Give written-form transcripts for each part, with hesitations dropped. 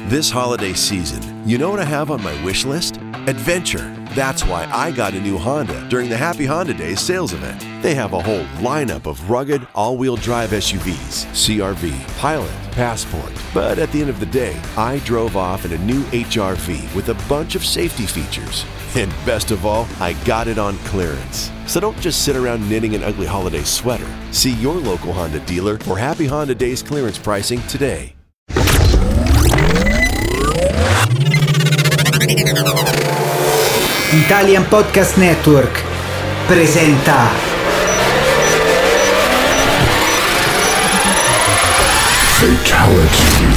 This holiday season, you know what I have on my wish list? Adventure. That's why I got a new Honda during the Happy Honda Days sales event. They have a whole lineup of rugged, all-wheel drive SUVs, CR-V, Pilot, Passport. But at the end of the day, I drove off in a new HR-V with a bunch of safety features. And best of all, I got it on clearance. So don't just sit around knitting an ugly holiday sweater. See your local Honda dealer for Happy Honda Days clearance pricing today. Italian Podcast Network presenta Fatality.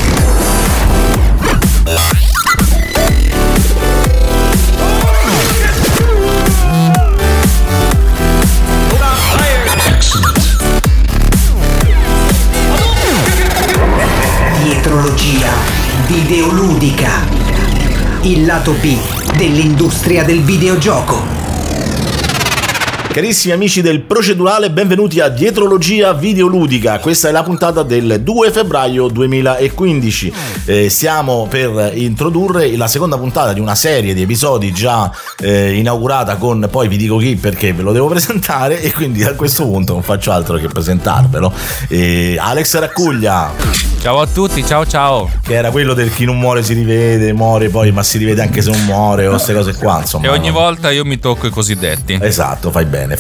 Dietrologia videoludica, il lato B dell'industria del videogioco. Carissimi amici del Procedurale, benvenuti a Dietrologia videoludica. Questa è la puntata del 2 febbraio 2015. Stiamo per introdurre la seconda puntata di una serie di episodi già inaugurata con, poi vi dico chi perché ve lo devo presentare, e quindi a questo punto non faccio altro che presentarvelo. Alex Raccuglia. Ciao a tutti, ciao. Che era quello del chi non muore si rivede, muore poi, ma si rivede anche se non muore, o queste cose qua, insomma. E ogni volta io mi tocco i cosiddetti. Esatto, fai bene.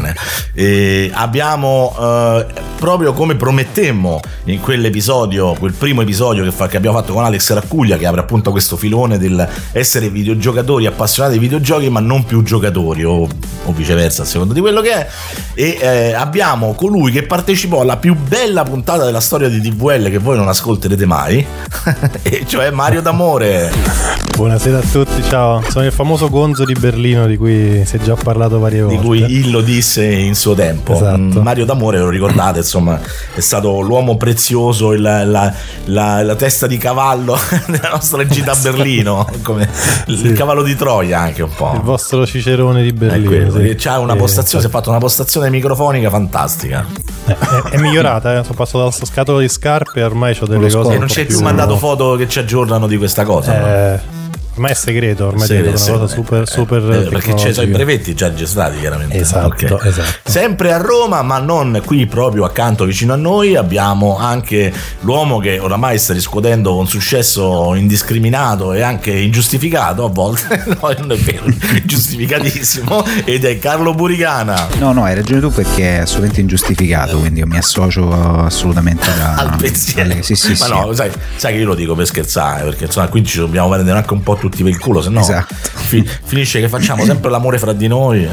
Abbiamo proprio come promettemmo in quell'episodio, quel primo episodio che abbiamo fatto con Alex Raccuglia, che apre appunto questo filone del essere videogiocatori appassionati di videogiochi ma non più giocatori, o viceversa a seconda di quello che è, e abbiamo colui che partecipò alla più bella puntata della storia di TVL, che voi non ascolterete mai, e cioè Mario D'Amore. Buonasera a tutti, ciao. Sono il famoso Gonzo di Berlino di cui si è già parlato varie volte. Di cui Illo disse in suo tempo. Esatto. Mario D'Amore, lo ricordate, insomma, è stato l'uomo prezioso, la testa di cavallo della nostra gita a Berlino, come il cavallo di Troia anche un po'. Il vostro Cicerone di Berlino. Sì. C'ha una postazione, si è fatto una postazione microfonica fantastica. È migliorata, sono passato dal scatolo di scarpe e ormai c'ho delle cose. E non c'è più mandato foto che ci aggiornano di questa cosa. Ormai è segreto, ormai è una cosa super perché ci sono i brevetti già registrati, chiaramente. Esatto. Sempre a Roma, ma non qui proprio accanto vicino a noi, abbiamo anche l'uomo che oramai sta riscuotendo un successo indiscriminato e anche ingiustificato a volte. No, non è vero, giustificatissimo, ed è Carlo Buricana. No, hai ragione tu, perché è assolutamente ingiustificato, quindi io mi associo assolutamente al pensiero. Sì. Ma no, sai che io lo dico per scherzare, perché insomma qui ci dobbiamo prendere anche un po' tutti per il culo, se no finisce che facciamo sempre l'amore fra di noi,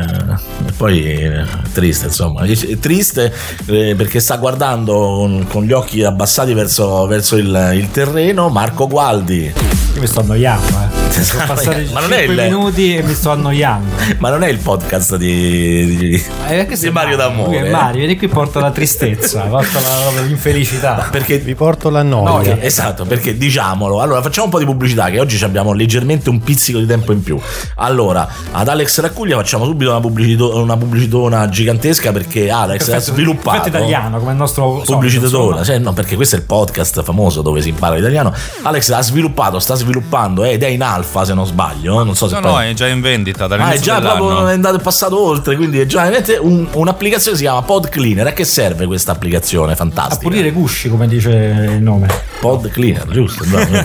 e poi triste, insomma, triste perché sta guardando con gli occhi abbassati verso il terreno Marco Gualdi. Io mi sto annoiando, sono passati 5 minuti e mi sto annoiando. Ma non è il podcast di Mario D'Amore. Mario, vieni qui, porta la tristezza, porta l'infelicità. Perché vi porto la noia. Esatto, perché diciamolo. Allora facciamo un po' di pubblicità, che oggi abbiamo leggermente un pizzico di tempo in più. Allora, ad Alex Raccuglia facciamo subito una pubblicitona gigantesca, perché Alex ha sviluppato. Perfetto italiano, come il nostro pubblicità, no, perché questo è il podcast famoso dove si impara l'italiano. Alex sta sviluppando ed è in alfa, se non sbaglio, non so se no, è già in vendita dall'inizio è già dell'anno. Proprio è passato oltre, quindi è già un'applicazione che si chiama Pod Cleaner. A che serve questa applicazione fantastica? A pulire gusci, come dice il nome. Pod Cleaner, giusto?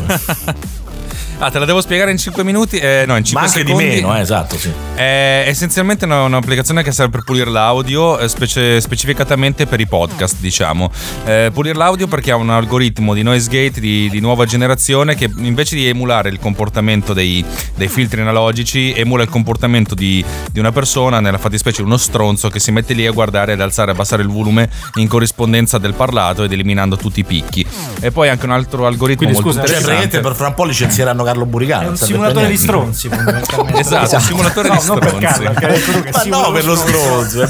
Te la devo spiegare in 5 minuti? No, in 5 ma anche secondi. Di meno, esatto, sì. È essenzialmente un'applicazione che serve per pulire l'audio, specificatamente per i podcast, diciamo. Pulire l'audio perché ha un algoritmo di noise gate di nuova generazione che, invece di emulare il comportamento dei filtri analogici, emula il comportamento di una persona, nella fattispecie uno stronzo, che si mette lì a guardare, ad alzare e abbassare il volume in corrispondenza del parlato ed eliminando tutti i picchi. E poi anche un altro algoritmo. Quindi, molto interessante. Per fra un po' licenzieranno Carlo Buricano. È un simulatore di stronzi, fondamentalmente. Esatto, un simulatore di stronzi. Non per Carlo, ma no, per lo stronzo.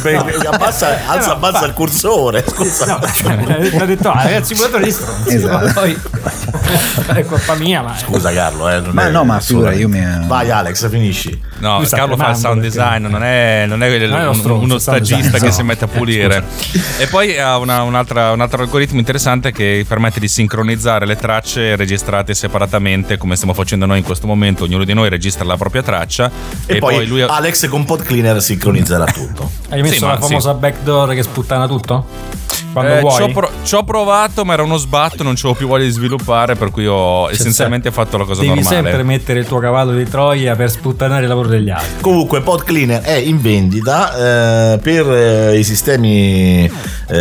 Abbassa il cursore. Scusa. No, ha detto, è il simulatore di stronzi. Esatto. Poi È colpa mia, ma scusa Carlo, ma figura, io mi... Vai Alex, finisci. No, Carlo fa il sound design, non è uno stagista che si mette a pulire. E poi ha un altro algoritmo interessante che permette di sincronizzare le tracce registrate separatamente, come stiamo facendo noi in questo momento. Ognuno di noi registra la propria traccia e poi lui Alex con PodCleaner sincronizzerà tutto. Hai messo la famosa backdoor che sputtana tutto? Ci ho provato, ma era uno sbatto, non c'avevo più voglia di sviluppare, per cui ho essenzialmente fatto la cosa normale. Devi sempre mettere il tuo cavallo di Troia per sputtanare il lavoro degli altri. Comunque PodCleaner è in vendita per i sistemi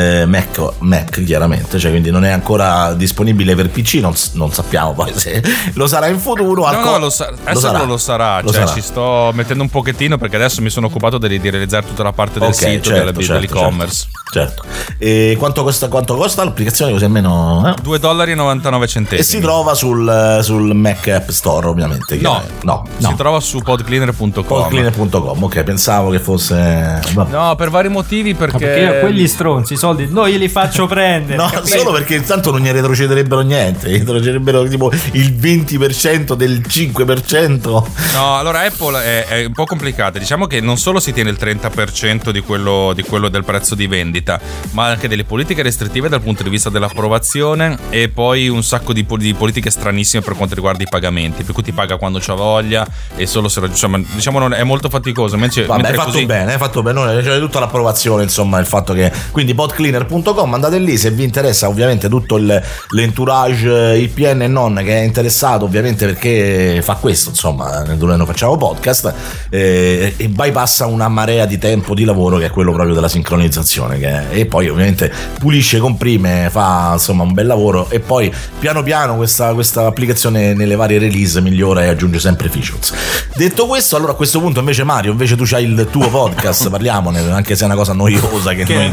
Mac chiaramente, cioè quindi non è ancora disponibile per PC, non sappiamo poi se lo sarà in futuro. Lo sarà. Ci sto mettendo un pochettino, perché adesso mi sono occupato di realizzare tutta la parte del sito, dell'e-commerce. Certo. E quanto costa l'applicazione, così almeno $2.99. E si trova sul Mac App Store, ovviamente. No. Si trova su podcleaner.com. Podcleaner.com, ok, pensavo che fosse... No, per vari motivi, perché a quegli stronzi i soldi non glieli faccio prendere. No, solo perché intanto non gli retrocederebbero niente, retrocederebbero tipo il 20% del 5%. No, allora Apple è un po' complicata. Diciamo che non solo si tiene il 30% di quello del prezzo di vendita, ma anche delle politiche restrittive dal punto di vista dell'approvazione, e poi un sacco di politiche stranissime per quanto riguarda i pagamenti, per cui ti paga quando c'ha voglia e solo se diciamo è molto faticoso. Mentre hai fatto bene, c'è tutta l'approvazione, insomma, il fatto che quindi podcleaner.com, andate lì se vi interessa ovviamente tutto l'entourage IPN e non che è interessato, ovviamente, perché fa questo, insomma, dove noi facciamo podcast e bypassa una marea di tempo di lavoro che è quello proprio della sincronizzazione, e poi ovviamente pulisce, comprime, fa insomma un bel lavoro, e poi piano piano questa applicazione nelle varie release migliora e aggiunge sempre features. Detto questo, allora a questo punto invece Mario, tu c'hai il tuo podcast, parliamone, anche se è una cosa noiosa che noi...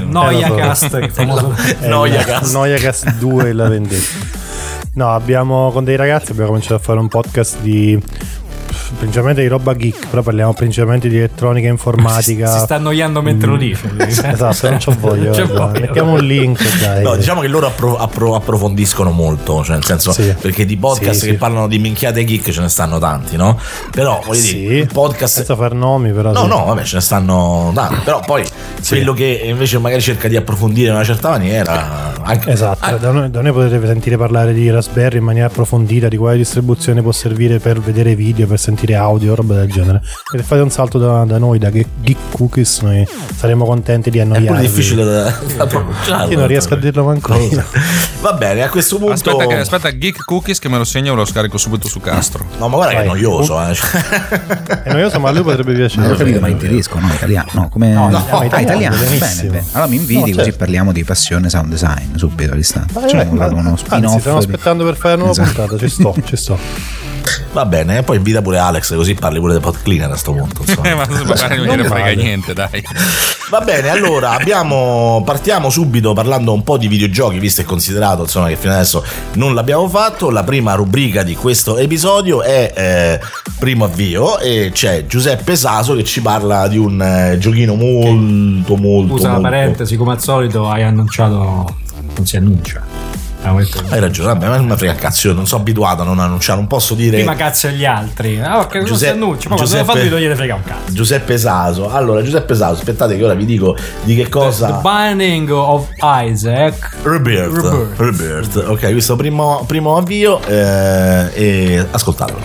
Noiacast 2 la vendetta. No, con dei ragazzi abbiamo cominciato a fare un podcast principalmente di roba geek, però parliamo principalmente di elettronica e informatica. Si sta annoiando mentre lo dice. Esatto, non c'ho voglia. Mettiamo un link, dai. No, diciamo che loro approfondiscono molto, cioè nel senso, perché di podcast che parlano di minchiate geek ce ne stanno tanti, no? Però voglio dire, il podcast senza far nomi, però no, vabbè, ce ne stanno tanti, però poi quello che invece magari cerca di approfondire in una certa maniera esatto. Da noi potete sentire parlare di Raspberry in maniera approfondita, di quale distribuzione può servire per vedere video, per sentire audio, roba del genere. E se fate un salto da noi, da Geek Cookies, noi saremo contenti di annoiarvi. È pure difficile da pronunciare. Io non riesco a dirlo manco io. Va bene, a questo punto aspetta, Geek Cookies che me lo segno e lo scarico subito su Castro. No, ma guarda che è noioso, È noioso, ma a lui potrebbe piacere. Ma ho capito, ma in tedesco, no, italiano, no, come italiano, bene. Allora mi inviti, così parliamo di passione sound design subito all'istante. Uno spin-off. Stiamo aspettando per fare una nuova puntata, ci sto. Va bene, poi invita pure Alex, così parli pure di PodCleaner a sto punto. Ma magari non gliene frega niente, dai. Va bene, allora partiamo subito parlando un po' di videogiochi, visto e considerato insomma che fino adesso non l'abbiamo fatto. La prima rubrica di questo episodio è Primo Avvio, e c'è Giuseppe Saso che ci parla di un giochino molto Scusa una parentesi, come al solito hai annunciato, non si annuncia. Hai ragione, vabbè, ma non mi frega cazzo, io non sono abituato a non annunciare, non posso dire prima cazzo agli altri. Che non si annuncia, poi quando l'ho fatto io gliene frega un cazzo. Giuseppe Saso, aspettate che ora vi dico di che cosa. The Binding of Isaac Rebirth. Ok, questo primo avvio e ascoltatelo.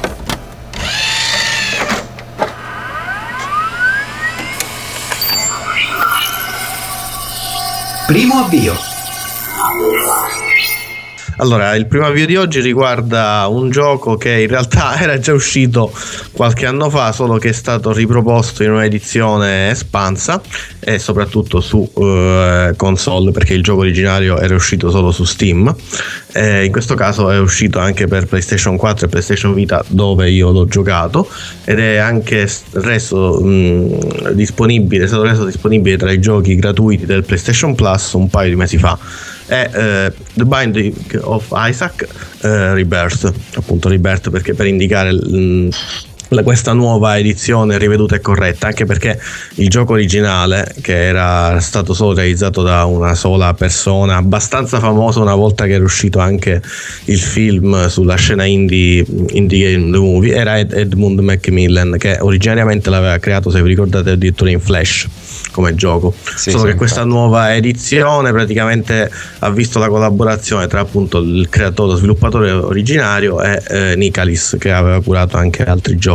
Primo avvio. Allora, il primo avvio di oggi riguarda un gioco che in realtà era già uscito qualche anno fa, solo che è stato riproposto in un'edizione espansa e soprattutto su console, perché il gioco originario era uscito solo su Steam. In questo caso è uscito anche per PlayStation 4 e PlayStation Vita, dove io l'ho giocato, ed è anche reso disponibile tra i giochi gratuiti del PlayStation Plus un paio di mesi fa. È The Binding of Isaac Rebirth, appunto Rebirth perché per indicare questa nuova edizione riveduta e corretta, anche perché il gioco originale, che era stato solo realizzato da una sola persona, abbastanza famoso una volta che era uscito anche il film sulla scena indie game the movie, era Edmund Macmillan, che originariamente l'aveva creato, se vi ricordate, addirittura in Flash come gioco. Solo che questa nuova edizione praticamente ha visto la collaborazione tra appunto il creatore, lo sviluppatore originario e Nicalis, che aveva curato anche altri giochi.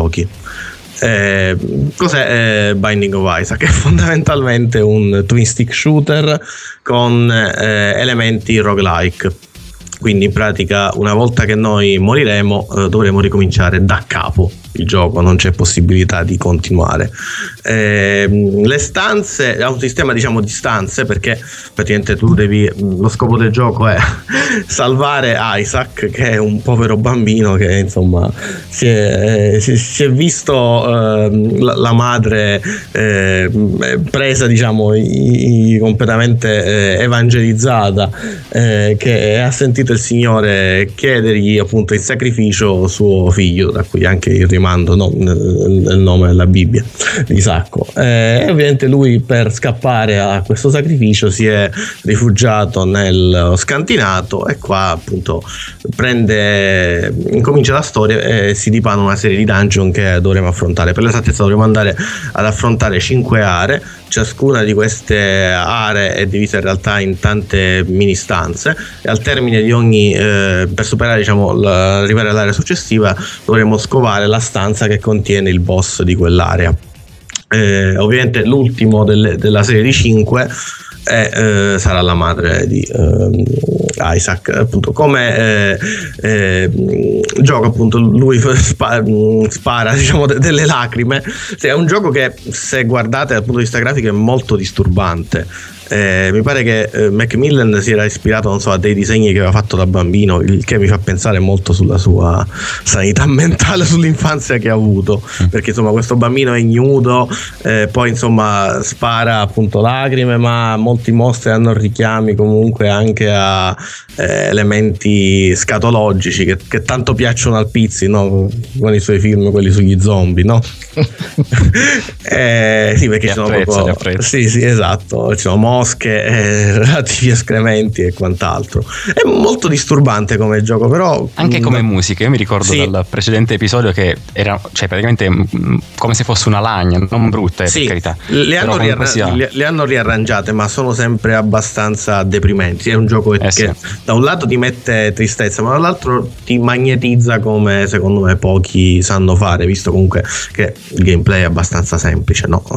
Cos'è Binding of Isaac? È fondamentalmente un twin stick shooter con elementi roguelike. Quindi in pratica, una volta che noi moriremo, dovremo ricominciare da capo il gioco, non c'è possibilità di continuare. Le stanze, ha un sistema diciamo di stanze, perché praticamente lo scopo del gioco è salvare Isaac, che è un povero bambino che insomma si è visto la madre presa diciamo completamente evangelizzata, che ha sentito il Signore chiedergli appunto il sacrificio suo figlio, da cui anche il rimando nel nome della Bibbia di Isacco. Ovviamente lui, per scappare a questo sacrificio, si è rifugiato nello scantinato, e qua appunto incomincia la storia e si dipana una serie di dungeon che dovremo affrontare. Per l'esattezza dovremo andare ad affrontare 5 aree. Ciascuna di queste aree è divisa in realtà in tante mini stanze, e al termine di ogni per superare arrivare all'area successiva, dovremo scovare la stanza che contiene il boss di quell'area. Ovviamente l'ultimo della serie di 5 sarà la madre di Isaac. Appunto, come gioco, appunto, lui spara diciamo delle lacrime. È un gioco che, se guardate dal punto di vista grafico, è molto disturbante. Mi pare che Macmillan si era ispirato, non so, a dei disegni che aveva fatto da bambino, il che mi fa pensare molto sulla sua sanità mentale, sull'infanzia che ha avuto, perché insomma questo bambino è ignudo, poi insomma spara appunto lacrime, ma molti mostri hanno richiami comunque anche a elementi scatologici che tanto piacciono al Pizzi, no? Con i suoi film, quelli sugli zombie, no? Sì, perché ci sono proprio sì, esatto, ci sono mosche, relativi escrementi e quant'altro. È molto disturbante come gioco, però anche come musica. Io mi ricordo dal precedente episodio che era, cioè, praticamente come se fosse una lagna, non brutta, per carità. Le hanno riarrangiate, ma sono sempre abbastanza deprimenti. È un gioco che da un lato ti mette tristezza, ma dall'altro ti magnetizza, come secondo me pochi sanno fare, visto comunque che il gameplay è abbastanza semplice, no?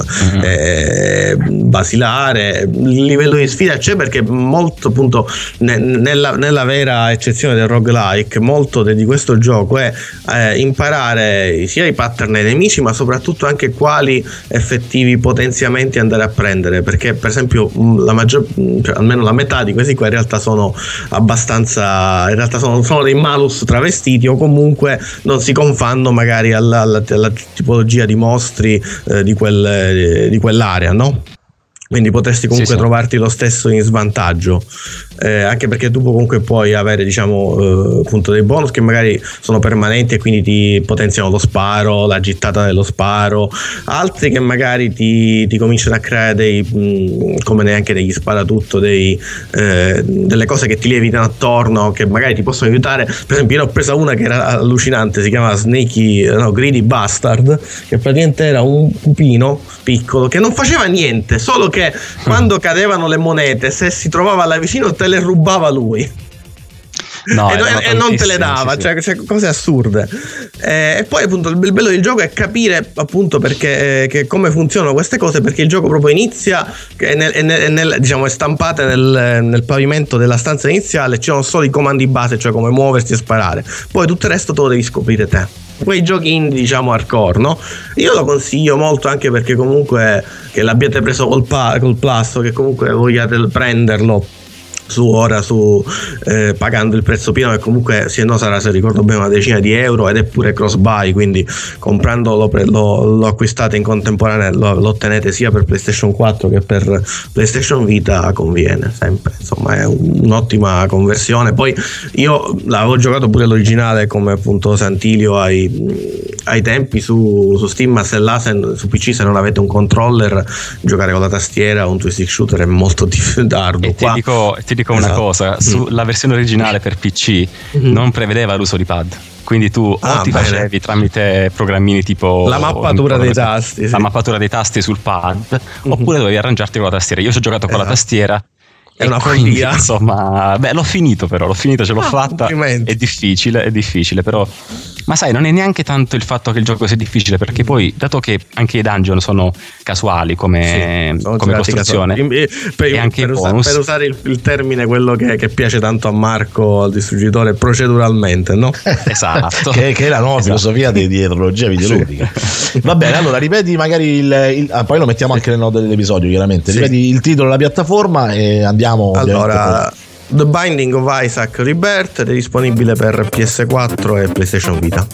Basilare. Il livello di sfida c'è, perché molto appunto nella vera eccezione del roguelike, molto di questo gioco è imparare sia i pattern dei nemici, ma soprattutto anche quali effettivi potenziamenti andare a prendere, perché per esempio almeno la metà di questi qua in realtà sono sono dei malus travestiti, o comunque non si confanno magari alla tipologia di mostri di quell'area, no? Quindi potresti comunque trovarti lo stesso in svantaggio, anche perché tu comunque puoi avere appunto dei bonus che magari sono permanenti e quindi ti potenziano lo sparo, la gittata dello sparo, altri che magari ti cominciano a creare come neanche degli sparatutto, delle cose che ti lievitano attorno, che magari ti possono aiutare. Per esempio, io ne ho presa una che era allucinante, si chiama Greedy Bastard, che praticamente era un pupino piccolo che non faceva niente, solo che quando cadevano le monete, se si trovava là vicino, te le rubava lui. E non te le dava, cioè cose assurde. E poi appunto il bello del gioco è capire appunto perché come funzionano queste cose, perché il gioco proprio inizia è stampate nel pavimento della stanza iniziale, ci sono solo i comandi base, cioè come muoversi e sparare, poi tutto il resto te lo devi scoprire te. Quei giochi indie hardcore, no? Io lo consiglio molto, anche perché comunque che l'abbiate preso col Plus, o che comunque vogliate prenderlo pagando il prezzo pieno, che comunque sarà, se ricordo bene, una decina di euro, ed è pure cross buy, quindi comprandolo lo acquistate in contemporanea, lo ottenete sia per PlayStation 4 che per PlayStation Vita, conviene sempre, insomma è un'ottima conversione. Poi io l'avevo giocato pure l'originale, come appunto Santilio ai tempi su Steam, ma se là su PC, se non avete un controller, giocare con la tastiera o un twist shooter è molto arduo. Ti dico una cosa, la versione originale per PC non prevedeva l'uso di pad, quindi tu ti facevi tramite programmini tipo la mappatura dei tasti, la mappatura dei tasti sul pad, oppure dovevi arrangiarti con la tastiera. Io ci ho giocato con la tastiera. È una follia. Insomma, l'ho finito, ce l'ho fatta. È difficile, però. Ma sai, non è neanche tanto il fatto che il gioco sia difficile, perché poi, dato che anche i dungeon sono casuali come costruzione, e anche per usare il termine, quello che piace tanto a Marco, al distrugitore, proceduralmente, no? Esatto. che è la nuova filosofia di dietrologia videoludica. Va bene, allora ripeti magari poi lo mettiamo anche nelle note dell'episodio, chiaramente. Ripeti il titolo, la piattaforma e andiamo. Allora, The Binding of Isaac Rebirth è disponibile per PS4 e PlayStation Vita.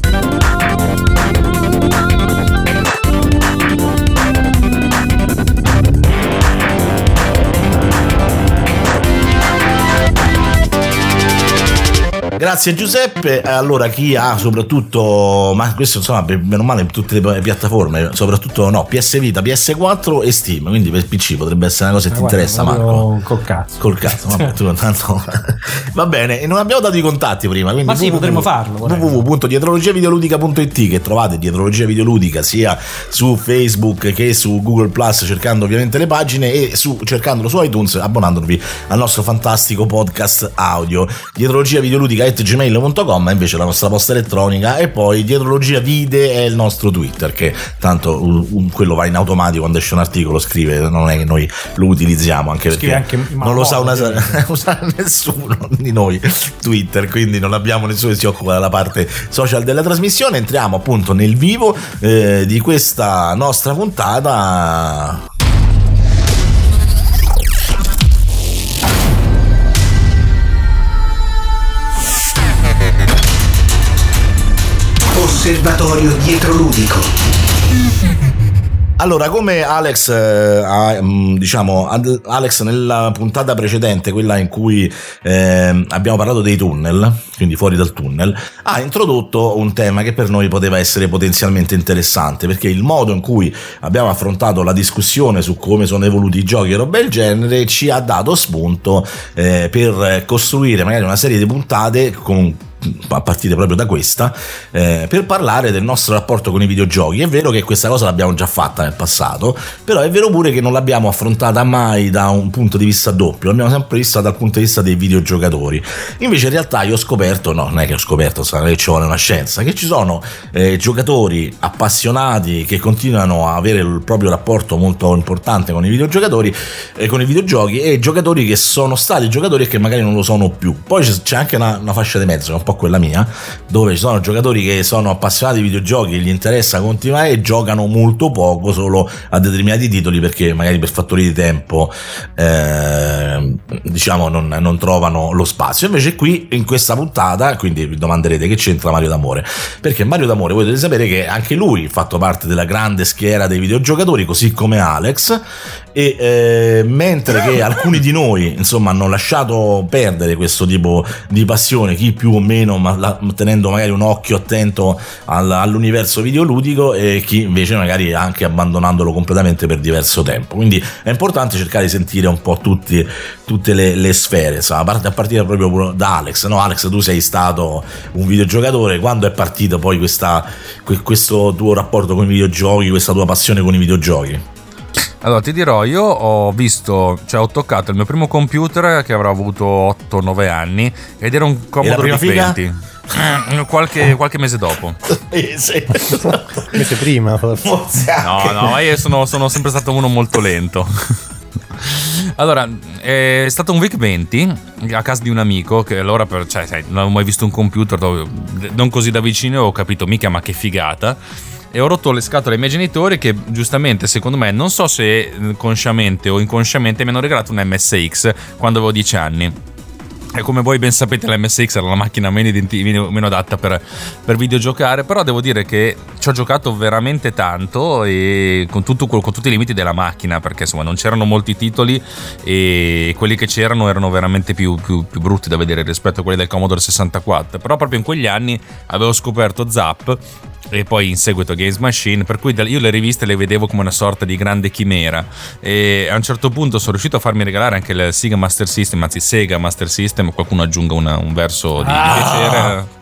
Grazie Giuseppe. Allora, chi ha soprattutto, ma questo insomma meno male in tutte le piattaforme, soprattutto PS Vita, PS4 e Steam, quindi per PC potrebbe essere una cosa che ti interessa, Marco. Col cazzo, vabbè, tu tanto va bene. E non abbiamo dato i contatti prima, quindi ma sì, potremmo farlo. www.dietrologiavideoludica.it, che trovate Dietrologia Videoludica sia su Facebook che su Google Plus, cercando ovviamente le pagine, e cercandolo su iTunes, abbonandovi al nostro fantastico podcast audio. Dietrologia Videoludica @gmail.com è invece la nostra posta elettronica, e poi Dietrologia Vide è il nostro Twitter, che tanto quello va in automatico quando esce un articolo, scrive, non è che noi lo utilizziamo, anche perché anche non lo sa usare nessuno di noi Twitter, quindi non abbiamo nessuno che si occupa della parte social della trasmissione. Entriamo appunto nel vivo di questa nostra puntata. Osservatorio dietroludico. Allora, come Alex nella puntata precedente, quella in cui abbiamo parlato dei tunnel, quindi fuori dal tunnel, ha introdotto un tema che per noi poteva essere potenzialmente interessante, perché il modo in cui abbiamo affrontato la discussione su come sono evoluti i giochi e roba del genere ci ha dato spunto per costruire magari una serie di puntate a partire proprio da questa, per parlare del nostro rapporto con i videogiochi. È vero che questa cosa l'abbiamo già fatta nel passato, però è vero pure che non l'abbiamo affrontata mai da un punto di vista doppio, l'abbiamo sempre vista dal punto di vista dei videogiocatori. Invece in realtà io ho scoperto, non è che ho scoperto, sarà che ci vuole una scienza, che ci sono giocatori appassionati che continuano a avere il proprio rapporto molto importante con i videogiocatori e con i videogiochi, e giocatori che sono stati giocatori e che magari non lo sono più. Poi c'è anche una fascia di mezzo, che è un po' quella mia, dove ci sono giocatori che sono appassionati di videogiochi, gli interessa continuare e giocano molto poco solo a determinati titoli, perché magari per fattori di tempo non trovano lo spazio. Invece qui in questa puntata, quindi vi domanderete che c'entra Mario D'Amore, perché Mario D'Amore, voi dovete sapere che anche lui ha fatto parte della grande schiera dei videogiocatori, così come Alex, e mentre che alcuni di noi insomma hanno lasciato perdere questo tipo di passione, chi più o meno, ma tenendo magari un occhio attento all'universo videoludico, e chi invece magari anche abbandonandolo completamente per diverso tempo. Quindi è importante cercare di sentire un po' tutte le sfere, a partire proprio da Alex. No, Alex, tu sei stato un videogiocatore, quando è partito poi questo tuo rapporto con i videogiochi, questa tua passione con i videogiochi? Allora ti dirò, io ho toccato il mio primo computer che avrò avuto 8-9 anni, ed era un Commodore VIC-20. Qualche mese dopo. Mese prima forse. No, io sono sempre stato uno molto lento. Allora, è stato un VIC-20 a casa di un amico che allora sai, non avevo mai visto un computer non così da vicino, e ho capito mica ma che figata, e ho rotto le scatole ai miei genitori che giustamente secondo me, non so se consciamente o inconsciamente, mi hanno regalato un MSX quando avevo 10 anni. E come voi ben sapete la MSX era la macchina meno adatta per videogiocare, però devo dire che ci ho giocato veramente tanto, e con tutti i limiti della macchina, perché insomma non c'erano molti titoli e quelli che c'erano erano veramente più brutti da vedere rispetto a quelli del Commodore 64. Però proprio in quegli anni avevo scoperto Zap e poi in seguito Games Machine, per cui io le riviste le vedevo come una sorta di grande chimera, e a un certo punto sono riuscito a farmi regalare anche il Sega Master System, qualcuno aggiunga un verso di piacere.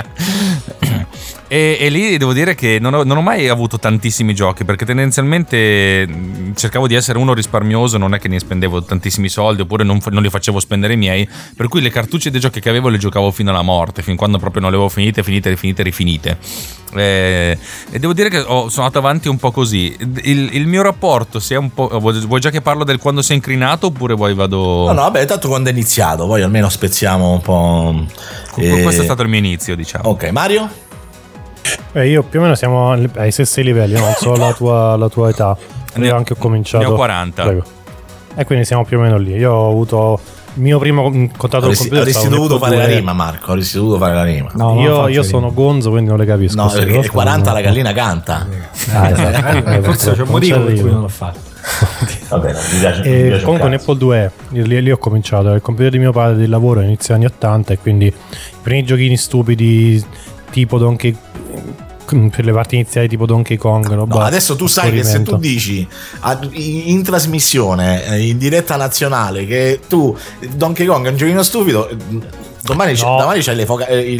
E lì devo dire che non ho mai avuto tantissimi giochi, perché tendenzialmente cercavo di essere uno risparmioso, non è che ne spendevo tantissimi soldi, oppure non li facevo spendere i miei, per cui le cartucce dei giochi che avevo le giocavo fino alla morte, fin quando proprio non le avevo rifinite. E devo dire che sono andato avanti un po' così. Il mio rapporto si è un po'. Vuoi già che parlo del quando sei incrinato, oppure vuoi vado? No, vabbè, tanto quando è iniziato, poi almeno spezziamo un po'. Questo è stato il mio inizio, diciamo. Ok, Mario? Io più o meno siamo ai stessi livelli, non so la tua età. Io anche ho cominciato. Ne ho 40. Prego. E quindi siamo più o meno lì. Io ho avuto il mio primo contatto con il computer. Avresti dovuto fare la rima, Marco. Avresti dovuto fare la rima. No, io sono gonzo, quindi non le capisco. No, perché 40 la gallina canta. Forse c'è un motivo per cui non l'ho fatto. Vabbè, mi piace comunque un Apple IIe lì ho cominciato. Il computer di mio padre di lavoro inizio anni 80, e quindi i primi giochini stupidi tipo Donkey, per le parti iniziali tipo Donkey Kong. No, adesso tu sai che se tu dici in trasmissione in diretta nazionale che tu Donkey Kong è un giochino stupido, domani c'hai le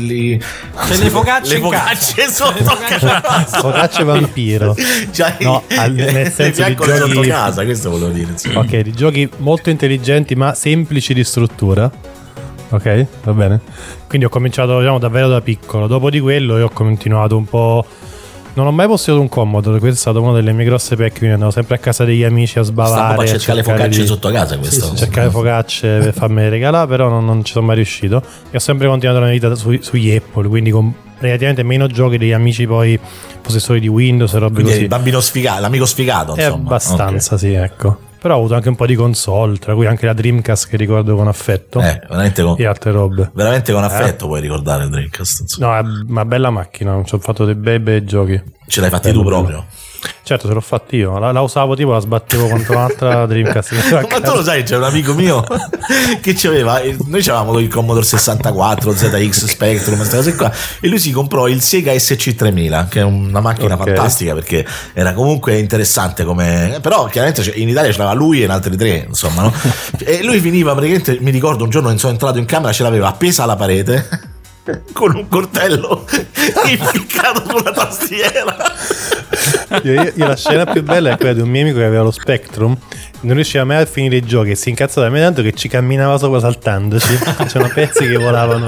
focacce sotto casa. Focacce vampiro. Nel senso di giochi sotto casa, questo volevo dire. Ok, di giochi molto intelligenti ma semplici di struttura. Ok, va bene. Quindi ho cominciato davvero da piccolo. Dopo di quello io ho continuato un po'. Non ho mai posseggiato un Commodore, questa è stata una delle mie grosse pecche, quindi andavo sempre a casa degli amici a sbavare. Sta a cercare le focacce sotto casa, questo. Cercare focacce per farmi regalare, però non ci sono mai riuscito. E ho sempre continuato la mia vita sugli Apple, quindi con relativamente meno giochi degli amici poi possessori di Windows e robe così. Il bambino sfigato, l'amico sfigato, insomma. Abbastanza, sì, ecco. Però ho avuto anche un po' di console, tra cui anche la Dreamcast che ricordo con affetto. Veramente e altre robe. Veramente con affetto puoi ricordare il Dreamcast. Insomma. No, è una bella macchina, ci ho fatto dei bei giochi. Ce l'hai fatti tu proprio? Certo, se l'ho fatto io. La usavo tipo, la sbattevo contro un'altra Dreamcast. Ma tu lo sai, c'è un amico mio che c'aveva. Noi avevamo il Commodore 64, ZX Spectrum, queste cose qua. E lui si comprò il Sega SC3000, che è una macchina fantastica, perché era comunque interessante come. Però chiaramente in Italia ce l'aveva lui e in altri tre, insomma, no? E lui finiva praticamente. Mi ricordo un giorno sono entrato in camera, ce l'aveva appesa alla parete con un coltello impiccato sulla tastiera. Io la scena più bella è quella di un mio amico che aveva lo Spectrum, non riusciva mai a finire i giochi e si incazzava da me tanto che ci camminava sopra saltandoci. C'erano pezzi che volavano.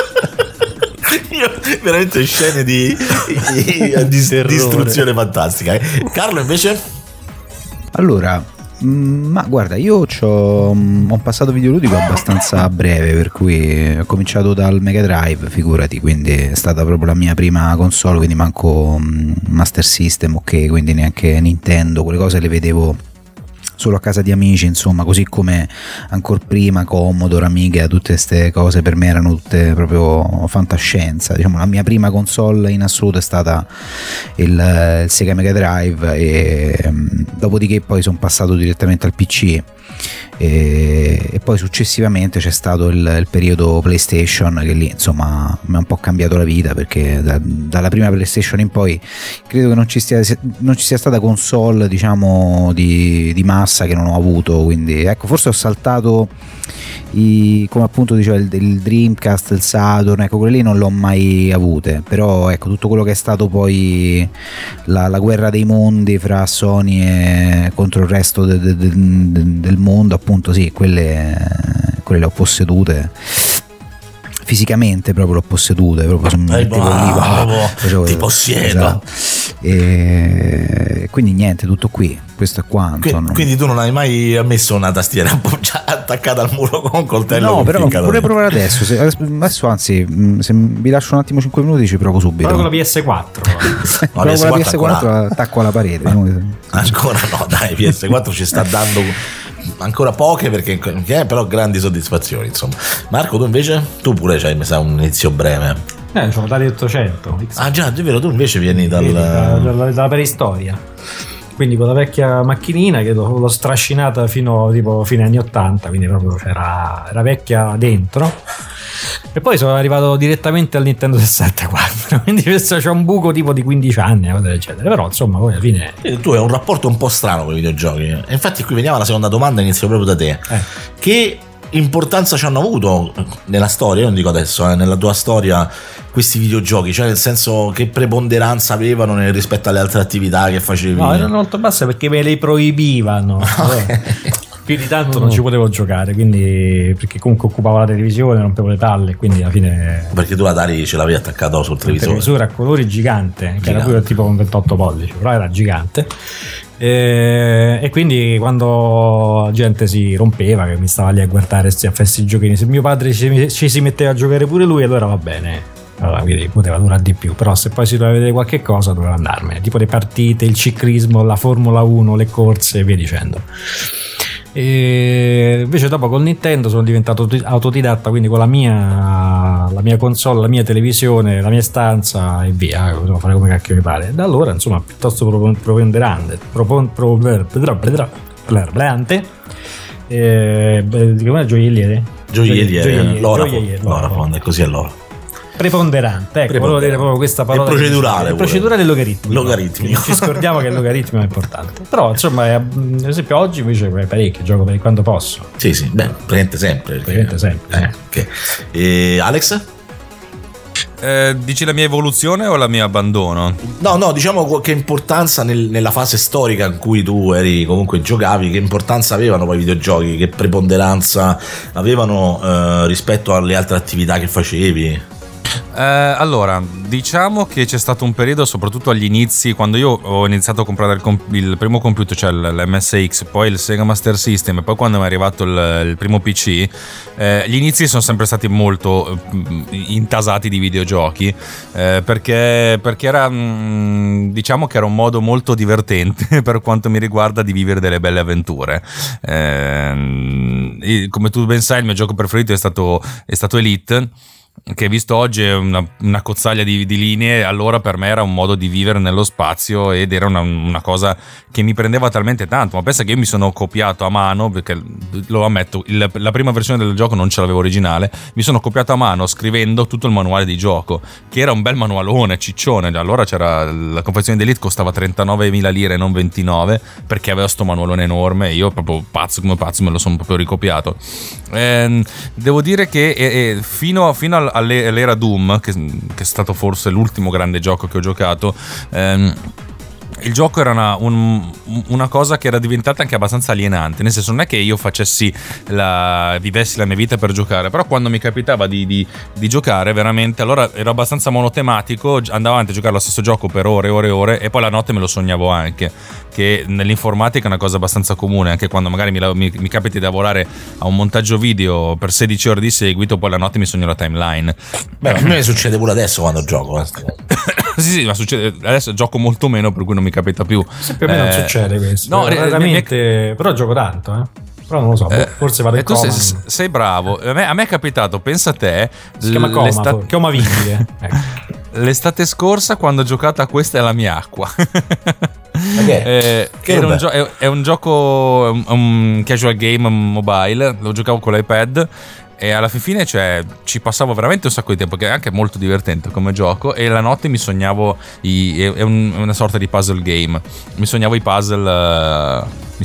Io veramente scene di distruzione fantastica. Carlo invece? Allora, ma guarda, io ho un passato videoludico abbastanza breve, per cui ho cominciato dal Mega Drive, figurati, quindi è stata proprio la mia prima console, quindi manco Master System, ok, quindi neanche Nintendo, quelle cose le vedevo solo a casa di amici, insomma, così come ancora prima Commodore, Amiga, tutte queste cose per me erano tutte proprio fantascienza. Diciamo, la mia prima console in assoluto è stata il Sega Mega Drive, e dopodiché poi sono passato direttamente al PC. E poi successivamente c'è stato il periodo PlayStation, che lì insomma mi ha un po' cambiato la vita, perché dalla prima PlayStation in poi credo che non ci sia stata console, diciamo, di massa che non ho avuto, quindi ecco, forse ho saltato come appunto diceva il Dreamcast, il Saturn, ecco, quelle lì non l'ho mai avute, però ecco, tutto quello che è stato poi la guerra dei mondi fra Sony e contro il resto del mondo, appunto, sì, quelle le ho possedute fisicamente, proprio l'ho possedute, proprio ti possiedo. Esatto. E quindi niente, tutto qui, questo è quanto. Quindi tu non hai mai messo una tastiera attaccata al muro con un coltello? No, però vorrei provare adesso. Adesso anzi, se vi lascio un attimo 5 minuti ci provo subito. Provo con la PS4. No, provo con la PS4 attacco alla parete. Ancora no, dai, PS4 ci sta dando ancora poche perché però grandi soddisfazioni, insomma. Marco, tu invece? Tu pure c'hai un inizio breve. Sono dati 800. Ah già, è vero, tu invece vieni dalla preistoria. Quindi con la vecchia macchinina che l'ho strascinata fino fine anni 80, quindi proprio era vecchia dentro. E poi sono arrivato direttamente al Nintendo 64, quindi c'è un buco tipo di 15 anni, cosa del genere. Però insomma poi alla fine tu hai un rapporto un po' strano con i videogiochi, e infatti qui veniamo alla seconda domanda, inizio proprio da te. Che importanza ci hanno avuto nella storia, io non dico adesso, nella tua storia, questi videogiochi? Cioè, nel senso, che preponderanza avevano rispetto alle altre attività che facevi? No, erano molto basse perché me le proibivano. Più di tanto non ci potevo giocare, quindi, perché comunque occupavo la televisione, rompevo le palle, quindi alla fine. Perché tu l'Atari ce l'avevi attaccato sul televisore? Il televisore a colori gigante, che era pure tipo un 28 pollici, però era gigante. E quindi quando la gente si rompeva, che mi stava lì a guardare a questi giochini, se mio padre ci si metteva a giocare pure lui, allora va bene. Allora, quindi poteva durare di più, però se poi si doveva vedere qualche cosa doveva andarmene, tipo le partite, il ciclismo, la Formula 1, le corse e via dicendo. E invece dopo col Nintendo sono diventato autodidatta, quindi con la mia console, la mia televisione, la mia stanza e via, potevo fare come cacchio mi pare. Da allora insomma piuttosto preponderante come gioielliere? Lora, quando è così allora. Preponderante, ecco, volevo dire proprio questa parola. È procedurale. È procedurale logaritmico. Ci scordiamo che il logaritmo è importante. Però, insomma, ad esempio, oggi invece parecchio gioco per quando posso. Sì, beh, praticamente sempre. Okay. E Alex? Dici la mia evoluzione o la mia abbandono? No, diciamo che importanza nella fase storica in cui tu eri comunque giocavi, che importanza avevano poi i videogiochi, che preponderanza avevano rispetto alle altre attività che facevi? Allora, diciamo che c'è stato un periodo, soprattutto agli inizi, quando io ho iniziato a comprare il primo computer, cioè l'MSX, poi il Sega Master System, e poi quando mi è arrivato il primo PC, gli inizi sono sempre stati molto intasati di videogiochi, perché era, diciamo che era un modo molto divertente per quanto mi riguarda di vivere delle belle avventure. Come tu ben sai, il mio gioco preferito è stato Elite, che visto oggi è una cozzaglia di linee, allora per me era un modo di vivere nello spazio ed era una cosa che mi prendeva talmente tanto. Ma pensa che io mi sono copiato a mano, perché lo ammetto, la prima versione del gioco non ce l'avevo originale, mi sono copiato a mano scrivendo tutto il manuale di gioco, che era un bel manualone ciccione. Allora c'era la confezione d'Elite, costava 39.000 lire, non 29, perché aveva sto manualone enorme, e io proprio pazzo come pazzo me lo sono proprio ricopiato. Devo dire che fino all'era Doom, che è stato forse l'ultimo grande gioco che ho giocato, il gioco era una cosa che era diventata anche abbastanza alienante, nel senso non è che io vivessi la mia vita per giocare, però quando mi capitava di giocare veramente, allora ero abbastanza monotematico, andavo avanti a giocare lo stesso gioco per ore e ore e ore, e poi la notte me lo sognavo anche, che nell'informatica è una cosa abbastanza comune, anche quando magari mi capita di lavorare a un montaggio video per 16 ore di seguito, poi la notte mi sogno la timeline. Beh, a me succede pure adesso quando gioco. Sì, ma succede, adesso gioco molto meno, per cui non mi capita più. Sì, più o meno non succede questo. No, veramente, però gioco tanto, Però non lo so, forse vado in coma. Tu sei bravo. A me è capitato, pensa a te, si chiama coma vigile. L'estate scorsa, quando ho giocato a Questa è la mia acqua. È un gioco, un casual game mobile, lo giocavo con l'iPad, e alla fine ci passavo veramente un sacco di tempo, che è anche molto divertente come gioco, e la notte mi sognavo è una sorta di puzzle game, mi sognavo i puzzle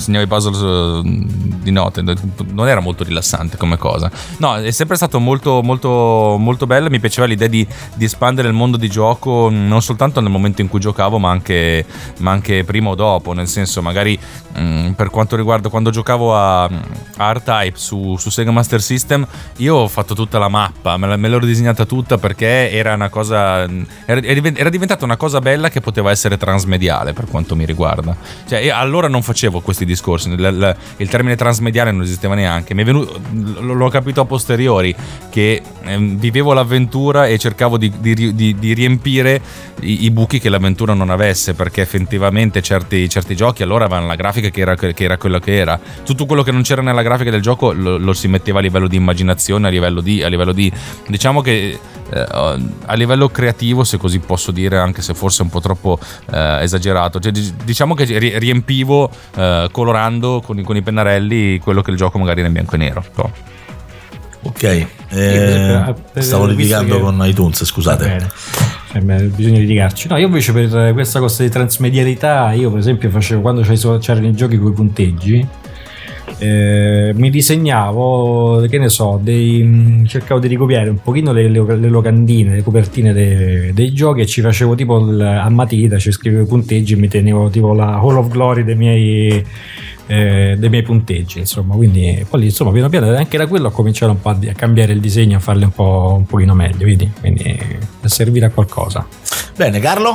di notte, non era molto rilassante come cosa. No, è sempre stato molto molto molto bello, mi piaceva l'idea di espandere il mondo di gioco non soltanto nel momento in cui giocavo, ma anche prima o dopo, nel senso magari per quanto riguarda quando giocavo a R-Type su Sega Master System, io ho fatto tutta la mappa, me l'ho disegnata tutta perché era una cosa, era diventata una cosa bella che poteva essere transmediale per quanto mi riguarda. Cioè, allora non facevo questi discorsi, il termine transmediale non esisteva neanche, mi è venuto, l'ho capito a posteriori che vivevo l'avventura e cercavo di riempire i buchi che l'avventura non avesse, perché effettivamente certi giochi allora avevano la grafica che era quello che era, tutto quello che non c'era nella grafica del gioco lo si metteva a livello di immaginazione, a livello di diciamo che a livello creativo, se così posso dire, anche se forse è un po' troppo esagerato, cioè, diciamo che riempivo colorando con i pennarelli quello che il gioco magari era in bianco e nero. Ok, stavo litigando con iTunes, scusate. Bisogna litigarci. No, io invece per questa cosa di transmedialità, io per esempio facevo, quando c'erano i giochi con i punteggi, mi disegnavo, che ne so, cercavo di ricopiare un pochino le locandine, le copertine dei giochi, e ci facevo tipo a matita, ci scrivevo i punteggi e mi tenevo tipo la Hall of Glory dei miei punteggi, insomma. Quindi poi insomma piano piano anche da quello ho cominciato un po' a cambiare il disegno, a farle un pochino meglio, vedi? Quindi a servire a qualcosa. Bene, Carlo?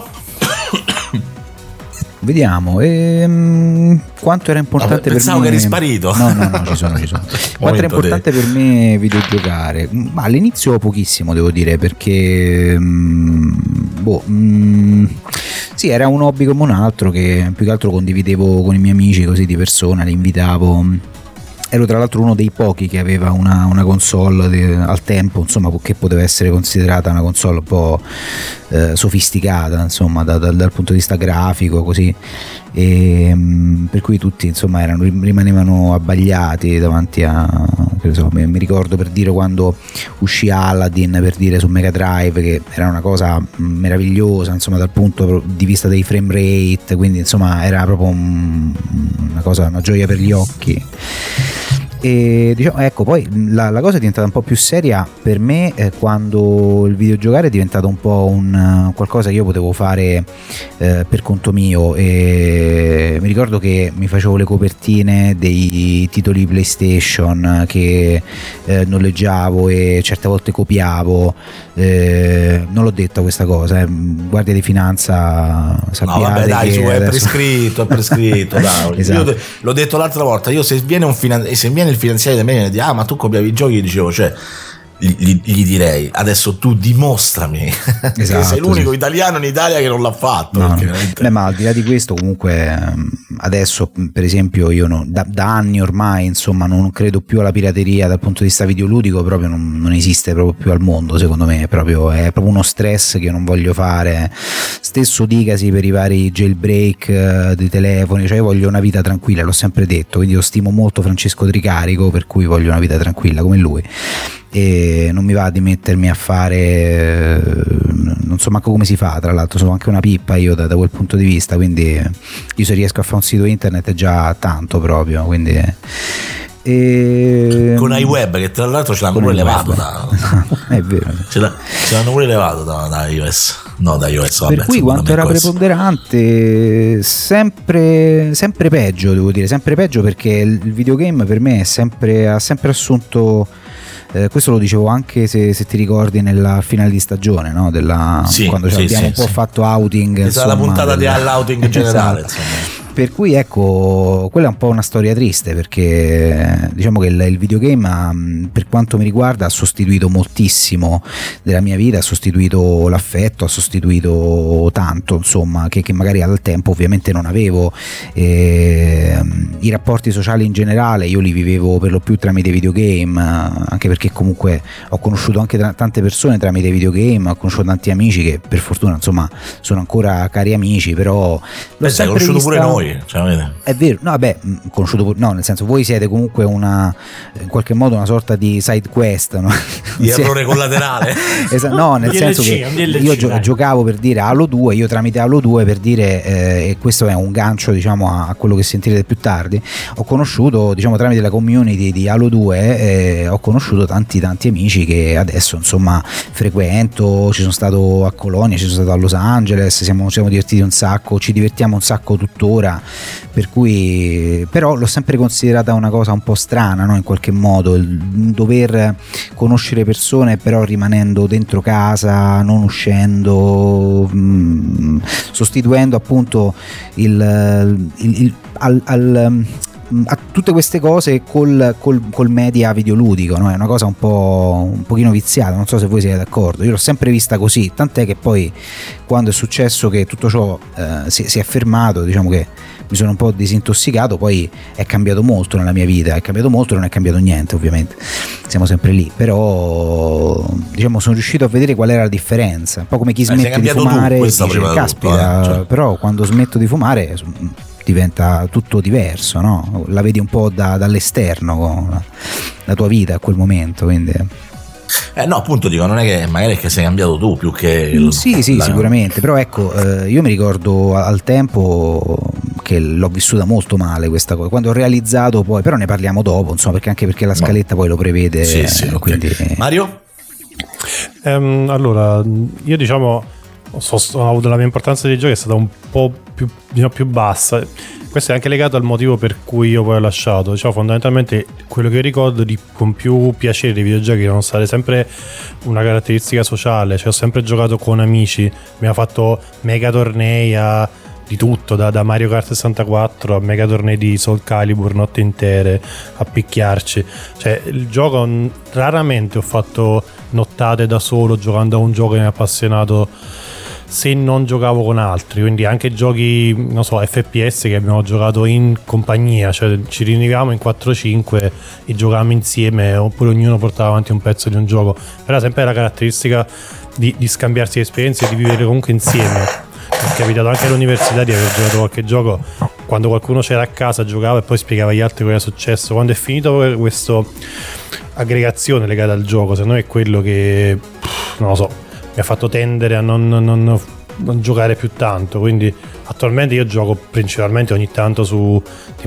Vediamo quanto era importante per me. Pensavo che eri sparito. No, ci sono. Quanto era importante per me videogiocare? Ma all'inizio pochissimo, devo dire, perché sì, era un hobby come un altro che più che altro condividevo con i miei amici, così di persona, li invitavo. Ero tra l'altro uno dei pochi che aveva una console al tempo, insomma, che poteva essere considerata una console un po' sofisticata, insomma, dal punto di vista grafico, così, e per cui tutti, insomma, rimanevano abbagliati davanti a, che so, mi ricordo, per dire, quando uscì Aladdin, per dire, su Mega Drive, che era una cosa meravigliosa, insomma, dal punto di vista dei frame rate, quindi insomma era proprio una gioia per gli occhi. E diciamo, ecco, poi la cosa è diventata un po' più seria per me quando il videogiocare è diventato un po' un qualcosa che io potevo fare per conto mio, e mi ricordo che mi facevo le copertine dei titoli PlayStation che noleggiavo e certe volte copiavo. Non l'ho detta questa cosa, Guardia di Finanza, sappiate. No, vabbè, dai, che è prescritto dai. Esatto. Io l'ho detto l'altra volta, io se viene il finanziario da me e dice ma tu copiavi i giochi, dicevo, cioè gli direi adesso tu dimostrami, esatto, che sei l'unico italiano in Italia che non l'ha fatto. No. Beh, ma al di là di questo, comunque adesso per esempio io da anni ormai, insomma, non credo più alla pirateria dal punto di vista videoludico, proprio non esiste proprio più al mondo, secondo me è proprio uno stress che io non voglio fare. Stesso dicasi per i vari jailbreak dei telefoni, cioè io voglio una vita tranquilla, l'ho sempre detto, quindi io stimo molto Francesco Tricarico, per cui voglio una vita tranquilla come lui, e non mi va di mettermi a fare, non so manco come si fa, tra l'altro sono anche una pippa io da quel punto di vista, quindi io se riesco a fare un sito internet è già tanto proprio, quindi con iWeb, che tra l'altro ce l'hanno pure levato è vero, ce l'hanno pure levato da iOS. No, da iOS, vabbè, per cui quanto era preponderante, sempre peggio, devo dire, sempre peggio, perché il videogame per me ha sempre assunto, questo lo dicevo anche se ti ricordi nella finale di stagione, no? Quando abbiamo un po' fatto outing, insomma, la puntata dell'outing generale, esatto. Per cui ecco, quella è un po' una storia triste, perché diciamo che il videogame, per quanto mi riguarda, ha sostituito moltissimo della mia vita, ha sostituito l'affetto, ha sostituito tanto, insomma, che magari al tempo ovviamente non avevo. I rapporti sociali in generale io li vivevo per lo più tramite videogame, anche perché comunque ho conosciuto anche tante persone tramite videogame, ho conosciuto tanti amici che per fortuna, insomma, sono ancora cari amici, però l'ho sempre conosciuto vista... pure noi. Cioè, è vero, no, vabbè, conosciuto no, nel senso, voi siete comunque in qualche modo una sorta di side quest, no? Di errore collaterale. No, nel senso che io giocavo, per dire, Halo 2, io tramite Halo 2, per dire, e questo è un gancio, diciamo, a quello che sentirete più tardi, ho conosciuto, diciamo, tramite la community di Halo 2, ho conosciuto tanti amici che adesso, insomma, frequento. Ci sono stato a Colonia, ci sono stato a Los Angeles, siamo divertiti un sacco, ci divertiamo un sacco tuttora. realtà, per cui però l'ho sempre considerata una cosa un po' strana, no? In qualche modo il dover conoscere persone però rimanendo dentro casa, non uscendo, sostituendo appunto a tutte queste cose col media videoludico, no? È una cosa un pochino viziata, non so se voi siete d'accordo. Io l'ho sempre vista così, tant'è che poi quando è successo che tutto ciò si è fermato, diciamo che mi sono un po' disintossicato, poi è cambiato molto nella mia vita, è cambiato molto, non è cambiato niente ovviamente, siamo sempre lì, però diciamo sono riuscito a vedere qual era la differenza, un po' come chi smette di fumare dice, caspita, cioè. Però quando smetto di fumare diventa tutto diverso, no? La vedi un po' dall'esterno con la tua vita a quel momento, quindi no, appunto dico, non è che magari è che sei cambiato tu più che sì, sicuramente, però ecco, io mi ricordo al tempo che l'ho vissuta molto male questa cosa, quando ho realizzato poi, però ne parliamo dopo, insomma, perché la scaletta poi lo prevede. Sì, quindi... Okay. Mario? Allora, io diciamo ho avuto la mia importanza dei giochi è stata un po' più bassa. Questo è anche legato al motivo per cui io poi ho lasciato. Diciamo, fondamentalmente quello che ricordo con più piacere dei videogiochi erano state sempre una caratteristica sociale, cioè ho sempre giocato con amici, abbiamo fatto mega tornei di tutto, da Mario Kart 64 a mega tornei di Soul Calibur, notte intere a picchiarci. Cioè il gioco, raramente ho fatto nottate da solo giocando a un gioco che mi ha appassionato se non giocavo con altri, quindi anche giochi, non so, FPS che abbiamo giocato in compagnia, cioè ci riunivamo in 4-5 e giocavamo insieme, oppure ognuno portava avanti un pezzo di un gioco. Però sempre la caratteristica di scambiarsi esperienze e di vivere comunque insieme. Mi è capitato anche all'università di aver giocato qualche gioco quando qualcuno c'era a casa, giocava e poi spiegava agli altri cosa era successo. Quando è finito questa aggregazione legata al gioco, secondo me è quello che, non lo so, mi ha fatto tendere a non giocare più tanto. Quindi attualmente io gioco principalmente ogni tanto su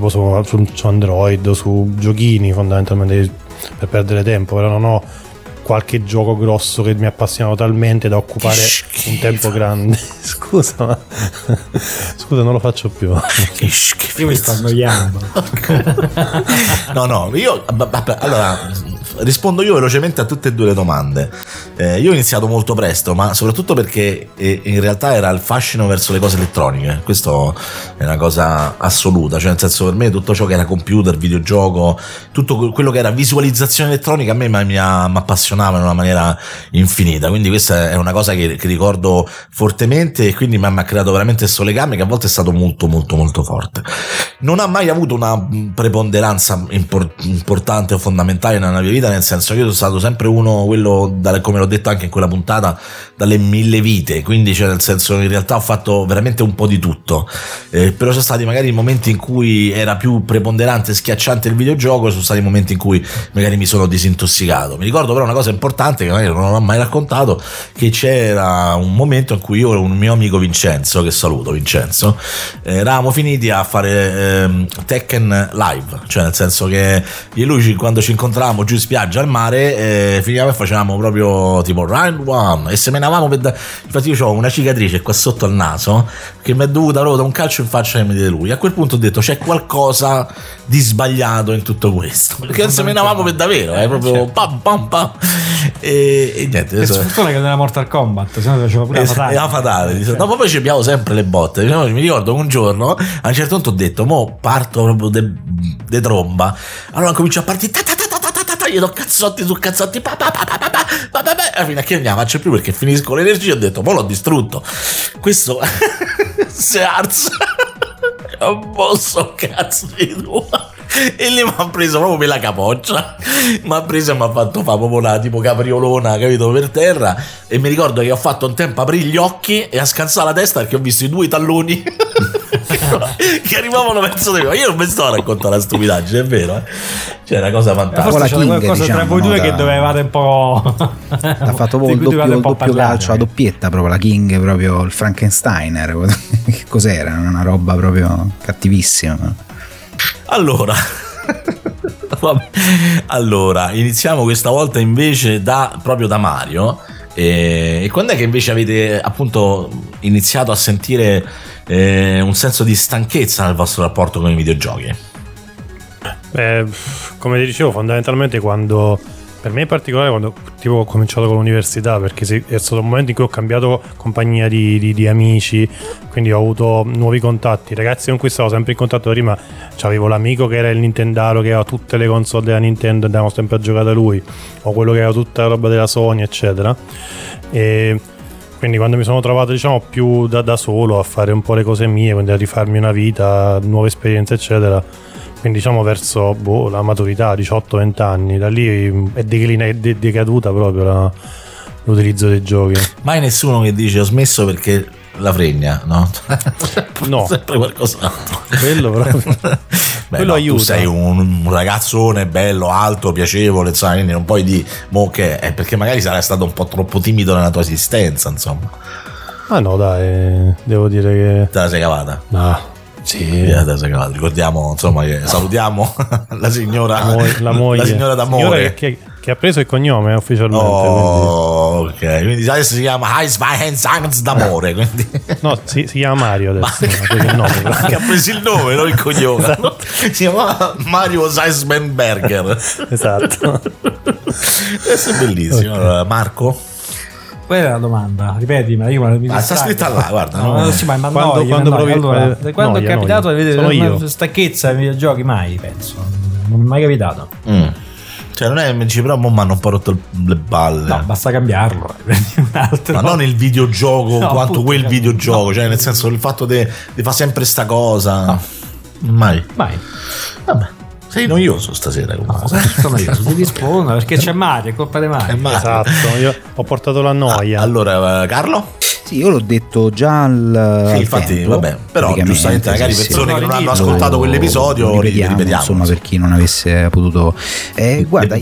Android o su giochini, fondamentalmente per perdere tempo, però non ho qualche gioco grosso che mi ha appassionato talmente da occupare un tempo grande. Scusa, non lo faccio più. Io mi sto annoiando. No, io allora rispondo io velocemente a tutte e due le domande. Io ho iniziato molto presto, ma soprattutto perché in realtà era il fascino verso le cose elettroniche. Questo è una cosa assoluta, cioè nel senso, per me tutto ciò che era computer, videogioco, tutto quello che era visualizzazione elettronica a me mi appassionava in una maniera infinita. Quindi questa è una cosa che ricordo fortemente, e quindi mi ha creato veramente questo legame che a volte è stato molto molto molto forte. Non ha mai avuto una preponderanza importante o fondamentale nella mia vita, nel senso che io sono stato sempre uno, quello come l'ho detto anche in quella puntata, dalle 1000 vite, quindi cioè nel senso in realtà ho fatto veramente un po' di tutto, però sono stati magari i momenti in cui era più preponderante e schiacciante il videogioco, sono stati i momenti in cui magari mi sono disintossicato. Mi ricordo però una cosa importante che magari non ho mai raccontato, che c'era un momento in cui io e un mio amico Vincenzo, che saluto Vincenzo, eravamo finiti a fare Tekken live, cioè nel senso che io e lui quando ci incontravamo giù in spiaggia al mare finivamo e facevamo proprio tipo round one e semenavamo infatti io ho una cicatrice qua sotto al naso che mi è dovuta proprio da un calcio in faccia di lui. A quel punto ho detto c'è qualcosa di sbagliato in tutto questo, perché non semenavamo per davvero, proprio pam pam pam e niente. Per sfortuna che non era Mortal Kombat, se no faceva pure la fatale. Dopo poi ci abbiamo sempre le botte. Mi ricordo un giorno a un certo punto ho detto mo parto proprio de tromba, allora comincio a partire, gli do cazzotti su cazzotti, fino a che non la faccio più perché finisco l'energia. Ho detto mo l'ho distrutto, questo se arza un mosso cazzo di tua. E lì mi ha preso proprio per la capoccia, mi ha preso e mi ha fatto fare proprio una tipo capriolona, capito, per terra. E mi ricordo che ho fatto un tempo aprire gli occhi e a scansare la testa perché ho visto i due talloni che arrivavano verso di me. Io non mi sto a raccontare la stupidaggine, è vero, Cioè è una cosa fantastica. Forse c'è qualcosa tra voi due che dovevate un po'. Ha fatto proprio il doppio calcio, la doppietta, proprio la King, proprio il Frankensteiner. Che cos'era? Una roba proprio cattivissima. Allora, iniziamo questa volta invece proprio da Mario. E quando è che invece avete appunto iniziato a sentire un senso di stanchezza nel vostro rapporto con i videogiochi? Come ti dicevo, fondamentalmente quando, per me in particolare, quando tipo ho cominciato con l'università, perché è stato un momento in cui ho cambiato compagnia di amici, quindi ho avuto nuovi contatti, ragazzi con cui stavo sempre in contatto prima. C'avevo l'amico che era il Nintendaro, che aveva tutte le console della Nintendo, andavamo sempre a giocare da lui, o quello che aveva tutta la roba della Sony, eccetera. E quindi quando mi sono trovato, diciamo, più da solo a fare un po' le cose mie, quindi a rifarmi una vita, nuove esperienze, eccetera, quindi diciamo verso la maturità, 18-20 anni, da lì è decaduta proprio l'utilizzo dei giochi. Mai nessuno che dice ho smesso perché la fregna, no? No, sempre qualcos'altro. Quello proprio. Quello aiuta. Tu sei un ragazzone bello, alto, piacevole, sai, quindi non puoi dire che è perché magari sarai stato un po' troppo timido nella tua esistenza, insomma. Ah no, dai, devo dire che te la sei cavata. No. Sì, ricordiamo insomma che salutiamo la signora la moglie, la signora d'amore che ha preso il cognome ufficialmente. Ok, quindi adesso si chiama Heiß d'amore, quindi. No, si chiama Mario adesso. Ha preso il nome, non il cognome. Esatto. Si chiama Mario Seismenberger. Esatto. Questo è bellissimo. Okay. Allora, Marco? Qual è la domanda? Ripetimela, io sta scritta là, guarda. No, sì, ma quando è capitato di vedere una stanchezza ai videogiochi? Mai, penso. Non è mai capitato. Cioè, non è, però mi hanno un po' rotto le balle. No, basta cambiarlo. Un altro. Ma non il videogioco, no, quanto quel videogioco, cioè nel senso il fatto di fare sempre sta cosa. No. Mai. Vabbè. Sei noioso stasera comunque. Ti rispondo perché c'è Mario, è colpa di Mario. Esatto, io ho portato la noia. Allora, Carlo? Sì, io l'ho detto già al infatti, tempo, vabbè, però giustamente magari persone che non hanno ascoltato quell'episodio lo ripetiamo, insomma, per chi non avesse potuto guarda,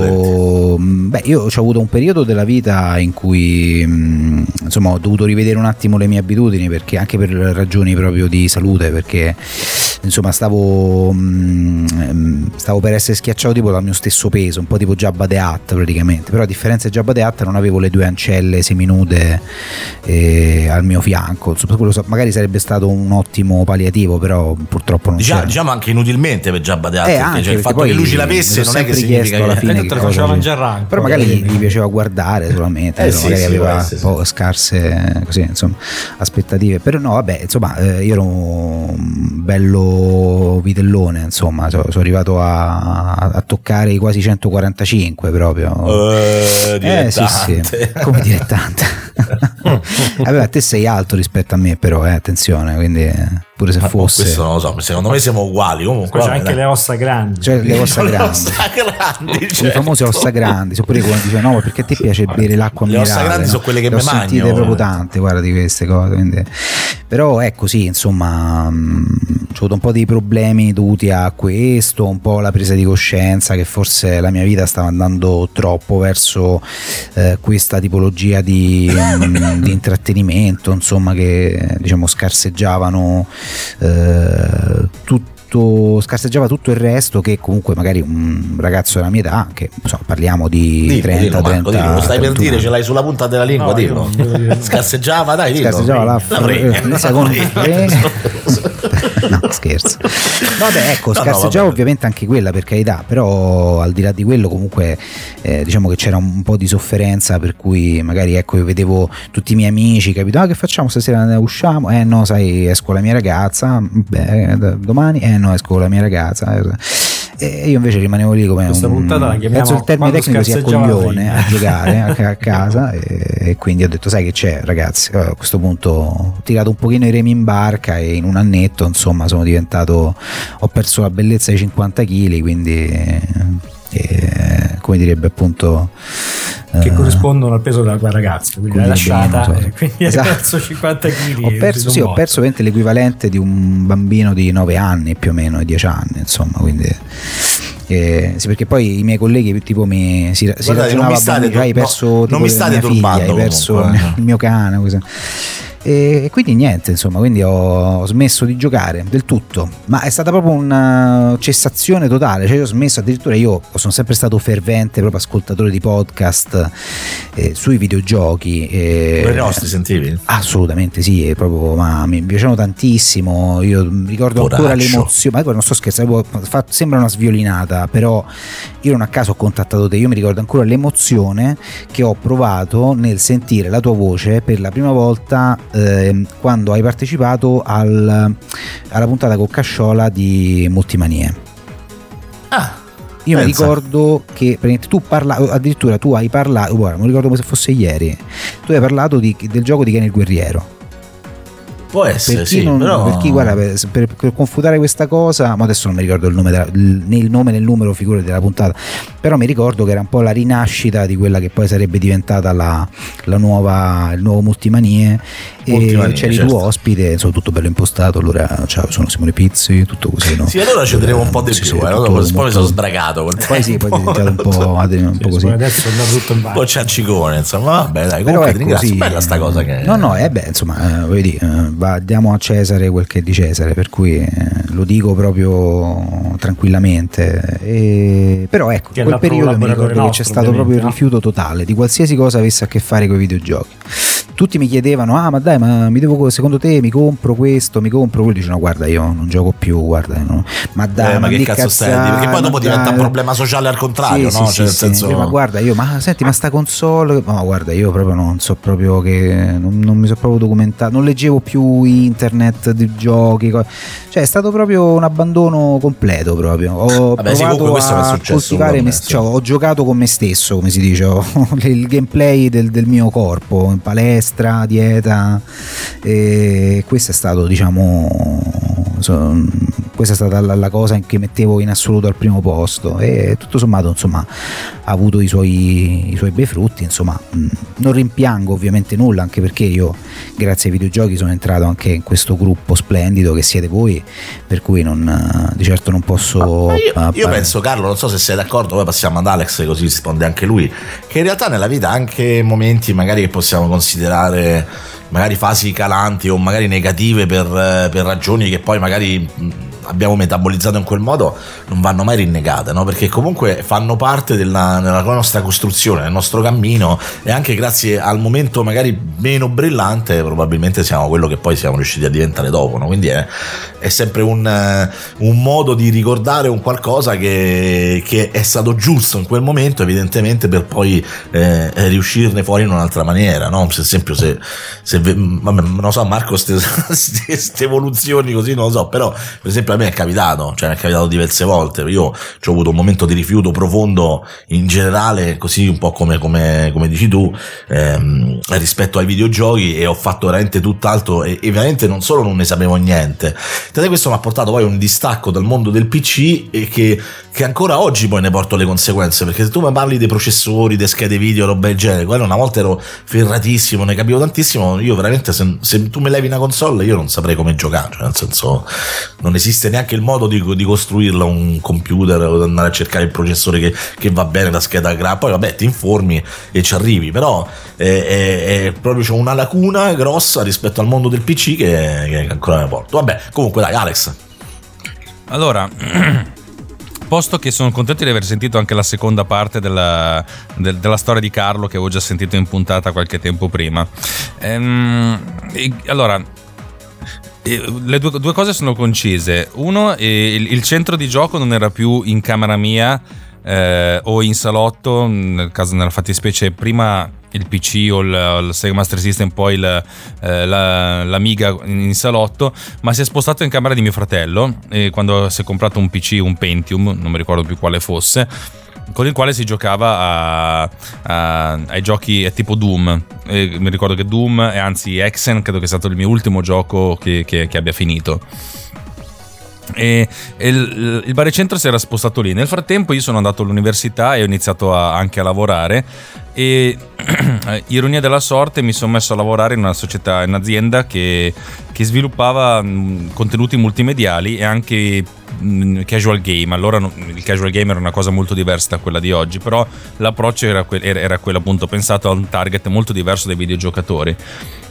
io ho avuto un periodo della vita in cui insomma ho dovuto rivedere un attimo le mie abitudini, perché anche per ragioni proprio di salute, perché insomma stavo per essere schiacciato tipo dal mio stesso peso, un po' tipo Jabba the Hutt praticamente, però a differenza di Jabba the Hutt non avevo le due ancelle seminude al mio fianco, insomma, quello magari sarebbe stato un ottimo palliativo, però purtroppo non c'era. Diciamo anche inutilmente per Jabba the Hutt, cioè il fatto che lui ce l'avesse non è che significa alla fine che faceva mangiare anche, però magari gli piaceva guardare solamente, magari aveva un po' scarse così, insomma, aspettative, però no, vabbè, insomma, io ero un bello vitellone, insomma, sono arrivato a toccare i quasi 145 proprio. Dilettante. Sì, come dilettante. Vabbè, te sei alto rispetto a me, però attenzione, quindi pure se fosse, questo non lo so, secondo me siamo uguali comunque. C'è anche le ossa grandi, cioè le ossa grandi, le famose ossa grandi. Oppure quando dice no, ma perché ti piace bere l'acqua minerale? Le ossa grandi sono quelle che mi mangio. Sentite proprio tante, guarda, di queste cose, quindi. Però è così, insomma, ho avuto un po' di problemi dovuti a questo, un po' la presa di coscienza che forse la mia vita stava andando troppo verso questa tipologia di intrattenimento, insomma, che diciamo scarseggiava tutto il resto, che comunque magari un ragazzo della mia età, che insomma, parliamo di 30 Marco, 30 lo stai per dire, anni. Ce l'hai sulla punta della lingua, dillo. Scarseggiava, dai, dillo. Scarseggiava no, scherzo. Vabbè, ecco, scarseggiava ovviamente anche quella, per carità, però al di là di quello comunque diciamo che c'era un po' di sofferenza, per cui magari ecco, io vedevo tutti i miei amici, capito, che facciamo stasera, usciamo? No, sai, esco con la mia ragazza, domani no, esco con la mia ragazza, e io invece rimanevo lì come penso il termine tecnico sia coglione a giocare a casa, e quindi ho detto, sai che c'è, ragazzi, a questo punto ho tirato un pochino i remi in barca e in un annetto insomma ho perso la bellezza di 50 kg, quindi come direbbe appunto che corrispondono al peso della tua ragazza, quindi l'hai lasciata, quindi esatto. Hai perso 50 kg. Ho perso l'equivalente di un bambino di 9 anni più o meno, 10 anni, insomma, quindi sì, perché poi i miei colleghi tipo si ragionava, hai perso non mi state turbando, hai perso il mio cane, così. E quindi niente, insomma, quindi ho smesso di giocare del tutto, ma è stata proprio una cessazione totale, cioè io ho smesso, addirittura io sono sempre stato fervente proprio ascoltatore di podcast sui videogiochi. I nostri sentivi? Assolutamente sì, proprio, ma mi piacevano tantissimo, io ricordo ancora l'emozione, ma guarda, non sto scherzando, sembra una sviolinata, però io non a caso ho contattato te, io mi ricordo ancora l'emozione che ho provato nel sentire la tua voce per la prima volta quando hai partecipato alla puntata con Casciola di Multimanie. Io mi ricordo che tu addirittura tu hai parlato, guarda, mi ricordo come se fosse ieri, tu hai parlato del gioco di Ken il Guerriero. Può essere, però... per chi guarda, per confutare questa cosa, ma adesso non mi ricordo il nome nel numero figure della puntata, però mi ricordo che era un po' la rinascita di quella che poi sarebbe diventata il nuovo Multimanie, e c'eri tu ospite, insomma, tutto bello impostato. Allora, ciao, sono Simone Pizzi, tutto così, no? Sì, allora ci vedremo un po' di più, poi sono sbragato poi è diventato un po' così, adesso è tutto in un po' ciancicone, insomma, vabbè, dai, comunque ti ringrazio, bella sta cosa che insomma, vedi, diamo a Cesare quel che è di Cesare, per cui lo dico proprio tranquillamente, però ecco, quel periodo mi ricordo che c'è stato proprio il rifiuto totale di qualsiasi cosa avesse a che fare con i videogiochi. Tutti mi chiedevano: ma dai, ma secondo te mi compro questo, mi compro quello? Dice: no, guarda, io non gioco più, guarda, no. Ma dai, ma che cazzo sei? Perché poi dopo diventa un problema sociale al contrario, no? Sì, nel senso... ma guarda, senti, ma sta console, ma guarda, io proprio non so proprio che non mi sono proprio documentato, non leggevo più internet di giochi, cioè è stato proprio un abbandono completo proprio. Ho provato a coltivare ho giocato con me stesso, come si dice, il gameplay del mio corpo in palestra, dieta, e questo è stato, questa è stata la cosa che mettevo in assoluto al primo posto, e tutto sommato, insomma, ha avuto i suoi bei frutti, insomma. Non rimpiango ovviamente nulla, anche perché io grazie ai videogiochi sono entrato anche in questo gruppo splendido che siete voi, per cui di certo non posso io penso, Carlo, non so se sei d'accordo, poi passiamo ad Alex così risponde anche lui, che in realtà nella vita anche momenti magari che possiamo considerare magari fasi calanti o magari negative per ragioni che poi magari abbiamo metabolizzato in quel modo non vanno mai rinnegate, no? Perché comunque fanno parte della nostra costruzione, del nostro cammino, e anche grazie al momento magari meno brillante probabilmente siamo quello che poi siamo riusciti a diventare dopo, no? Quindi è sempre un modo di ricordare un qualcosa che è stato giusto in quel momento, evidentemente, per poi riuscirne fuori in un'altra maniera, no? Per esempio se vabbè, non lo so, Marco, queste evoluzioni così non lo so, però per esempio a me è capitato diverse volte. Io ho avuto un momento di rifiuto profondo in generale, così un po' come dici tu, rispetto ai videogiochi, e ho fatto veramente tutt'altro, e veramente non solo non ne sapevo niente. Questo mi ha portato poi un distacco dal mondo del PC, e che ancora oggi poi ne porto le conseguenze, perché se tu mi parli dei processori, delle schede video, roba del genere, quello una volta ero ferratissimo, ne capivo tantissimo. Io veramente se tu mi levi una console io non saprei come giocare, cioè nel senso non esiste neanche il modo di costruirla, un computer, o andare a cercare il processore che va bene, la scheda grafica, poi vabbè ti informi e ci arrivi, però è proprio c'è una lacuna grossa rispetto al mondo del PC che ancora ne porto. Vabbè, comunque dai, Alex. Allora, posto che sono contento di aver sentito anche la seconda parte della storia di Carlo, che avevo già sentito in puntata qualche tempo prima. Allora, le due cose sono concise. Uno, il centro di gioco non era più in camera mia o in salotto, nel caso, nella fattispecie prima il PC o il Sega Master System, poi l'Amiga in salotto, ma si è spostato in camera di mio fratello, quando si è comprato un PC, un Pentium, non mi ricordo più quale fosse, con il quale si giocava ai giochi tipo Doom. Mi ricordo che Doom, e anzi Hexen, credo che è stato il mio ultimo gioco che abbia finito. E il baricentro si era spostato lì. Nel frattempo io sono andato all'università e ho iniziato anche a lavorare, e ironia della sorte mi sono messo a lavorare in una società, in un'azienda che sviluppava contenuti multimediali e anche casual game. Allora il casual game era una cosa molto diversa da quella di oggi, però l'approccio era quello appunto pensato a un target molto diverso dai videogiocatori.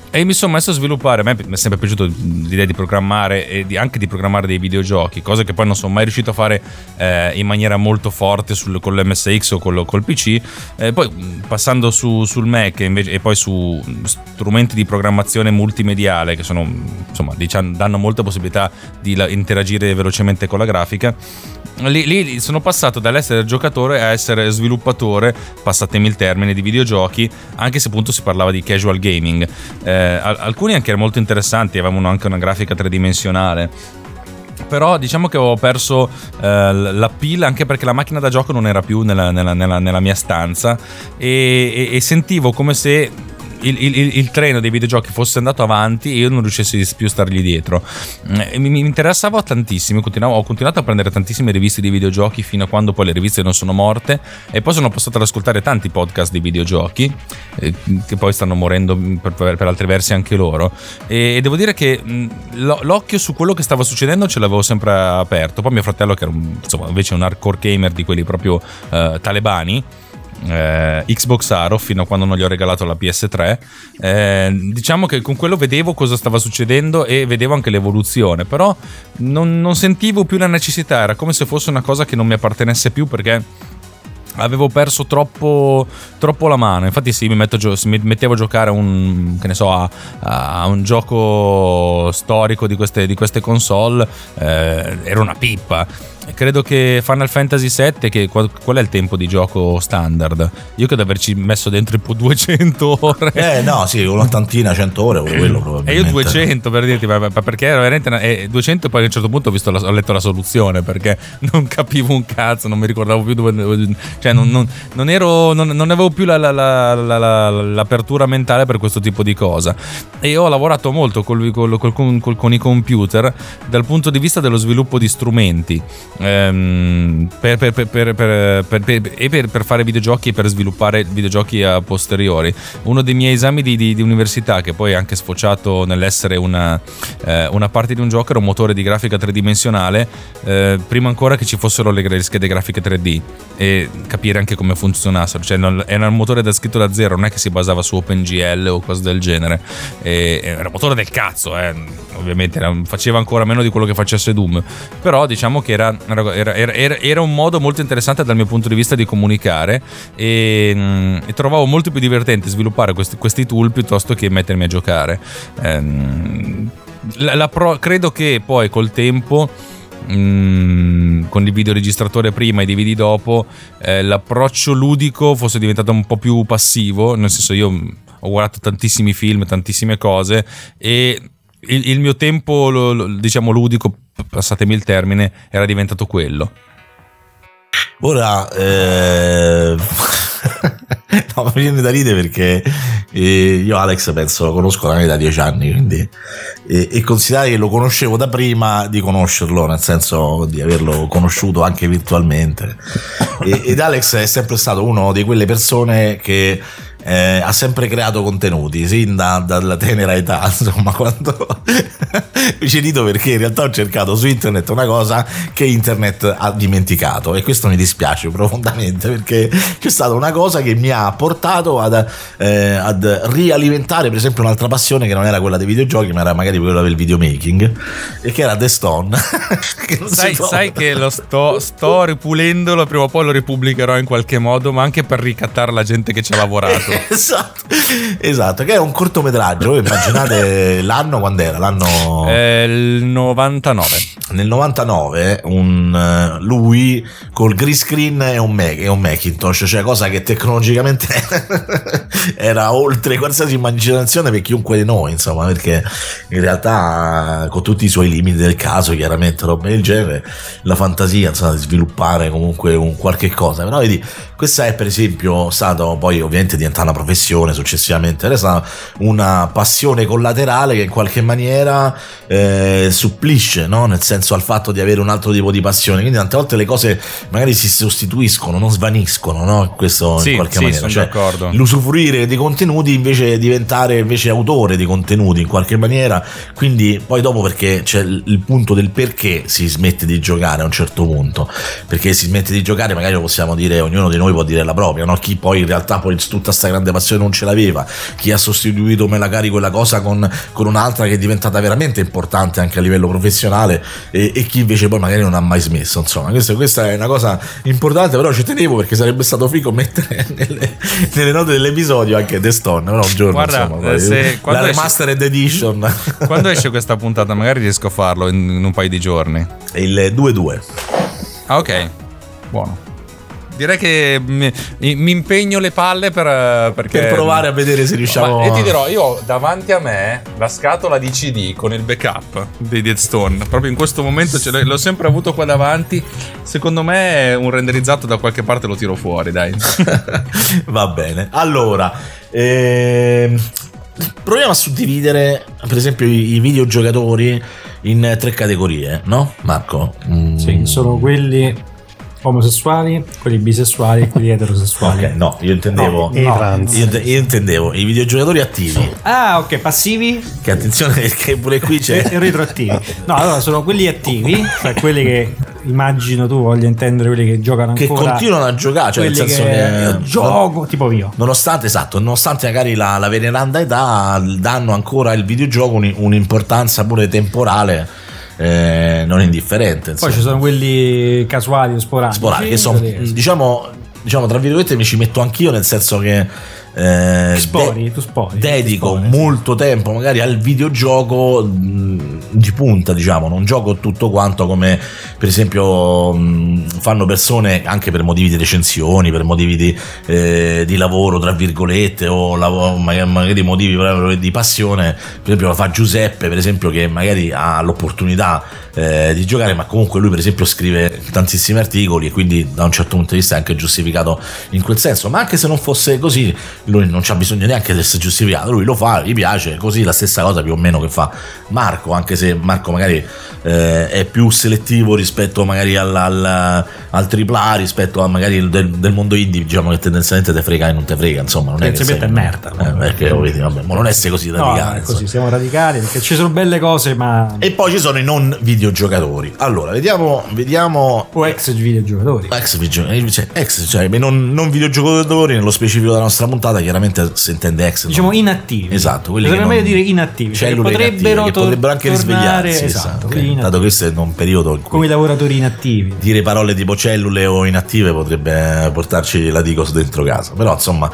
E mi sono messo a sviluppare. A me mi è sempre piaciuto l'idea di programmare e anche di programmare dei videogiochi, cosa che poi non sono mai riuscito a fare in maniera molto forte con l'MSX o col PC. Poi passando sul Mac invece, e poi su strumenti di programmazione multimediale che sono, insomma, danno molte possibilità di interagire velocemente con la grafica. Lì sono passato dall'essere giocatore a essere sviluppatore, passatemi il termine, di videogiochi, anche se appunto si parlava di casual gaming. Alcuni anche molto interessanti, avevano anche una grafica tridimensionale. Però diciamo che avevo perso la pila, anche perché la macchina da gioco non era più nella mia stanza e sentivo come se il treno dei videogiochi fosse andato avanti e io non riuscissi più a stargli dietro. Mi interessava tantissimo, ho continuato a prendere tantissime riviste di videogiochi fino a quando poi le riviste non sono morte, e poi sono passato ad ascoltare tanti podcast di videogiochi che poi stanno morendo per altri versi anche loro, e devo dire che l'occhio su quello che stava succedendo ce l'avevo sempre aperto. Poi mio fratello, che era invece un hardcore gamer di quelli proprio talebani, Xbox Aro, fino a quando non gli ho regalato la PS3, diciamo che con quello vedevo cosa stava succedendo e vedevo anche l'evoluzione, però non sentivo più la necessità, era come se fosse una cosa che non mi appartenesse più, perché avevo perso troppo la mano. Infatti sì, mi mettevo a giocare a un gioco storico di queste console, era una pippa. Credo che Final Fantasy VII, qual è il tempo di gioco standard? Io credo di averci messo dentro tipo 200 ore. No, sì, un'ottantina, 100 ore, quello probabilmente. E io 200, per dirti, perché era veramente 200, e poi a un certo punto ho letto la soluzione, perché non capivo un cazzo, non mi ricordavo più dove, cioè non avevo più l'apertura mentale per questo tipo di cosa. E ho lavorato molto con i computer dal punto di vista dello sviluppo di strumenti, per fare videogiochi e per sviluppare videogiochi a posteriori. Uno dei miei esami di università, che poi è anche sfociato nell'essere una parte di un gioco, era un motore di grafica tridimensionale, prima ancora che ci fossero le schede grafiche 3D, e capire anche come funzionassero. Cioè era un motore scritto da zero, non è che si basava su OpenGL o cose del genere, era un motore del cazzo, ovviamente faceva ancora meno di quello che facesse Doom, però diciamo che era un modo molto interessante dal mio punto di vista di comunicare, e trovavo molto più divertente sviluppare questi tool piuttosto che mettermi a giocare. Credo che poi col tempo, con il videoregistratore prima e i DVD dopo, l'approccio ludico fosse diventato un po' più passivo, nel senso, io ho guardato tantissimi film, tantissime cose, e il mio tempo diciamo ludico, passatemi il termine, era diventato quello. Ora no, mi viene da ridere perché io Alex penso lo conosco da 10 anni, quindi e considerare che lo conoscevo da prima di conoscerlo, nel senso di averlo conosciuto anche virtualmente, ed Alex è sempre stato uno di quelle persone che ha sempre creato contenuti sin dalla tenera età, insomma, quando mi ci rido perché in realtà ho cercato su internet una cosa che internet ha dimenticato, e questo mi dispiace profondamente, perché c'è stata una cosa che mi ha portato ad rialimentare per esempio un'altra passione che non era quella dei videogiochi, ma era magari quella del videomaking, e che era The Stone. Che sai che lo sto ripulendolo, prima o poi lo ripubblicherò in qualche modo, ma anche per ricattare la gente che ci ha lavorato. Esatto, che è un cortometraggio. Voi immaginate l'anno, quando era? L'anno il 99. Nel 99 lui col green screen e un Macintosh, cioè cosa che tecnologicamente era oltre qualsiasi immaginazione per chiunque di noi, insomma, perché in realtà con tutti i suoi limiti del caso, chiaramente roba del genere, la fantasia, insomma, di sviluppare comunque un qualche cosa. Però vedi, questa è per esempio stato poi ovviamente diventata una professione successivamente, è stata una passione collaterale che in qualche maniera supplisce, no? Nel senso senso al fatto di avere un altro tipo di passione, quindi tante volte le cose magari si sostituiscono, non svaniscono, no? Questo in qualche maniera, sono cioè d'accordo. l'usufruire di contenuti invece diventare invece autore di contenuti in qualche maniera, quindi poi dopo perché c'è il punto del perché si smette di giocare a un certo punto, perché si smette di giocare magari lo possiamo dire, ognuno di noi può dire la propria, no? Chi poi in realtà poi tutta sta grande passione non ce l'aveva, chi ha sostituito magari quella cosa con un'altra che è diventata veramente importante anche a livello professionale e chi invece poi magari non ha mai smesso, insomma questa è una cosa importante, però ci tenevo perché sarebbe stato figo mettere nelle note dell'episodio anche The Stone, però un giorno, guarda, insomma, la remastered edition. Quando esce questa puntata magari riesco a farlo in un paio di giorni. È il 2-2. Ah, ok, buono. Direi che mi impegno le palle per provare a vedere se riusciamo. E ti dirò, io ho davanti a me la scatola di CD con il backup di Dead Stone. Proprio in questo momento l'ho sempre avuto qua davanti. Secondo me un renderizzato da qualche parte lo tiro fuori, dai. Va bene. Allora, proviamo a suddividere per esempio i videogiocatori in 3 categorie, no Marco? Sì, sono quelli omosessuali, quelli bisessuali e quelli eterosessuali. Ok, no, io intendevo io intendevo i videogiocatori attivi. Ah, ok, passivi? Che attenzione che pure qui c'è e retroattivi. No, allora sono quelli attivi, cioè quelli che immagino tu voglia intendere, quelli che giocano ancora, che continuano a giocare, cioè nel senso che gioco tipo io. Nonostante magari la veneranda età, danno ancora il videogioco un'importanza pure temporale non indifferente, insomma. Poi ci sono quelli casuali o sporadici che sono diciamo tra virgolette mi ci metto anch'io, nel senso che dedico molto tempo magari al videogioco di punta, diciamo, non gioco tutto quanto come per esempio fanno persone anche per motivi di recensioni, per motivi di lavoro tra virgolette o magari motivi proprio di passione. Per esempio lo fa Giuseppe, per esempio, che magari ha l'opportunità di giocare, ma comunque lui per esempio scrive tantissimi articoli e quindi da un certo punto di vista è anche giustificato in quel senso, ma anche se non fosse così lui non c'ha bisogno neanche di essere giustificato, lui lo fa, gli piace, così la stessa cosa più o meno che fa Marco, anche se Marco magari è più selettivo rispetto magari al AAA, rispetto a magari del mondo indie, diciamo, che tendenzialmente te frega e non te frega, insomma, non è che sei merda, perché vabbè, ma non essere così radicali, così siamo radicali perché ci sono belle cose, ma e poi ci sono i non videogiocatori. Allora vediamo o ex videogiocatori, cioè non videogiocatori nello specifico della nostra puntata, chiaramente si intende ex, diciamo inattivi, esatto, quelli che meglio dire inattivi, cioè potrebbero tornare, anche risvegliarsi, esatto, dato questo è un periodo in cui, come i lavoratori inattivi, dire parole tipo cellule o inattive potrebbe portarci la Dicos dentro casa, però insomma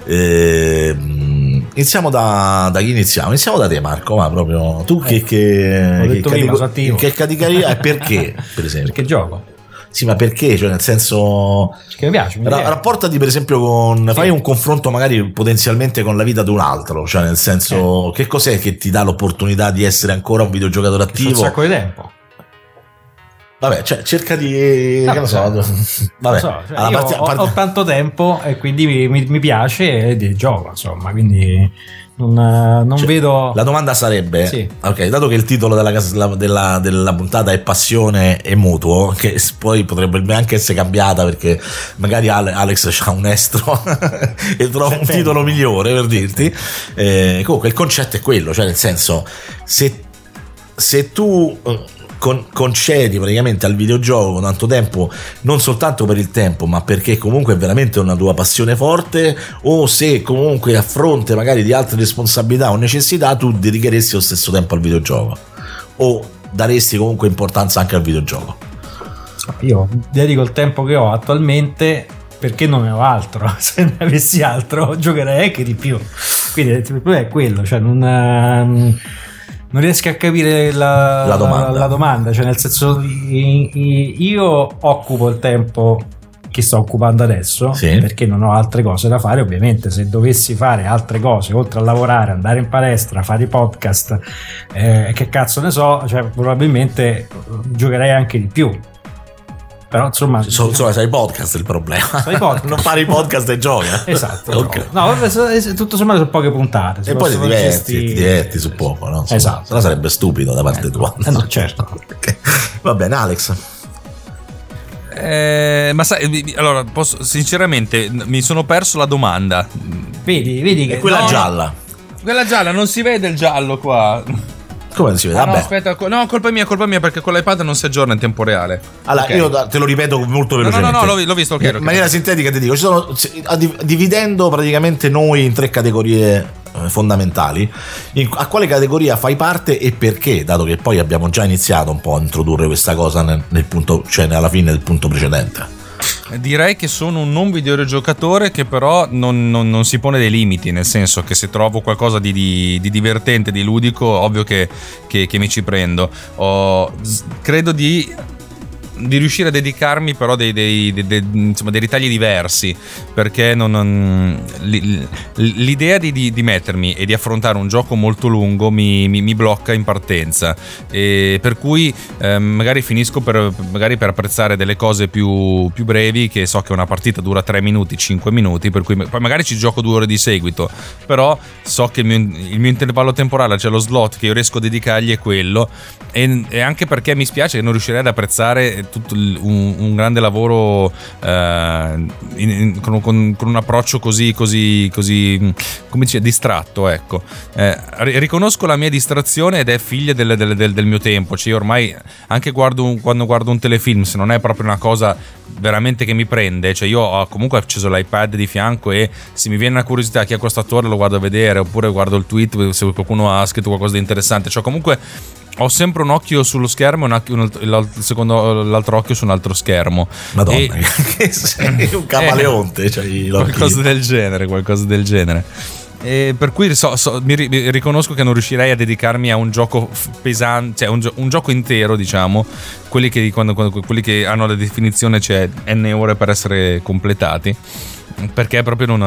iniziamo da chi iniziamo da te, Marco, ma proprio tu che categoria e perché, per esempio? Perché gioco. Sì, ma perché? Cioè, nel senso, che mi piace. Rapportati per esempio fai un confronto magari potenzialmente con la vita di un altro, cioè nel senso, che cos'è che ti dà l'opportunità di essere ancora un videogiocatore attivo? Un sacco di tempo. Vabbè, cioè, cerca di che lo so. Vabbè, cioè, ho tanto tempo e quindi mi piace e gioco, insomma, quindi non vedo. La domanda sarebbe, sì. Ok, dato che il titolo della puntata è passione e mutuo, che poi potrebbe anche essere cambiata perché magari Alex c'ha un estro e trova un titolo migliore, per dirti, comunque il concetto è quello, cioè nel senso, se tu concedi praticamente al videogioco tanto tempo, non soltanto per il tempo ma perché comunque è veramente una tua passione forte, o se comunque a fronte magari di altre responsabilità o necessità tu dedicheresti lo stesso tempo al videogioco o daresti comunque importanza anche al videogioco. Io dedico il tempo che ho attualmente perché non ne ho altro. Se ne avessi altro giocherei anche di più, quindi il problema è quello, cioè non riesco a capire la domanda, cioè nel senso, io occupo il tempo che sto occupando adesso, sì, perché non ho altre cose da fare. Ovviamente se dovessi fare altre cose oltre a lavorare, andare in palestra, fare i podcast, che cazzo ne so, cioè probabilmente giocherei anche di più. Però insomma sai, podcast il problema. Non fare i podcast e gioca. Esatto. Okay. No, tutto sommato sono poche puntate. E poi ti diverti su poco, no? Esatto. Però sarebbe stupido da parte tua. No, certo. Okay. Va bene, Alex. Ma sai, allora sinceramente mi sono perso la domanda. Vedi che è quella gialla. Quella gialla, non si vede il giallo qua. Come non si vede? No, aspetta, no, colpa mia perché con l'iPad non si aggiorna in tempo reale. Allora, okay. Io te lo ripeto molto velocemente. No, l'ho visto. Okay, in maniera sintetica ti dico, ci sono, dividendo praticamente noi in 3 categorie fondamentali. A quale categoria fai parte e perché, dato che poi abbiamo già iniziato un po' a introdurre questa cosa nel punto, cioè alla fine del punto precedente. Direi che sono un non videogiocatore che però non si pone dei limiti, nel senso che se trovo qualcosa di divertente, di ludico, ovvio che mi ci prendo. Credo di riuscire a dedicarmi però dei ritagli diversi, perché l'idea di mettermi e di affrontare un gioco molto lungo mi blocca in partenza, e per cui magari finisco per apprezzare delle cose più brevi, che so che una partita dura 3 minuti, 5 minuti, per cui poi magari ci gioco 2 ore di seguito, però so che il mio intervallo temporale, cioè lo slot che io riesco a dedicargli è quello, e anche perché mi spiace che non riuscirei ad apprezzare tutto un grande lavoro con un approccio così come dice, distratto, ecco. Riconosco la mia distrazione ed è figlia del mio tempo, cioè io ormai anche quando guardo un telefilm, se non è proprio una cosa veramente che mi prende, cioè io ho comunque acceso l'iPad di fianco e se mi viene una curiosità chi è questo attore lo guardo a vedere, oppure guardo il tweet se qualcuno ha scritto qualcosa di interessante, cioè comunque ho sempre un occhio sullo schermo e l'altro occhio su un altro schermo. Madonna, che sei un camaleonte, cioè qualcosa del genere. E per cui mi riconosco che non riuscirei a dedicarmi a un gioco pesante, cioè un gioco intero, diciamo, quelli che quelli che hanno la definizione, cioè n ore per essere completati, perché proprio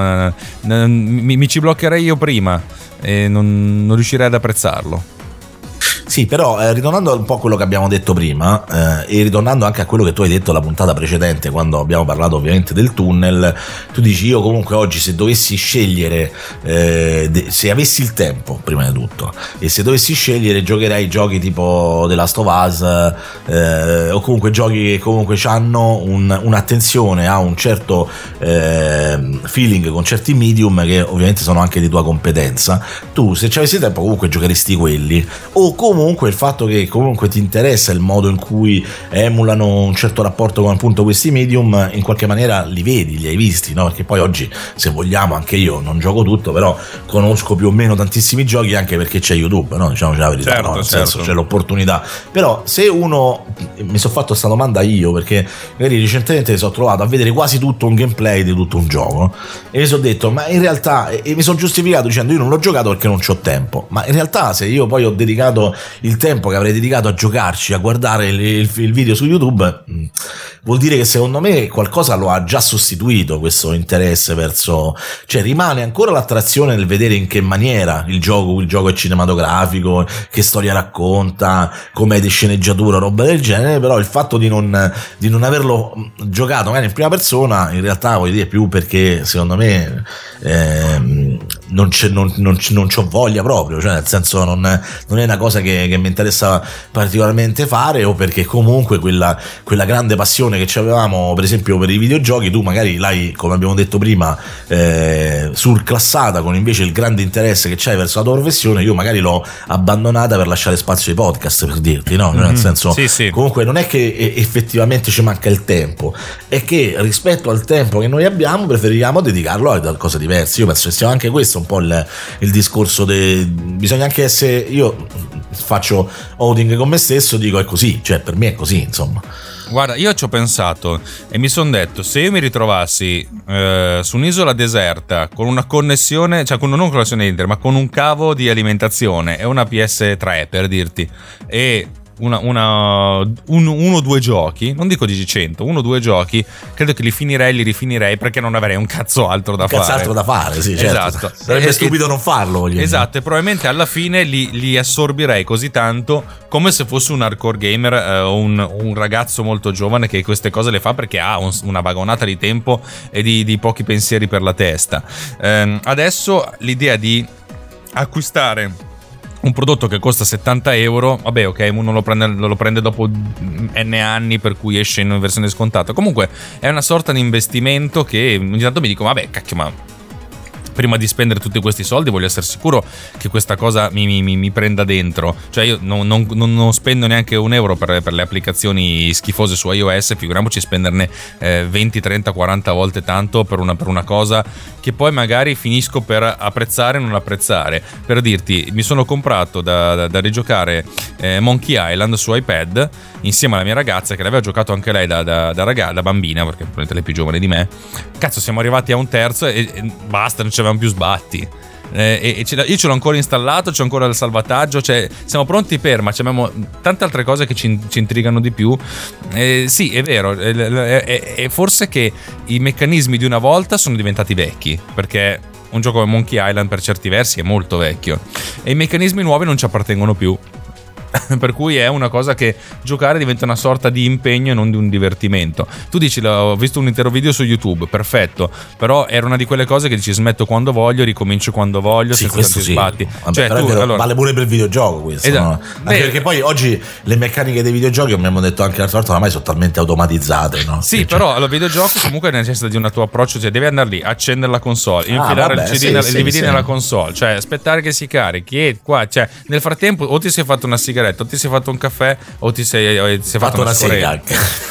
mi ci bloccherei io prima e non riuscirei ad apprezzarlo. Sì, però ritornando un po' a quello che abbiamo detto prima e ritornando anche a quello che tu hai detto la puntata precedente, quando abbiamo parlato ovviamente del tunnel, tu dici io comunque oggi se dovessi scegliere, se avessi il tempo prima di tutto, e se dovessi scegliere giocherei giochi tipo The Last of Us o comunque giochi che comunque hanno un'attenzione a un certo feeling con certi medium che ovviamente sono anche di tua competenza. Tu se ci avessi tempo comunque giocheresti quelli, o comunque il fatto che comunque ti interessa il modo in cui emulano un certo rapporto con appunto questi medium, in qualche maniera li vedi, li hai visti, no? Perché poi oggi, se vogliamo, anche io non gioco tutto, però conosco più o meno tantissimi giochi, anche perché c'è YouTube, no? Diciamoci la verità, certo, no? Nel senso c'è l'opportunità. Però se uno, mi sono fatto questa domanda io, perché magari recentemente mi sono trovato a vedere quasi tutto un gameplay di tutto un gioco e mi sono detto, ma in realtà, e mi sono giustificato dicendo io non l'ho giocato perché non c'ho tempo, ma in realtà se io poi ho dedicato il tempo che avrei dedicato a giocarci, a guardare il video su YouTube, vuol dire che secondo me qualcosa lo ha già sostituito questo interesse verso, cioè rimane ancora l'attrazione nel vedere in che maniera il gioco è cinematografico, che storia racconta, com'è di sceneggiatura, roba del genere, però il fatto di non averlo giocato magari in prima persona in realtà vuol dire più perché secondo me non c'ho voglia proprio, cioè nel senso non è una cosa che mi interessa particolarmente fare, o perché comunque quella grande passione che avevamo per esempio per i videogiochi tu magari l'hai, come abbiamo detto prima, surclassata con invece il grande interesse che c'hai verso la tua professione. Io magari l'ho abbandonata per lasciare spazio ai podcast, per dirti, no? Nel senso sì. Comunque non è che effettivamente ci manca il tempo, è che rispetto al tempo che noi abbiamo preferiamo dedicarlo a cose diverse. Io penso che sia anche questo un po' il discorso bisogna anche essere, io faccio outing con me stesso, dico è così, cioè per me è così, insomma. Guarda, io ci ho pensato e mi sono detto, se io mi ritrovassi su un'isola deserta con una connessione, cioè non con connessione internet, ma con un cavo di alimentazione e una PS3 per dirti, e uno o due giochi, non dico 100, 1 o 2 giochi, credo che li rifinirei perché non avrei un cazzo altro da fare. Sì, certo. Esatto. Sarebbe stupido non farlo, esatto, e probabilmente alla fine li assorbirei così tanto come se fosse un hardcore gamer o un ragazzo molto giovane che queste cose le fa perché ha una vagonata di tempo e di pochi pensieri per la testa. Adesso l'idea di acquistare un prodotto che costa 70 euro, vabbè, ok, uno lo prende dopo n anni, per cui esce in versione scontata. Comunque è una sorta di investimento che ogni tanto mi dico, vabbè, cacchio, ma prima di spendere tutti questi soldi voglio essere sicuro che questa cosa mi prenda dentro. Cioè io non spendo neanche un euro per le applicazioni schifose su iOS, figuriamoci spenderne 20, 30, 40 volte tanto per una cosa che poi magari finisco per apprezzare o non apprezzare. Per dirti, mi sono comprato da rigiocare Monkey Island su iPad insieme alla mia ragazza, che l'aveva giocato anche lei da bambina, perché probabilmente lei è più giovane di me. Cazzo, siamo arrivati a un terzo e basta, non c'avevamo più sbatti. Io ce l'ho ancora installato, c'ho ancora il salvataggio, cioè siamo pronti ma abbiamo tante altre cose che ci intrigano di più. Sì, è vero, è forse che i meccanismi di una volta sono diventati vecchi, perché un gioco come Monkey Island per certi versi è molto vecchio e i meccanismi nuovi non ci appartengono più. Per cui è una cosa che giocare diventa una sorta di impegno e non di un divertimento. Tu dici, ho visto un intero video su YouTube, perfetto, però era una di quelle cose che dici smetto quando voglio, ricomincio quando voglio, sì, questo sì. Sbatti. Vabbè, cioè, allora, vale pure per il videogioco questo, esatto. No? Anche perché poi oggi le meccaniche dei videogiochi, come abbiamo detto anche l'altra volta, ormai sono talmente automatizzate, no? Sì, però il videogioco comunque necessita di un tuo approccio, cioè devi andare lì, accendere la console, infilare il CD e DVD nella console, cioè aspettare che si carichi e qua, cioè nel frattempo o ti sei fatto una sigaretta o ti sei fatto un caffè o ti sei fatto una sega.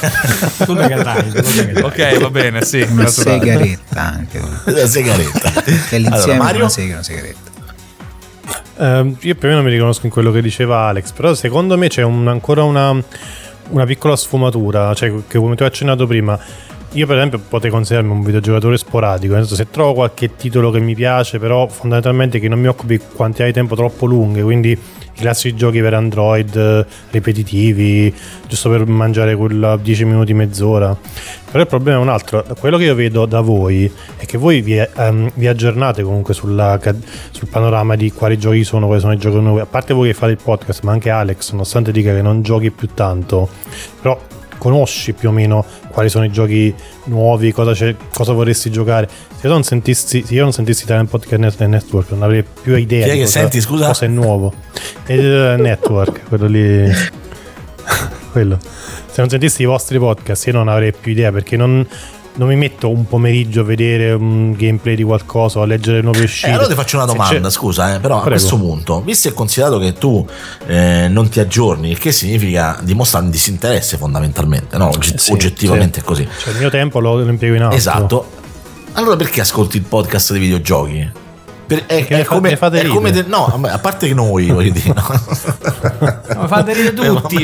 Ok, va bene, sì, una sigaretta anche. Una sigaretta. È l'insieme allora, una sigaretta. Io più o meno mi riconosco in quello che diceva Alex, però secondo me c'è ancora una piccola sfumatura, cioè che come tu hai accennato prima. Io per esempio potrei considerarmi un videogiocatore sporadico, nel senso, se trovo qualche titolo che mi piace, però fondamentalmente che non mi occupi quantità di tempo troppo lunghe, quindi i classici giochi per Android ripetitivi, giusto per mangiare quella 10 minuti, mezz'ora. Però il problema è un altro, quello che io vedo da voi è che voi vi aggiornate comunque sul panorama di quali giochi sono, quali sono i giochi nuovi, a parte voi che fate il podcast, ma anche Alex, nonostante dica che non giochi più tanto, però conosci più o meno quali sono i giochi nuovi, cosa vorresti giocare. Se io non sentissi Talent Podcast Network non avrei più idea di cosa è nuovo. Il network, quello lì. Quello. Se non sentissi i vostri podcast io non avrei più idea, perché non mi metto un pomeriggio a vedere un gameplay di qualcosa o a leggere nuove uscite. Allora ti faccio una domanda, scusa, però a questo punto, visto e considerato che tu non ti aggiorni, il che significa dimostrare un disinteresse fondamentalmente, no? Oggettivamente è così. Cioè il mio tempo lo impiego in altro. Esatto. Allora perché ascolti il podcast dei videogiochi? È come no, a parte che noi, voglio dire, no? Ma fate ridere tutti,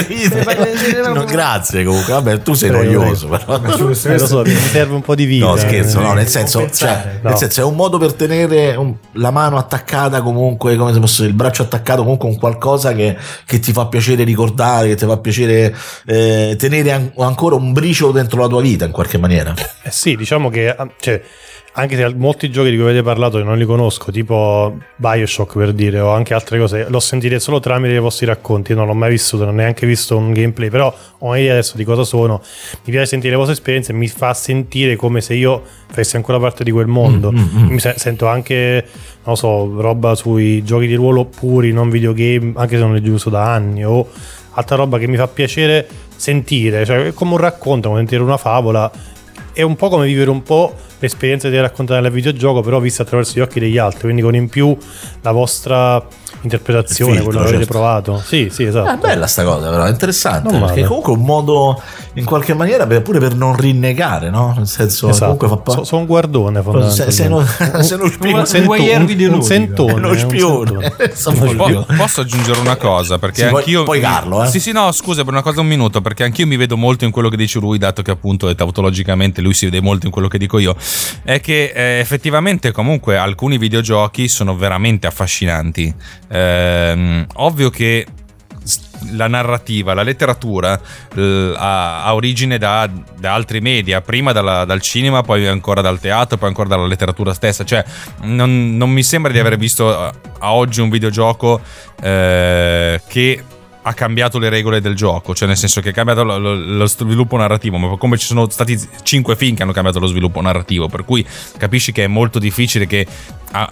grazie comunque, vabbè, tu sei noioso, però lo so, mi serve un po' di vita. No, scherzo, no, nel senso è un modo per tenere la mano attaccata, comunque, come se fosse il braccio attaccato comunque con qualcosa che ti fa piacere ricordare, che ti fa piacere tenere ancora un briciolo dentro la tua vita in qualche maniera. Sì, diciamo che anche se molti giochi di cui avete parlato io non li conosco, tipo BioShock per dire, o anche altre cose, l'ho sentito solo tramite i vostri racconti, io non l'ho mai vissuto, non ho neanche visto un gameplay, però ho un'idea adesso di cosa sono, mi piace sentire le vostre esperienze, mi fa sentire come se io fessi ancora parte di quel mondo. Mi sento anche, non so, roba sui giochi di ruolo puri, non videogame, anche se non li uso da anni, o altra roba che mi fa piacere sentire, cioè è come un racconto, come sentire una favola. È un po' come vivere un po' l'esperienza di raccontare nel videogioco, però vista attraverso gli occhi degli altri, quindi con in più la vostra interpretazione, filtro, quello che avete provato. Sì, esatto. È bella sta cosa, però è interessante, perché comunque è un modo in qualche maniera pure per non rinnegare, no? Nel senso, esatto. Comunque sono un guardone, sei uno spione, un sentone, uno spione. Posso aggiungere una cosa, perché anch'io poi Carlo, Sì, no, scusa, per una cosa, un minuto, perché anch'io mi vedo molto in quello che dice lui, dato che appunto tautologicamente lui si vede molto in quello che dico io. È che effettivamente comunque alcuni videogiochi sono veramente affascinanti. Ovvio che la narrativa, la letteratura ha origine da altri media, prima dal cinema, poi ancora dal teatro, poi ancora dalla letteratura stessa. Cioè non mi sembra di aver visto a oggi un videogioco che ha cambiato le regole del gioco, cioè nel senso che ha cambiato lo sviluppo narrativo, ma come ci sono stati 5 film che hanno cambiato lo sviluppo narrativo, per cui capisci che è molto difficile che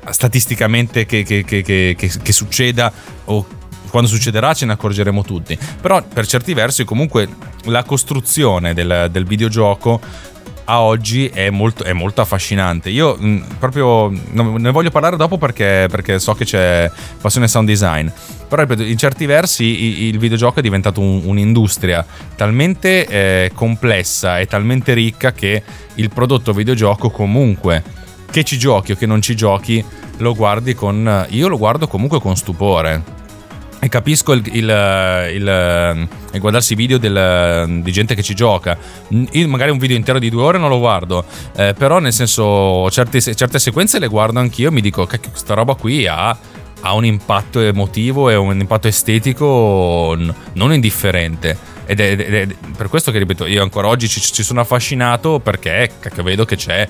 statisticamente che succeda, o quando succederà ce ne accorgeremo tutti. Però per certi versi comunque la costruzione del videogioco a oggi è molto affascinante. Io proprio ne voglio parlare dopo perché so che c'è passione sound design, però ripeto, in certi versi il videogioco è diventato un'industria talmente complessa e talmente ricca che il prodotto videogioco, comunque che ci giochi o che non ci giochi, io lo guardo comunque con stupore. E capisco il guardarsi video di gente che ci gioca. Io magari un video intero di 2 ore non lo guardo, però nel senso certe sequenze le guardo anch'io e mi dico che questa roba qui ha un impatto emotivo e un impatto estetico non indifferente. Ed è per questo che, ripeto, io ancora oggi ci sono affascinato, perché vedo che c'è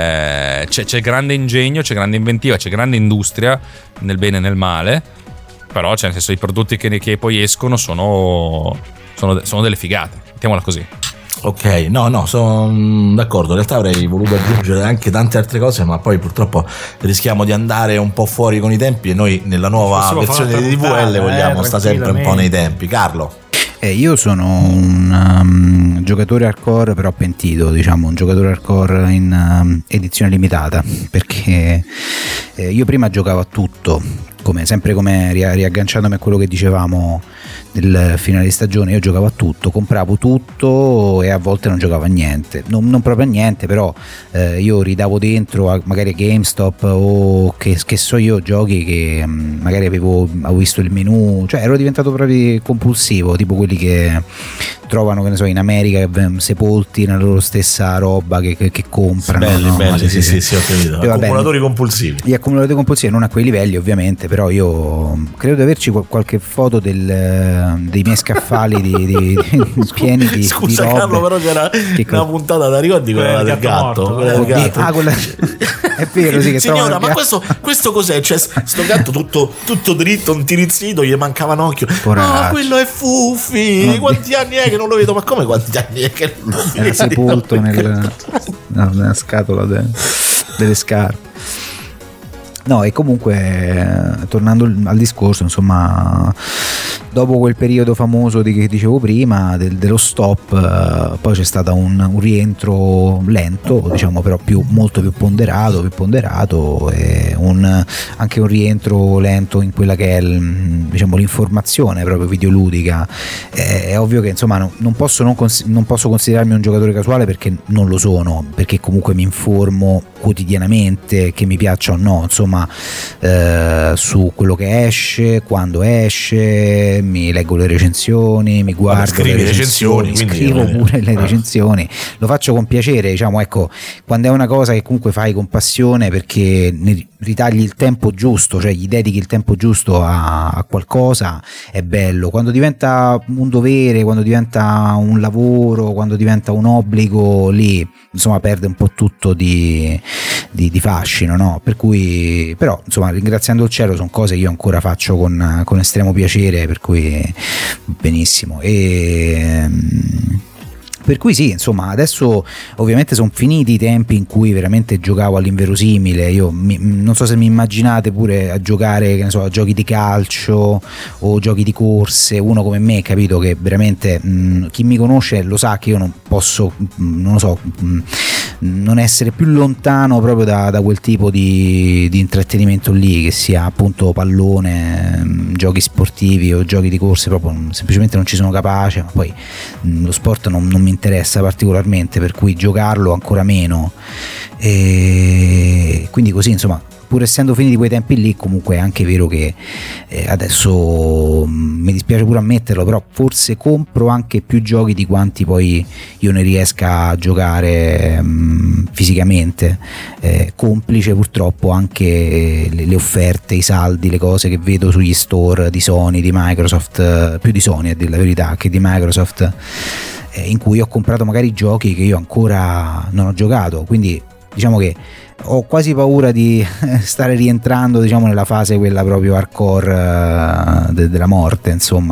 grande ingegno, c'è grande inventiva, c'è grande industria nel bene e nel male. Però nel senso, i prodotti che poi escono sono delle figate, mettiamola così. Ok, no, sono d'accordo. In realtà avrei voluto aggiungere anche tante altre cose, ma poi purtroppo rischiamo di andare un po' fuori con i tempi, e noi nella nuova versione di DVL vogliamo stare sempre un po' nei tempi. Carlo? Io sono un giocatore hardcore, però pentito, diciamo, un giocatore hardcore in edizione limitata, perché io prima giocavo a tutto, come riagganciandomi a quello che dicevamo del finale di stagione. Io giocavo a tutto, compravo tutto e a volte non giocavo a niente, non proprio a niente, però io ridavo dentro magari a GameStop o che so io, giochi che magari avevo visto il menu, cioè ero diventato proprio compulsivo, tipo quelli che trovano, che ne so, in America sepolti nella loro stessa roba che comprano. Belli, sì, ho capito. Accumulatori compulsivi. Gli accumulatori compulsivi, non a quei livelli ovviamente, però io credo di averci qualche foto dei miei scaffali pieni di Scusa di Carlo, però c'era una puntata, da ricordi, quella del gatto? Quella è vero, sì, che signora, ma questo cos'è? Cioè, sto gatto tutto dritto, intirizzito, gli mancava un occhio. No, quello è Fuffi. Quanti anni è che non lo vedo? Ma come quanti anni è che non lo vedo? Era sepolto nella scatola delle scarpe. No, e comunque tornando al discorso, insomma, dopo quel periodo famoso che dicevo prima dello stop, poi c'è stato un rientro lento, diciamo, però molto più ponderato, e anche un rientro lento in quella che è diciamo l'informazione proprio videoludica. È ovvio che, insomma, non posso considerarmi un giocatore casuale, perché non lo sono, perché comunque mi informo quotidianamente, che mi piaccia o no, insomma, su quello che esce, quando esce, mi leggo le recensioni, mi guardo le recensioni, scrivo pure le recensioni, lo faccio con piacere, diciamo, ecco, quando è una cosa che comunque fai con passione, perché ne ritagli il tempo giusto, cioè gli dedichi il tempo giusto a qualcosa, è bello. Quando diventa un dovere, quando diventa un lavoro, quando diventa un obbligo, lì insomma perde un po' tutto di fascino, no? Per cui, però, insomma, ringraziando il cielo, sono cose che io ancora faccio con estremo piacere, per cui benissimo. Per cui sì, insomma, adesso ovviamente sono finiti i tempi in cui veramente giocavo all'inverosimile. Io non so se mi immaginate pure a giocare, che ne so, a giochi di calcio o giochi di corse, uno come me, capito, che veramente chi mi conosce lo sa che io non posso, non lo so, non essere più lontano proprio da quel tipo di intrattenimento lì, che sia appunto pallone, giochi sportivi o giochi di corse, proprio semplicemente non ci sono capace. Ma poi lo sport non mi interessa particolarmente, per cui giocarlo ancora meno, e quindi così, insomma, pur essendo finiti quei tempi lì, comunque è anche vero che adesso mi dispiace pure ammetterlo, però forse compro anche più giochi di quanti poi io ne riesca a giocare fisicamente, complice purtroppo anche le offerte, i saldi, le cose che vedo sugli store di Sony, di Microsoft, più di Sony a dire la verità che di Microsoft, in cui ho comprato magari giochi che io ancora non ho giocato, quindi diciamo che ho quasi paura di stare rientrando, diciamo, nella fase quella proprio hardcore della morte, insomma,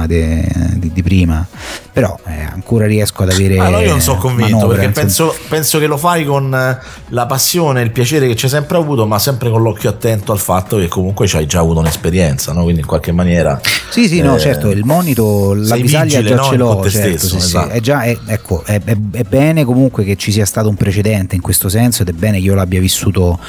di prima. Però ancora riesco ad avere no, io non sono convinto, manovra, perché penso che lo fai con la passione e il piacere che c'è sempre avuto, ma sempre con l'occhio attento al fatto che comunque ci hai già avuto un'esperienza, no? Quindi in qualche maniera sì, no, certo, il monito, l'avvisaglia già ce l'ho, te certo, stesso, sì, esatto. È già ecco, è bene comunque che ci sia stato un precedente in questo senso, ed è bene che io l'abbia vissuto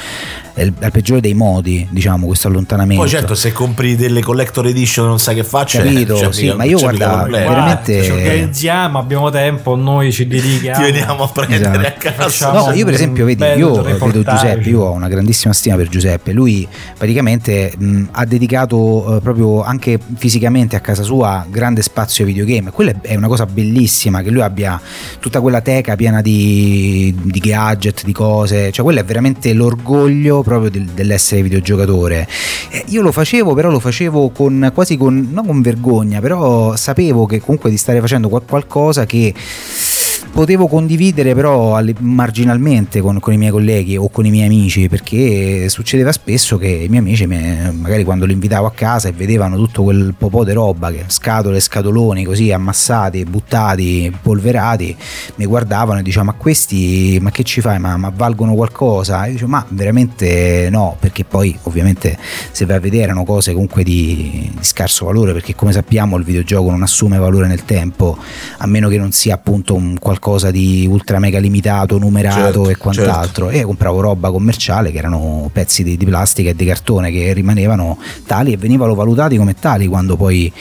al peggiore dei modi, diciamo, questo allontanamento. Poi certo, se compri delle collector edition non sai che faccia, capito, sì, ma io guarda, veramente ci organizziamo, abbiamo tempo, noi ci dedichiamo, ti veniamo a prendere a casa. No, io per esempio io vedo Giuseppe, io ho una grandissima stima per Giuseppe, lui praticamente ha dedicato proprio anche fisicamente a casa sua grande spazio ai videogame. Quella è una cosa bellissima, che lui abbia tutta quella teca piena di gadget, di cose, cioè quello è veramente l'orgoglio proprio dell'essere videogiocatore. Io lo facevo, però lo facevo quasi non con vergogna, però sapevo che comunque di stare facendo qualcosa che potevo condividere però marginalmente con i miei colleghi o con i miei amici, perché succedeva spesso che i miei amici magari quando li invitavo a casa e vedevano tutto quel popò di roba, che scatole, scatoloni così ammassati, buttati, polverati, mi guardavano e dicevano: ma questi, ma che ci fai, ma valgono qualcosa? E io dicevo: ma veramente no, perché poi ovviamente se vai a vedere erano cose comunque di scarso valore, perché come sappiamo il videogioco non assume valore nel tempo, a meno che non sia appunto un qualcosa di ultra mega limitato, numerato, certo, e quant'altro, certo. E compravo roba commerciale che erano pezzi di plastica e di cartone che rimanevano tali e venivano valutati come tali quando poi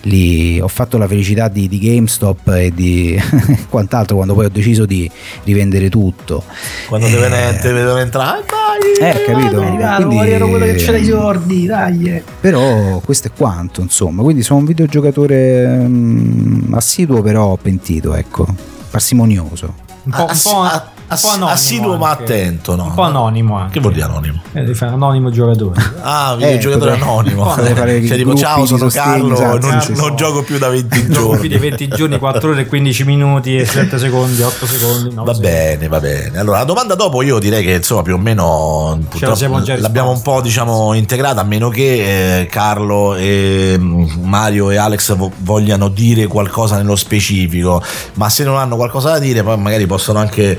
ho fatto la felicità di GameStop e di quant'altro, quando poi ho deciso di rivendere tutto, quando devono entrare, dai, capito, quindi ero quello che c'era i sordi, dai. Però questo è quanto, insomma, quindi sono un videogiocatore assiduo, però pentito, ecco, parsimonioso, un po' anonimo, assiduo ma attento, no? Un po' anonimo anche. Che vuol dire anonimo? Devi fare anonimo giocatore. Videogiocatore anonimo. Cioè tipo: ciao, sono Carlo, non gioco più da 20 giorni. Gioco più di 20 giorni, 4 ore e 15 minuti e 7 secondi, 8 secondi. Va bene. Allora, la domanda dopo io direi che insomma più o meno l'abbiamo un po', diciamo, integrata, a meno che Carlo e Mario e Alex vogliano dire qualcosa nello specifico, ma se non hanno qualcosa da dire poi magari possono anche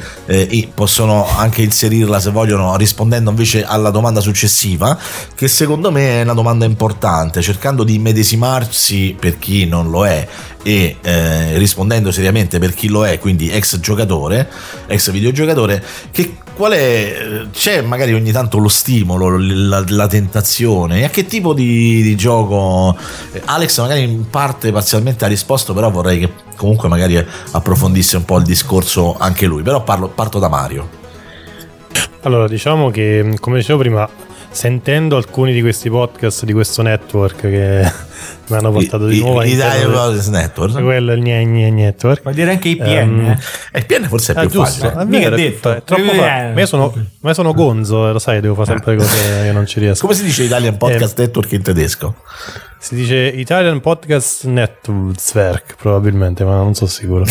inserirla, se vogliono, rispondendo invece alla domanda successiva, che secondo me è una domanda importante, cercando di immedesimarsi per chi non lo è e rispondendo seriamente per chi lo è, quindi ex giocatore, ex videogiocatore, che qual è, c'è magari ogni tanto lo stimolo, la tentazione, e a che tipo di gioco? Alex magari in parte parzialmente ha risposto, però vorrei che comunque magari approfondisse un po' il discorso anche lui, però parto da Mario. Allora, diciamo che, come dicevo prima, sentendo alcuni di questi podcast di questo network che mi hanno portato di nuovo all'Italia Network, quello è il Network, vuol dire anche IPN. IPN forse è più giusto, facile, mica detto, è troppo facile. Ma io sono gonzo, lo sai, devo fare sempre cose che non ci riesco. Come si dice Italian Podcast Network in tedesco? Si dice Italian Podcast Network probabilmente, ma non sono sicuro.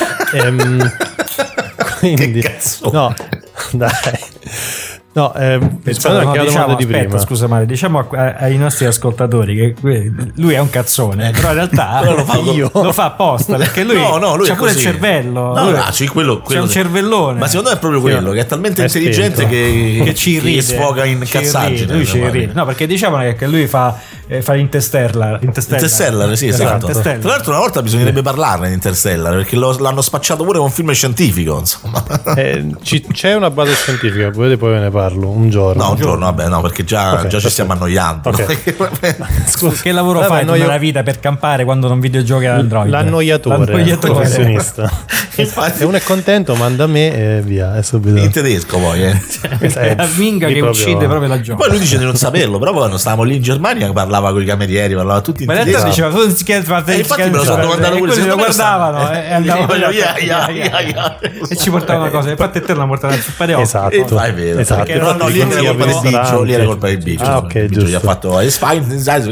Quindi, che cazzo? No, dai. No, pensando anche alla domanda di prima. Scusa Mario, diciamo ai nostri ascoltatori che lui è un cazzone, però in realtà lo fa apposta, perché lui c'ha pure il cervello. C'è un cervellone. Ma secondo me è proprio quello, che è talmente intelligente che ci ride, sfoga in cazzaggine. Lui ci ride. No, perché diciamo che lui fa Interstellar, sì, esatto. Tra l'altro una volta bisognerebbe parlarne di Interstellar, perché l'hanno spacciato pure con un film scientifico, insomma. C'è una base scientifica, potete poi ve ne parlo un giorno. No, un giorno, vabbè, no, perché già ci stiamo annoiando. Okay. Scusa, che lavoro fai nella vita per campare quando non videogiochi ad Android? L'annoiatore professionista. Infatti, se uno è contento manda me e via, è subito in tedesco poi la minga che uccide proprio la gioia. Poi lui dice di non saperlo, però quando stavamo lì in Germania parlava con i camerieri, parlava tutti in tedesco. Ma in realtà diceva infatti me lo sono domandato pure, se lo guardavano e andavano e ci portavano cose, infatti te l'hanno portato al superiore. Esatto, è vero, perché no, lì era colpa del bicio, ok, giusto. Gli ha fatto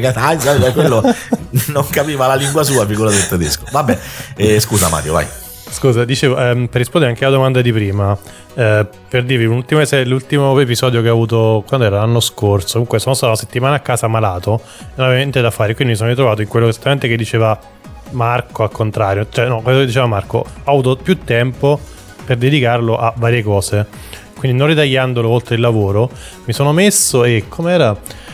quello non capiva la lingua sua, figurati il tedesco. Vabbè, scusa Mario, vai. scusa, dicevo, per rispondere anche alla domanda di prima, per dirvi l'ultimo episodio che ho avuto quando era l'anno scorso, comunque sono stato una settimana a casa malato, non avevo niente da fare, quindi mi sono ritrovato in quello esattamente che diceva Marco, al contrario, cioè no, quello che diceva Marco, ho avuto più tempo per dedicarlo a varie cose, quindi non ritagliandolo oltre il lavoro, mi sono messo e com'era,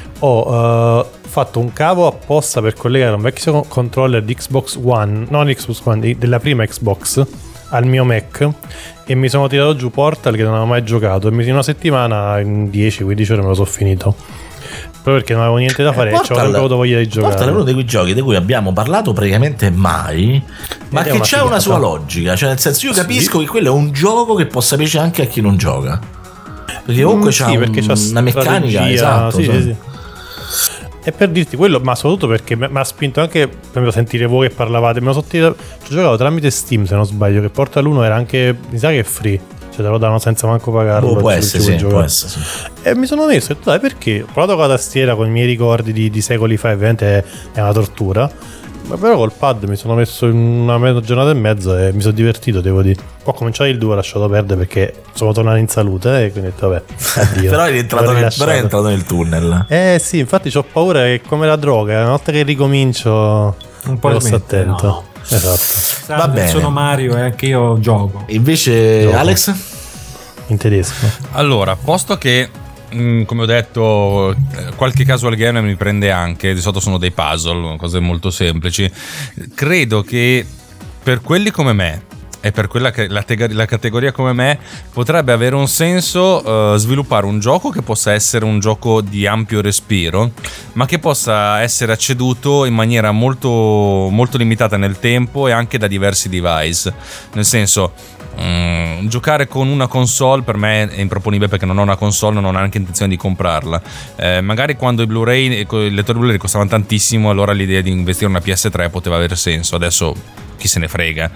ho fatto un cavo apposta per collegare un vecchio controller di Xbox One, non Xbox One, della prima Xbox, al mio Mac, e mi sono tirato giù Portal che non avevo mai giocato, e in una settimana, in 10-15 ore me lo sono finito, proprio perché non avevo niente da fare, e avevo avuto voglia di giocare. Portal è uno di quei giochi di cui abbiamo parlato praticamente mai, ma che c'è una sua logica, cioè nel senso, io capisco che quello è un gioco che possa piacere anche a chi non gioca, perché comunque c'ha una meccanica, esatto, sì. E per dirti quello, ma soprattutto perché mi ha spinto anche per sentire voi che parlavate, ci ho giocato tramite Steam, se non sbaglio, che Portal 1 era anche, mi sa che è free, cioè te lo danno senza manco pagarlo. Può essere, sì. E mi sono messo e dai, perché ho provato con la tastiera, con i miei ricordi di secoli fa, ovviamente è una tortura, ma però col pad mi sono messo in una giornata e mezza e mi sono divertito, devo dire. Ho cominciato il 2, ho lasciato perdere perché sono tornato in salute, e quindi ho detto vabbè, addio. Però è entrato nel tunnel. Sì, infatti ho paura che come la droga, una volta che ricomincio un po' sto attento. No. Esatto. Va bene. Sono Mario e anche io gioco. Invece Alex? In tedesco. Allora, posto che come ho detto, qualche casual game mi prende anche, di solito sono dei puzzle, cose molto semplici. Credo che per quelli come me e per quella che la categoria come me potrebbe avere un senso sviluppare un gioco che possa essere un gioco di ampio respiro, ma che possa essere acceduto in maniera molto, molto limitata nel tempo e anche da diversi device. Nel senso, giocare con una console per me è improponibile, perché non ho una console, non ho neanche intenzione di comprarla. Magari quando i Blu-ray, i lettori Blu-ray costavano tantissimo, allora l'idea di investire in una PS3 poteva avere senso. Adesso chi se ne frega,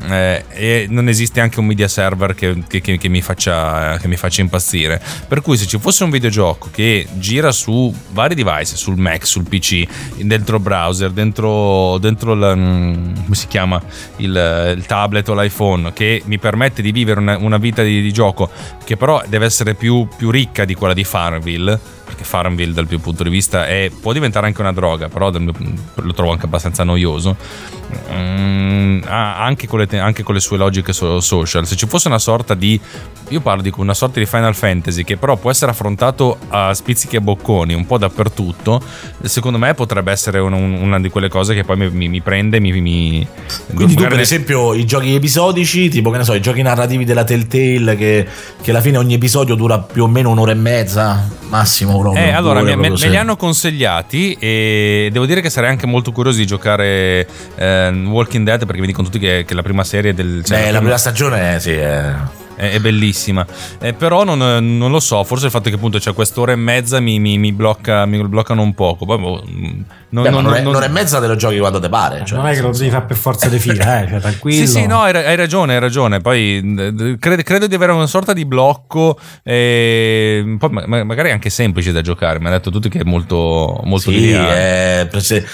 e non esiste anche un media server che mi faccia impazzire, per cui se ci fosse un videogioco che gira su vari device, sul Mac, sul PC, dentro il browser, dentro il come si chiama, il tablet o l'iPhone, che mi permette di vivere una vita di gioco che però deve essere più ricca di quella di Farmville, perché Farmville dal mio punto di vista può diventare anche una droga, però lo trovo anche abbastanza noioso, anche con le sue logiche social. Se ci fosse una sorta di, io parlo di una sorta di Final Fantasy che però può essere affrontato a spizzichi e bocconi un po' dappertutto, secondo me potrebbe essere una di quelle cose che poi mi prende, quindi tu per esempio i giochi episodici, tipo che ne so, i giochi narrativi della Telltale, che alla fine ogni episodio dura più o meno un'ora e mezza massimo. Allora me li hanno consigliati e devo dire che sarei anche molto curioso di giocare Walking Dead, perché mi dicono tutti che la prima serie la prima stagione è bellissima, però non lo so, forse il fatto che appunto c'è quest'ora e mezza mi bloccano un poco. Poi, un'ora e mezza te lo giochi quando te pare, cioè, non è che lo devi fare per forza di fila, cioè, tranquillo. Sì, no, hai ragione. Poi credo di avere una sorta di blocco, poi magari anche semplice da giocare. Mi hanno detto tutti che è molto lineare.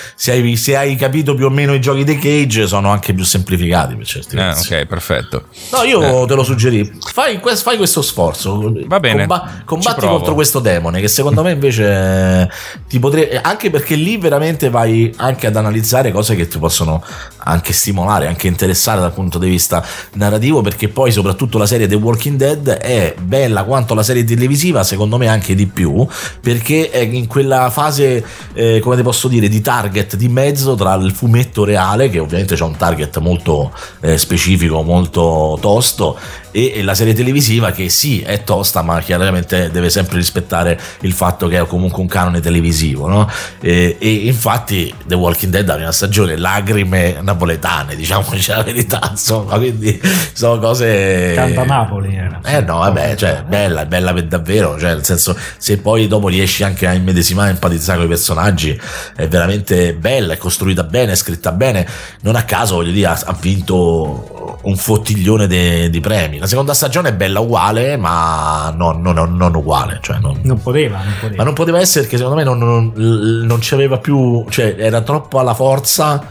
Se hai capito più o meno i giochi dei Cage, sono anche più semplificati per certi versi. Ok, perfetto. No, io te lo suggerisco. Fai questo sforzo. Va bene. Combatti contro questo demone, che secondo me invece ti potrebbe, anche perché lì veramente vai anche ad analizzare cose che ti possono anche stimolare, anche interessare dal punto di vista narrativo, perché poi soprattutto la serie The Walking Dead è bella quanto la serie televisiva, secondo me anche di più, perché è in quella fase come ti posso dire, di target di mezzo tra il fumetto reale, che ovviamente c'è un target molto specifico, molto tosto, e la serie televisiva, che sì è tosta, ma chiaramente deve sempre rispettare il fatto che è comunque un canone televisivo, no? E infatti The Walking Dead la prima stagione, lacrime napoletane, diciamoci la verità, insomma, quindi sono cose. Canta Napoli era. No, vabbè, cioè bella per davvero, cioè nel senso, se poi dopo riesci anche a immedesimare, a empatizzare con i personaggi, è veramente bella, è costruita bene, è scritta bene. Non a caso, voglio dire, ha vinto un fottiglione di premi. La seconda stagione è bella uguale, ma non uguale, cioè non poteva. Ma non poteva essere, perché secondo me non ci aveva più, cioè era troppo alla forza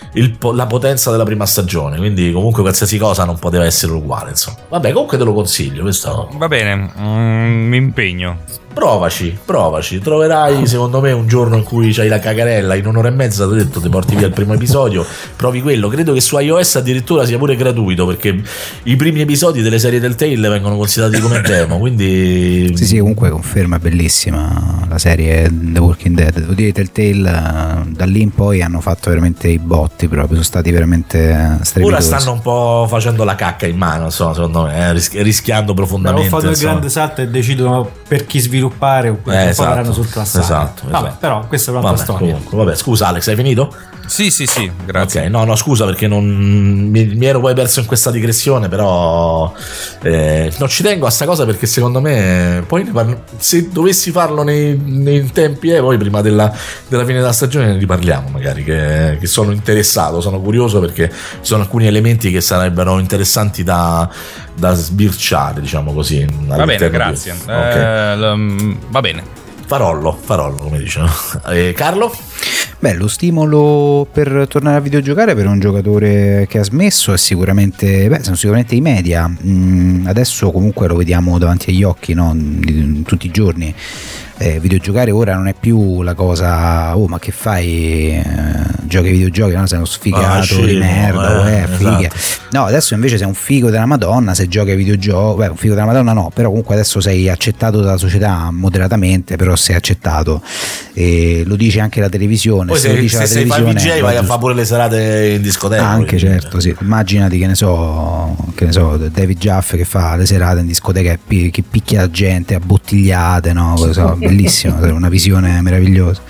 la potenza della prima stagione, quindi comunque qualsiasi cosa non poteva essere uguale, insomma. Vabbè, comunque te lo consiglio, questo. Va bene, mi impegno. Provaci, troverai secondo me un giorno in cui c'hai la cagarella, in un'ora e mezza ti ho detto ti porti via il primo episodio, provi quello. Credo che su iOS addirittura sia pure gratuito, perché i primi episodi delle serie Telltale vengono considerati come demo, quindi sì, comunque conferma, è bellissima la serie The Walking Dead. Devo dire, Telltale da lì in poi hanno fatto veramente i botti, proprio sono stati veramente strepitosi. Ora stanno un po' facendo la cacca in mano, insomma, secondo me, rischiando profondamente. Ho fatto il grande salto e decidono per chi sviluppare oppure poi verranno sul classato. Esatto. Vabbè, però questa è un'altra storia. Vabbè, scusa Alex, hai finito? Sì, grazie. Ok, no, scusa perché mi ero poi perso in questa digressione, però non ci tengo a sta cosa, perché secondo me poi se dovessi farlo nei tempi poi prima della fine della stagione ne riparliamo, magari, che sono interessato, sono curioso, perché ci sono alcuni elementi che sarebbero interessanti da sbirciare, diciamo così. Va bene, grazie. Okay. Va bene. Farollo, come dicono. Carlo? Beh, lo stimolo per tornare a videogiocare per un giocatore che ha smesso sono sicuramente i media. Adesso comunque lo vediamo davanti agli occhi, no? Tutti i giorni. Videogiocare ora non è più la cosa, ma che fai, giochi ai videogiochi, no? Sei uno sfigato di merda, fighe. Esatto. No, adesso invece sei un figo della Madonna se giochi ai videogiochi. Un figo della Madonna no, però comunque adesso sei accettato dalla società moderatamente, però sei accettato, e lo dice anche la televisione. Poi se sei VJ vai a fare pure le serate in discoteca anche, certo, sì. Immaginati che ne so David Jaff che fa le serate in discoteca che picchia la gente a bottigliate, no? Bellissimo, una visione meravigliosa.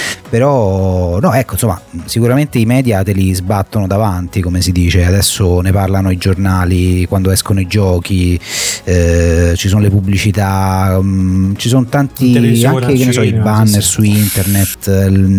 Però no, ecco, insomma, sicuramente i media te li sbattono davanti, come si dice. Adesso ne parlano i giornali quando escono i giochi, ci sono le pubblicità, ci sono tanti anche, che ne so, i banner su internet,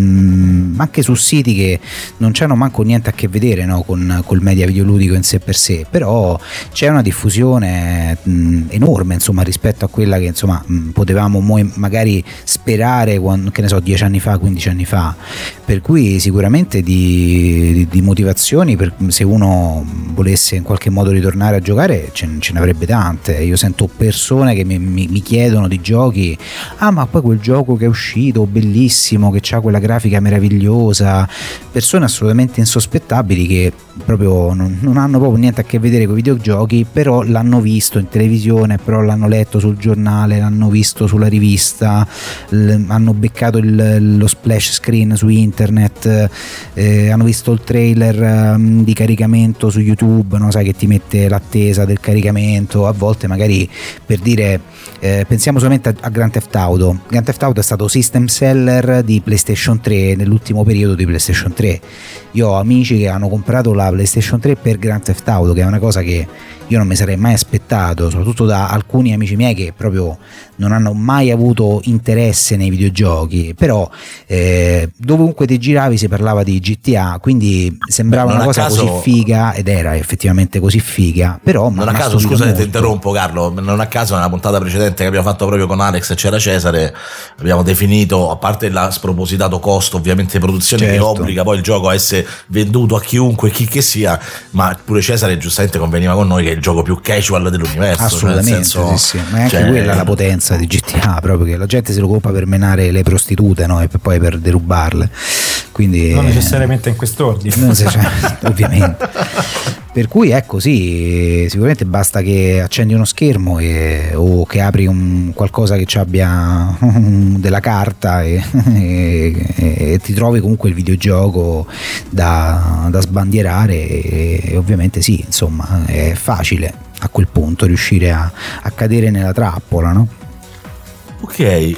anche su siti che non c'hanno manco niente a che vedere, no, col media videoludico in sé per sé, però c'è una diffusione enorme, insomma, rispetto a quella che, insomma, potevamo magari sperare che ne so 10 anni fa, 15 anni fa. Per cui sicuramente di motivazioni se uno volesse in qualche modo ritornare a giocare ce ne avrebbe tante. Io sento persone che mi chiedono di giochi, ma poi quel gioco che è uscito bellissimo, che ha quella grafica meravigliosa, persone assolutamente insospettabili che proprio non hanno proprio niente a che vedere con i videogiochi, però l'hanno visto in televisione, però l'hanno letto sul giornale, l'hanno visto sulla rivista, hanno beccato lo splash screen su internet, hanno visto il trailer di caricamento su YouTube, no? Sai che ti mette l'attesa del caricamento. A volte magari, per dire, pensiamo solamente a Grand Theft Auto. Grand Theft Auto è stato system seller di PlayStation 3 nell'ultimo periodo di PlayStation 3. Io ho amici che hanno comprato la PlayStation 3 per Grand Theft Auto, che è una cosa che io non mi sarei mai aspettato, soprattutto da alcuni amici miei che proprio non hanno mai avuto interesse nei videogiochi, però dovunque ti giravi si parlava di GTA, quindi sembrava una cosa così figa, ed era effettivamente così figa. Però non a caso, scusa ti interrompo Carlo, non a caso nella puntata precedente che abbiamo fatto proprio con Alex e c'era Cesare, abbiamo definito, a parte il spropositato costo ovviamente di produzione, certo, che obbliga poi il gioco a essere venduto a chiunque, chi che sia, ma pure Cesare giustamente conveniva con noi che è il gioco più casual dell'universo. Assolutamente, cioè nel senso, ma è anche quella la potenza di GTA, proprio che la gente se lo compra per menare le prostitute, no? E poi per derubarle, quindi non necessariamente in quest'ordine, ovviamente. Per cui ecco, sì, sicuramente basta che accendi uno schermo o che apri qualcosa che ci abbia della carta e ti trovi comunque il videogioco da sbandierare, e ovviamente sì, insomma, è facile a quel punto riuscire a cadere nella trappola, no? Ok,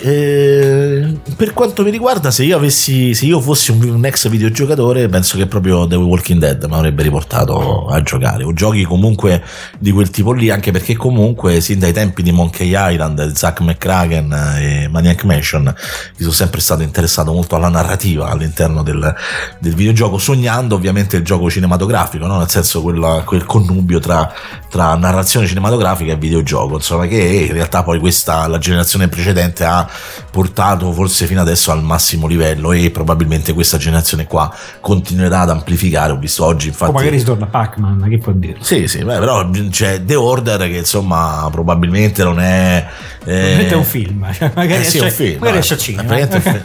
per quanto mi riguarda, se io fossi un ex videogiocatore, penso che proprio The Walking Dead mi avrebbe riportato a giocare, o giochi comunque di quel tipo lì, anche perché comunque sin dai tempi di Monkey Island, Zack McCracken e Maniac Mansion mi sono sempre stato interessato molto alla narrativa all'interno del videogioco, sognando ovviamente il gioco cinematografico, no? Nel senso quel connubio tra narrazione cinematografica e videogioco, insomma, che in realtà poi la generazione precedente precedente ha portato forse fino adesso al massimo livello, e probabilmente questa generazione qua continuerà ad amplificare. Ho visto oggi infatti o magari si torna Pac-Man, che può dire? Sì, però c'è The Order che insomma probabilmente non è è un film, magari sì, è un film, magari esce al cinema.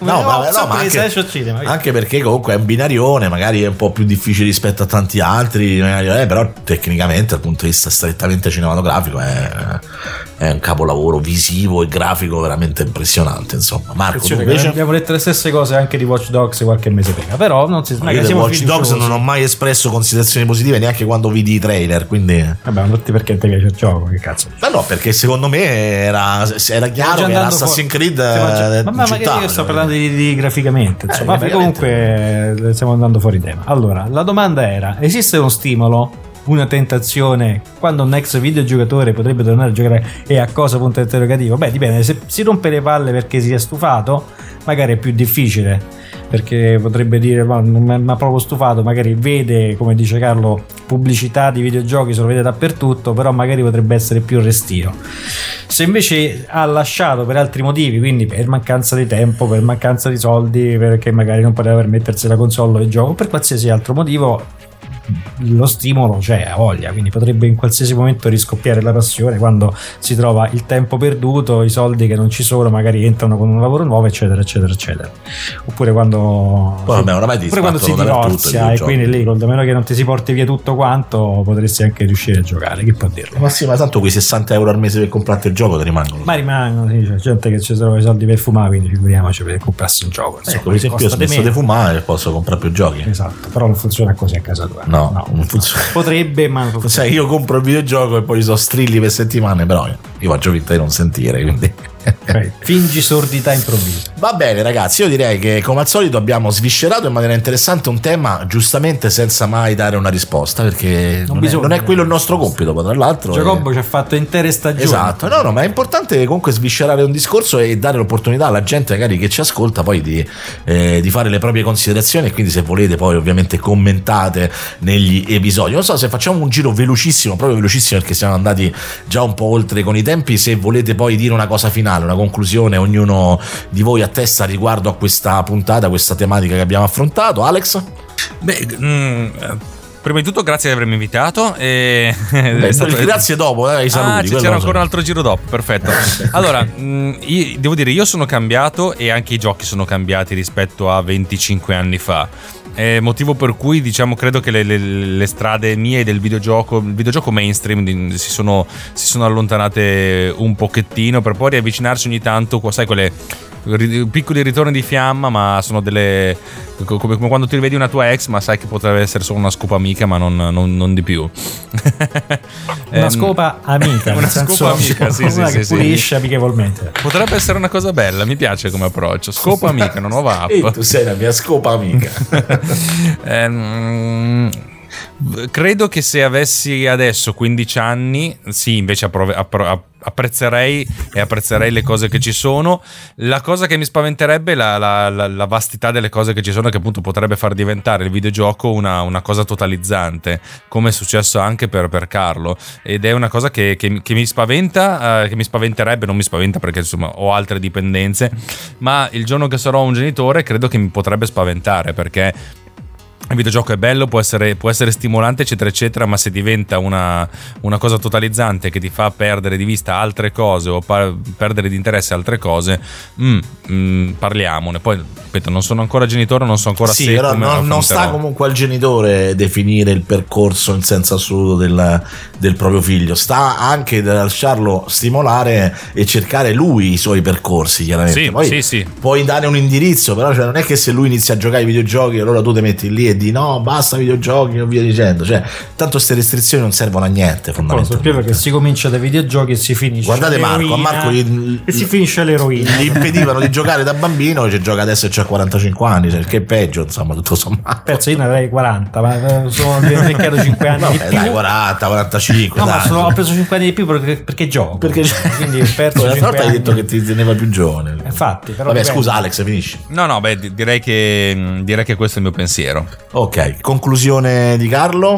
Anche perché comunque è un binarione, magari è un po' più difficile rispetto a tanti altri, però tecnicamente dal punto di vista strettamente cinematografico è un capolavoro visivo e grafico veramente impressionante. Insomma, Marco, invece abbiamo detto le stesse cose anche di Watch Dogs qualche mese prima, però non si io di Watch Dogs non ho mai espresso considerazioni positive neanche quando vidi i trailer, quindi vabbè, non ti perché ti piace il gioco, che cazzo? Ma no, perché secondo me era chiaro che era Assassin's Creed ma magari io sto parlando di graficamente, insomma, vabbè, comunque stiamo andando fuori tema. Allora, la domanda era: esiste uno stimolo, una tentazione, quando un ex videogiocatore potrebbe tornare a giocare, e a cosa, punto interrogativo? Beh, dipende, se si rompe le palle perché si è stufato magari è più difficile, perché potrebbe dire ma non mi ha proprio stufato, magari vede, come dice Carlo, pubblicità di videogiochi, se lo vede dappertutto, però magari potrebbe essere più restio. Se invece ha lasciato per altri motivi, quindi per mancanza di tempo, per mancanza di soldi, perché magari non poteva permettersi la console o il gioco, per qualsiasi altro motivo, lo stimolo c'è, ha voglia, quindi potrebbe in qualsiasi momento riscoppiare la passione quando si trova il tempo perduto, i soldi che non ci sono, magari entrano con un lavoro nuovo, eccetera eccetera eccetera, oppure quando si divorzia, e quindi lì, a meno che non ti si porti via tutto quanto, potresti anche riuscire a giocare, chi può dirlo? Ma sì, ma tanto quei 60 euro al mese per comprarti il gioco ti rimangono. Ma rimangono, sì, c'è gente che ci trova i soldi per fumare, quindi figuriamoci per comprarsi un gioco. Per esempio io ho smesso di fumare e posso comprare più giochi. Esatto, però non funziona così a casa tua. No, non funziona. Potrebbe, ma non sai, io compro il videogioco e poi sono strilli per settimane, però io faccio finta di non sentire, quindi fingi sordità improvvisa. Va bene ragazzi, io direi che come al solito abbiamo sviscerato in maniera interessante un tema, giustamente senza mai dare una risposta, perché non è quello il nostro compito, poi tra l'altro Giacobbo ci ha fatto intere stagioni. Esatto, no, ma è importante comunque sviscerare un discorso e dare l'opportunità alla gente magari che ci ascolta poi di fare le proprie considerazioni, e quindi se volete poi ovviamente commentate negli episodi. Non so se facciamo un giro velocissimo, proprio velocissimo, perché siamo andati già un po' oltre con i tempi, se volete poi dire una cosa finale, una conclusione, ognuno di voi a testa riguardo a questa puntata, questa tematica che abbiamo affrontato. Alex? Prima di tutto grazie di avermi invitato grazie dopo ai saluti. C'era ancora un altro giro dopo, perfetto. Allora, devo dire, io sono cambiato e anche i giochi sono cambiati rispetto a 25 anni fa. Motivo per cui diciamo credo che le strade mie del videogioco, il videogioco mainstream si sono allontanate un pochettino, per poi riavvicinarsi ogni tanto, sai, quelle piccoli ritorni di fiamma, ma sono delle come quando ti rivedi una tua ex, ma sai che potrebbe essere solo una scopa amica, ma non di più. Una scopa amica, una scopa amica, sì, che pulisce amichevolmente. Potrebbe essere una cosa bella, mi piace come approccio. Scopa amica, una nuova app. Tu sei la mia scopa amica. Credo che se avessi adesso 15 anni, sì, invece apprezzerei le cose che ci sono. La cosa che mi spaventerebbe è la vastità delle cose che ci sono, che appunto potrebbe far diventare il videogioco una cosa totalizzante, come è successo anche per Carlo, ed è una cosa che mi spaventa, che mi spaventerebbe. Non mi spaventa perché insomma ho altre dipendenze, ma il giorno che sarò un genitore credo che mi potrebbe spaventare, perché il videogioco è bello, può essere stimolante eccetera eccetera, ma se diventa una cosa totalizzante che ti fa perdere di vista altre cose o perdere di interesse altre cose, parliamone. Poi ripeto, non sono ancora genitore, non so ancora se però non sta comunque al genitore definire il percorso in senso assoluto del proprio figlio, sta anche da lasciarlo stimolare e cercare lui i suoi percorsi, chiaramente. Sì, poi sì. Puoi dare un indirizzo, però non è che se lui inizia a giocare ai videogiochi allora tu ti metti lì e di no, basta videogiochi e via dicendo, tanto queste restrizioni non servono a niente fondamentalmente. Perché si comincia dai videogiochi e si finisce, guardate Marco, a Marco e si finisce all'eroina, gli impedivano di giocare da bambino e gioca adesso e c'ha 45 anni, che è peggio, insomma, tutto sommato. Penso io ne avrei 40, ma sono diventato 5 anni di più. Dai, 40, 45, no, dai. Ma ho preso 5 anni di più perché gioco, quindi ho perso 5 anni. Hai detto che ti teneva più giovane, infatti, però vabbè, scusa Alex, finisci. No, direi che questo è il mio pensiero. Ok, conclusione di Carlo?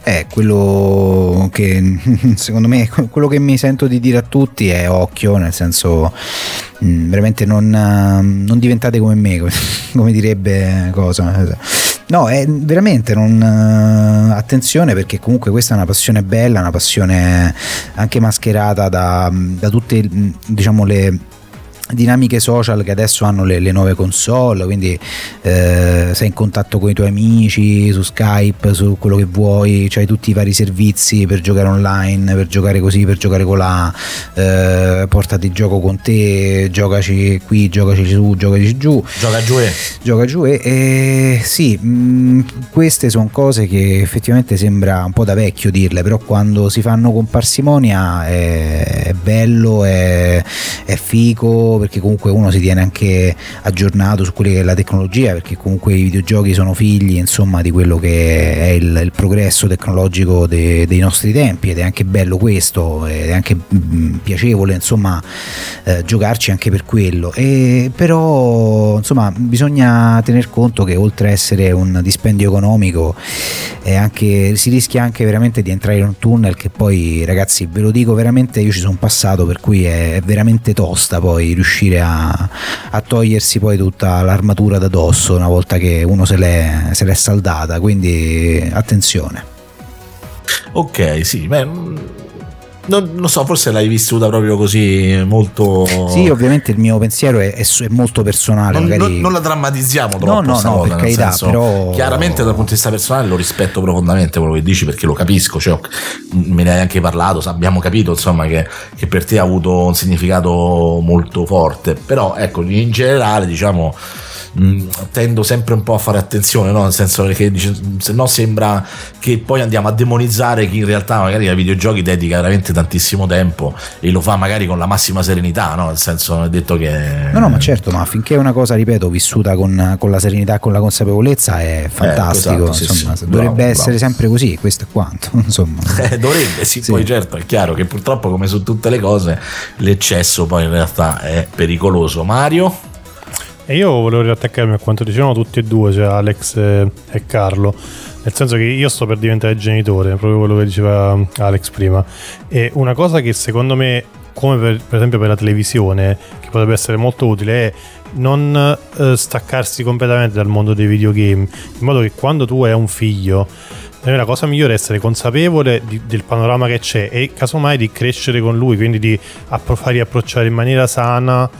Quello che secondo me, quello che mi sento di dire a tutti è occhio, nel senso veramente non diventate come me, come direbbe cosa. No, è veramente attenzione, perché comunque questa è una passione bella, una passione anche mascherata da tutte, diciamo, le dinamiche social che adesso hanno le nuove console, quindi sei in contatto con i tuoi amici su Skype, su quello che vuoi, c'hai tutti i vari servizi per giocare online, per giocare così, per giocare colà, portati il gioco con te, giocaci qui, giocaci su, giocaci giù, gioca giù e sì, queste sono cose che effettivamente sembra un po' da vecchio dirle, però quando si fanno con parsimonia è bello, è figo, perché comunque uno si tiene anche aggiornato su quella che è la tecnologia, perché comunque i videogiochi sono figli, insomma, di quello che è il progresso tecnologico dei nostri tempi, ed è anche bello questo, ed è anche piacevole, insomma, giocarci anche per quello. E però insomma bisogna tener conto che oltre a essere un dispendio economico si rischia anche veramente di entrare in un tunnel che poi, ragazzi, ve lo dico veramente, io ci sono passato, per cui è veramente tosta poi riuscire a togliersi poi tutta l'armatura da dosso una volta che uno se l'è saldata, quindi attenzione. Ok, sì, beh, non so, forse l'hai vissuta proprio così molto. Sì, ovviamente il mio pensiero è molto personale. Non la drammatizziamo troppo. No, per carità, però chiaramente dal punto di vista personale lo rispetto profondamente quello che dici, perché lo capisco, cioè, me ne hai anche parlato, abbiamo capito insomma che per te ha avuto un significato molto forte, però ecco, in generale, diciamo, tendo sempre un po' a fare attenzione, no? Nel senso che se no sembra che poi andiamo a demonizzare chi in realtà magari ai videogiochi dedica veramente tantissimo tempo e lo fa magari con la massima serenità, no? Nel senso, è detto che no, ma certo, ma finché è una cosa, ripeto, vissuta con la serenità e con la consapevolezza è fantastico, esatto, insomma, sì, dovrebbe essere sempre così, questo è quanto, insomma. Dovrebbe, sì, poi certo è chiaro che purtroppo, come su tutte le cose, l'eccesso poi in realtà è pericoloso. Mario? E io volevo riattaccarmi a quanto dicevano tutti e due, cioè Alex e Carlo, nel senso che io sto per diventare genitore, proprio quello che diceva Alex prima, e una cosa che secondo me, come per esempio per la televisione, che potrebbe essere molto utile, è non staccarsi completamente dal mondo dei videogame, in modo che quando tu hai un figlio, la cosa migliore è essere consapevole del panorama che c'è e casomai di crescere con lui, quindi di fargli approcciare in maniera sana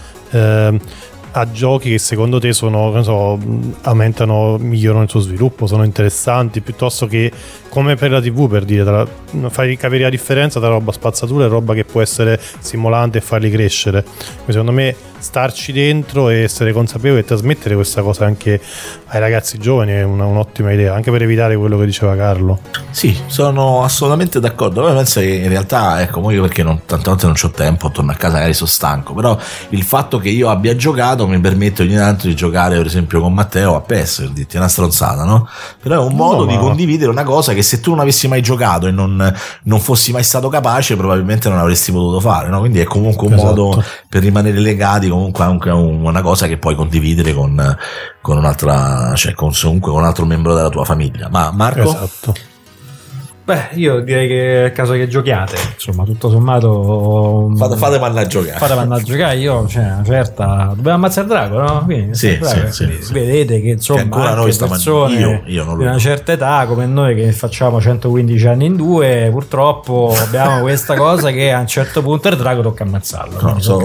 a giochi che secondo te sono, non so, migliorano il suo sviluppo, sono interessanti, piuttosto che come per la TV, per dire, fai capire la differenza tra roba spazzatura e roba che può essere stimolante e farli crescere. Quindi secondo me starci dentro e essere consapevoli e trasmettere questa cosa anche ai ragazzi giovani è un'ottima idea, anche per evitare quello che diceva Carlo. Sì, sono assolutamente d'accordo. Poi penso che in realtà, ecco, io perché tante volte non c'ho tempo, torno a casa magari sono stanco, però il fatto che io abbia giocato mi permette ogni tanto di giocare per esempio con Matteo a PES, per dirti, è una stronzata, no? Però è un modo di condividere una cosa che se tu non avessi mai giocato e non fossi mai stato capace, probabilmente non avresti potuto fare, no? Quindi è comunque un modo per rimanere legati, comunque anche una cosa che puoi condividere con un'altra, cioè comunque con un altro membro della tua famiglia. Ma Marco? Esatto. Beh, io direi che è caso che giochiate, insomma, tutto sommato fate vanno a giocare. Fate vanno a giocare, io, cioè, una certa, dobbiamo ammazzare il drago, no? Quindi, sì. Vedete che insomma, che ancora noi persone io non di una certa età come noi che facciamo 115 anni in due, purtroppo abbiamo questa cosa che a un certo punto il drago tocca ammazzarlo. No, sono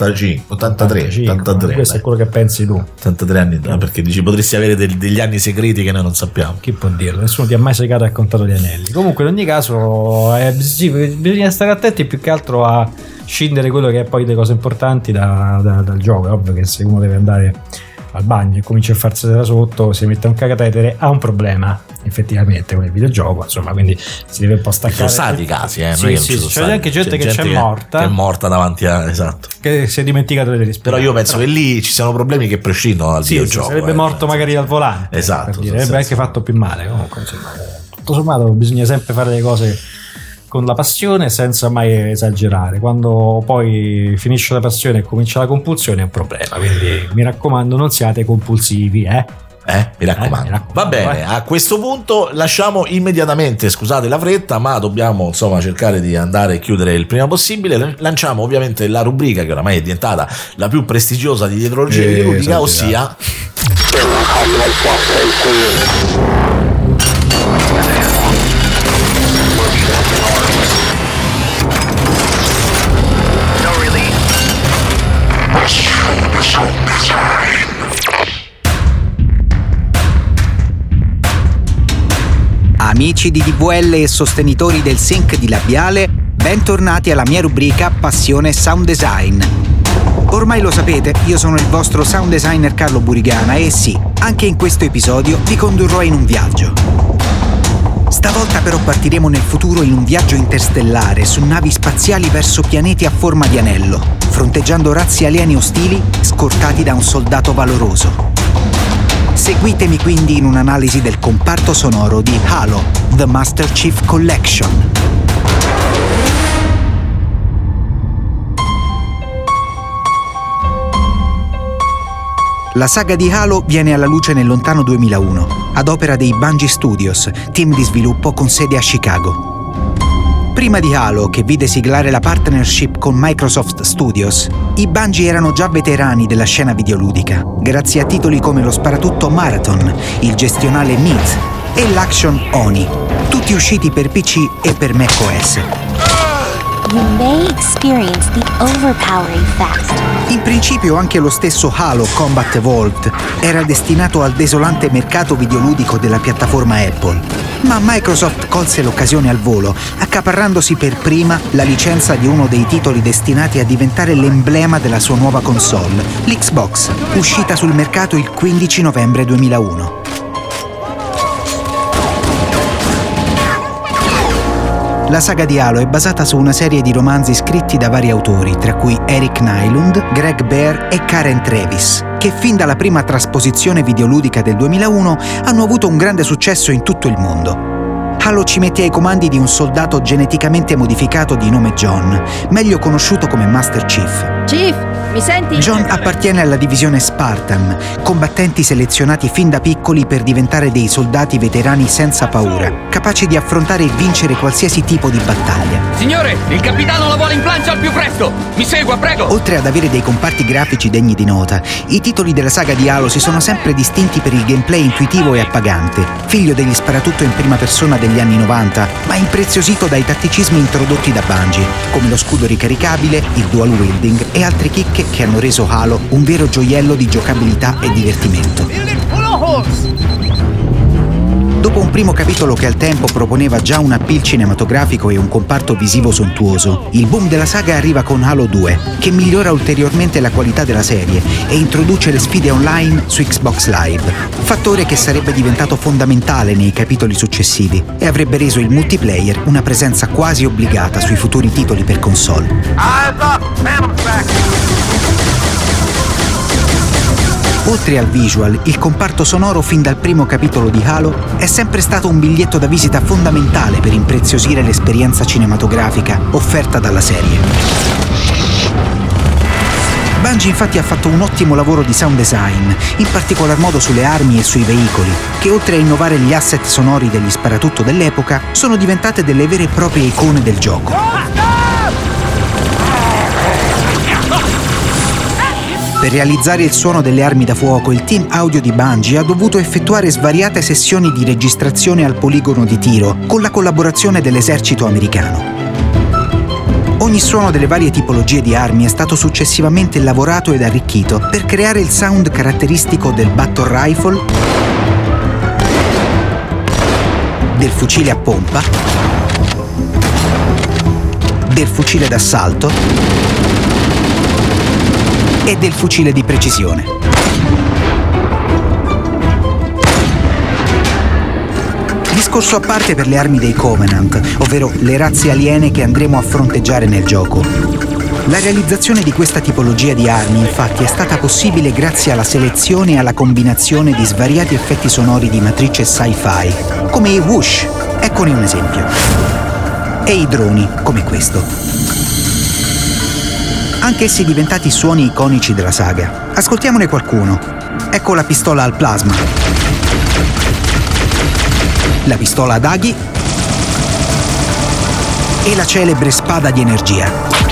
83. Questo è quello che pensi tu. 83 anni, perché dici potresti avere degli anni segreti che noi non sappiamo. Chi può dirlo? Nessuno ti ha mai segato e contato gli anelli. Comunque in ogni caso bisogna stare attenti più che altro a scindere quello che è poi le cose importanti dal gioco. È ovvio che se uno deve andare al bagno e comincia a farsela da sotto, si mette un cagatetere, ha un problema effettivamente con il videogioco, insomma, quindi si deve un po' staccare. Sono stati casi, c'è anche gente che c'è morta, che è morta davanti a, esatto, che si è dimenticato delle risposte. Però io penso che lì ci siano problemi che prescindono dal videogioco. Sarebbe morto magari dal volante, esatto, per dire, avrebbe anche fatto più male. Comunque, insomma, tutto sommato bisogna sempre fare le cose con la passione senza mai esagerare. Quando poi finisce la passione e comincia la compulsione è un problema, quindi mi raccomando non siate compulsivi, Mi raccomando. Va bene, a questo punto lasciamo immediatamente, scusate la fretta, ma dobbiamo insomma cercare di andare a chiudere il prima possibile. Lanciamo ovviamente la rubrica che oramai è diventata la più prestigiosa di dietrologia videoludica, ossia Amici di DVL e sostenitori del sync di Labiale, bentornati alla mia rubrica Passione Sound Design. Ormai lo sapete, io sono il vostro sound designer Carlo Burigana e sì, anche in questo episodio vi condurrò in un viaggio. Stavolta però partiremo nel futuro in un viaggio interstellare su navi spaziali verso pianeti a forma di anello, fronteggiando razzi alieni ostili scortati da un soldato valoroso. Seguitemi quindi in un'analisi del comparto sonoro di Halo, The Master Chief Collection. La saga di Halo viene alla luce nel lontano 2001, ad opera dei Bungie Studios, team di sviluppo con sede a Chicago. Prima di Halo, che vide siglare la partnership con Microsoft Studios, i Bungie erano già veterani della scena videoludica, grazie a titoli come lo sparatutto Marathon, il gestionale Myth e l'action Oni, tutti usciti per PC e per macOS. You may experience the overpowering fast. In principio anche lo stesso Halo Combat Evolved era destinato al desolante mercato videoludico della piattaforma Apple, ma Microsoft colse l'occasione al volo, accaparrandosi per prima la licenza di uno dei titoli destinati a diventare l'emblema della sua nuova console, l'Xbox, uscita sul mercato il 15 novembre 2001. La saga di Halo è basata su una serie di romanzi scritti da vari autori, tra cui Eric Nylund, Greg Bear e Karen Travis, che fin dalla prima trasposizione videoludica del 2001 hanno avuto un grande successo in tutto il mondo. Halo ci mette ai comandi di un soldato geneticamente modificato di nome John, meglio conosciuto come Master Chief. Chief, mi senti? John appartiene alla divisione Spartan, combattenti selezionati fin da piccoli per diventare dei soldati veterani senza paura, capaci di affrontare e vincere qualsiasi tipo di battaglia. Signore, il capitano la vuole in plancia al più presto! Mi segua, prego! Oltre ad avere dei comparti grafici degni di nota, i titoli della saga di Halo si sono sempre distinti per il gameplay intuitivo e appagante, figlio degli sparatutto in prima persona degli anni 90, ma impreziosito dai tatticismi introdotti da Bungie, come lo scudo ricaricabile, il dual wielding e altre chicche che hanno reso Halo un vero gioiello di giocabilità e divertimento. Dopo un primo capitolo che al tempo proponeva già un appeal cinematografico e un comparto visivo sontuoso, il boom della saga arriva con Halo 2, che migliora ulteriormente la qualità della serie e introduce le sfide online su Xbox Live, fattore che sarebbe diventato fondamentale nei capitoli successivi e avrebbe reso il multiplayer una presenza quasi obbligata sui futuri titoli per console. Oltre al visual, il comparto sonoro fin dal primo capitolo di Halo è sempre stato un biglietto da visita fondamentale per impreziosire l'esperienza cinematografica offerta dalla serie. Bungie infatti ha fatto un ottimo lavoro di sound design, in particolar modo sulle armi e sui veicoli, che oltre a innovare gli asset sonori degli sparatutto dell'epoca, sono diventate delle vere e proprie icone del gioco. Per realizzare il suono delle armi da fuoco, il team audio di Bungie ha dovuto effettuare svariate sessioni di registrazione al poligono di tiro, con la collaborazione dell'esercito americano. Ogni suono delle varie tipologie di armi è stato successivamente lavorato ed arricchito per creare il sound caratteristico del battle rifle, del fucile a pompa, del fucile d'assalto e del fucile di precisione. Discorso a parte per le armi dei Covenant, ovvero le razze aliene che andremo a fronteggiare nel gioco. La realizzazione di questa tipologia di armi, infatti, è stata possibile grazie alla selezione e alla combinazione di svariati effetti sonori di matrice sci-fi, come i whoosh, eccone un esempio, e i droni, come questo. Anch'essi diventati suoni iconici della saga. Ascoltiamone qualcuno. Ecco la pistola al plasma, la pistola ad aghi e la celebre spada di energia.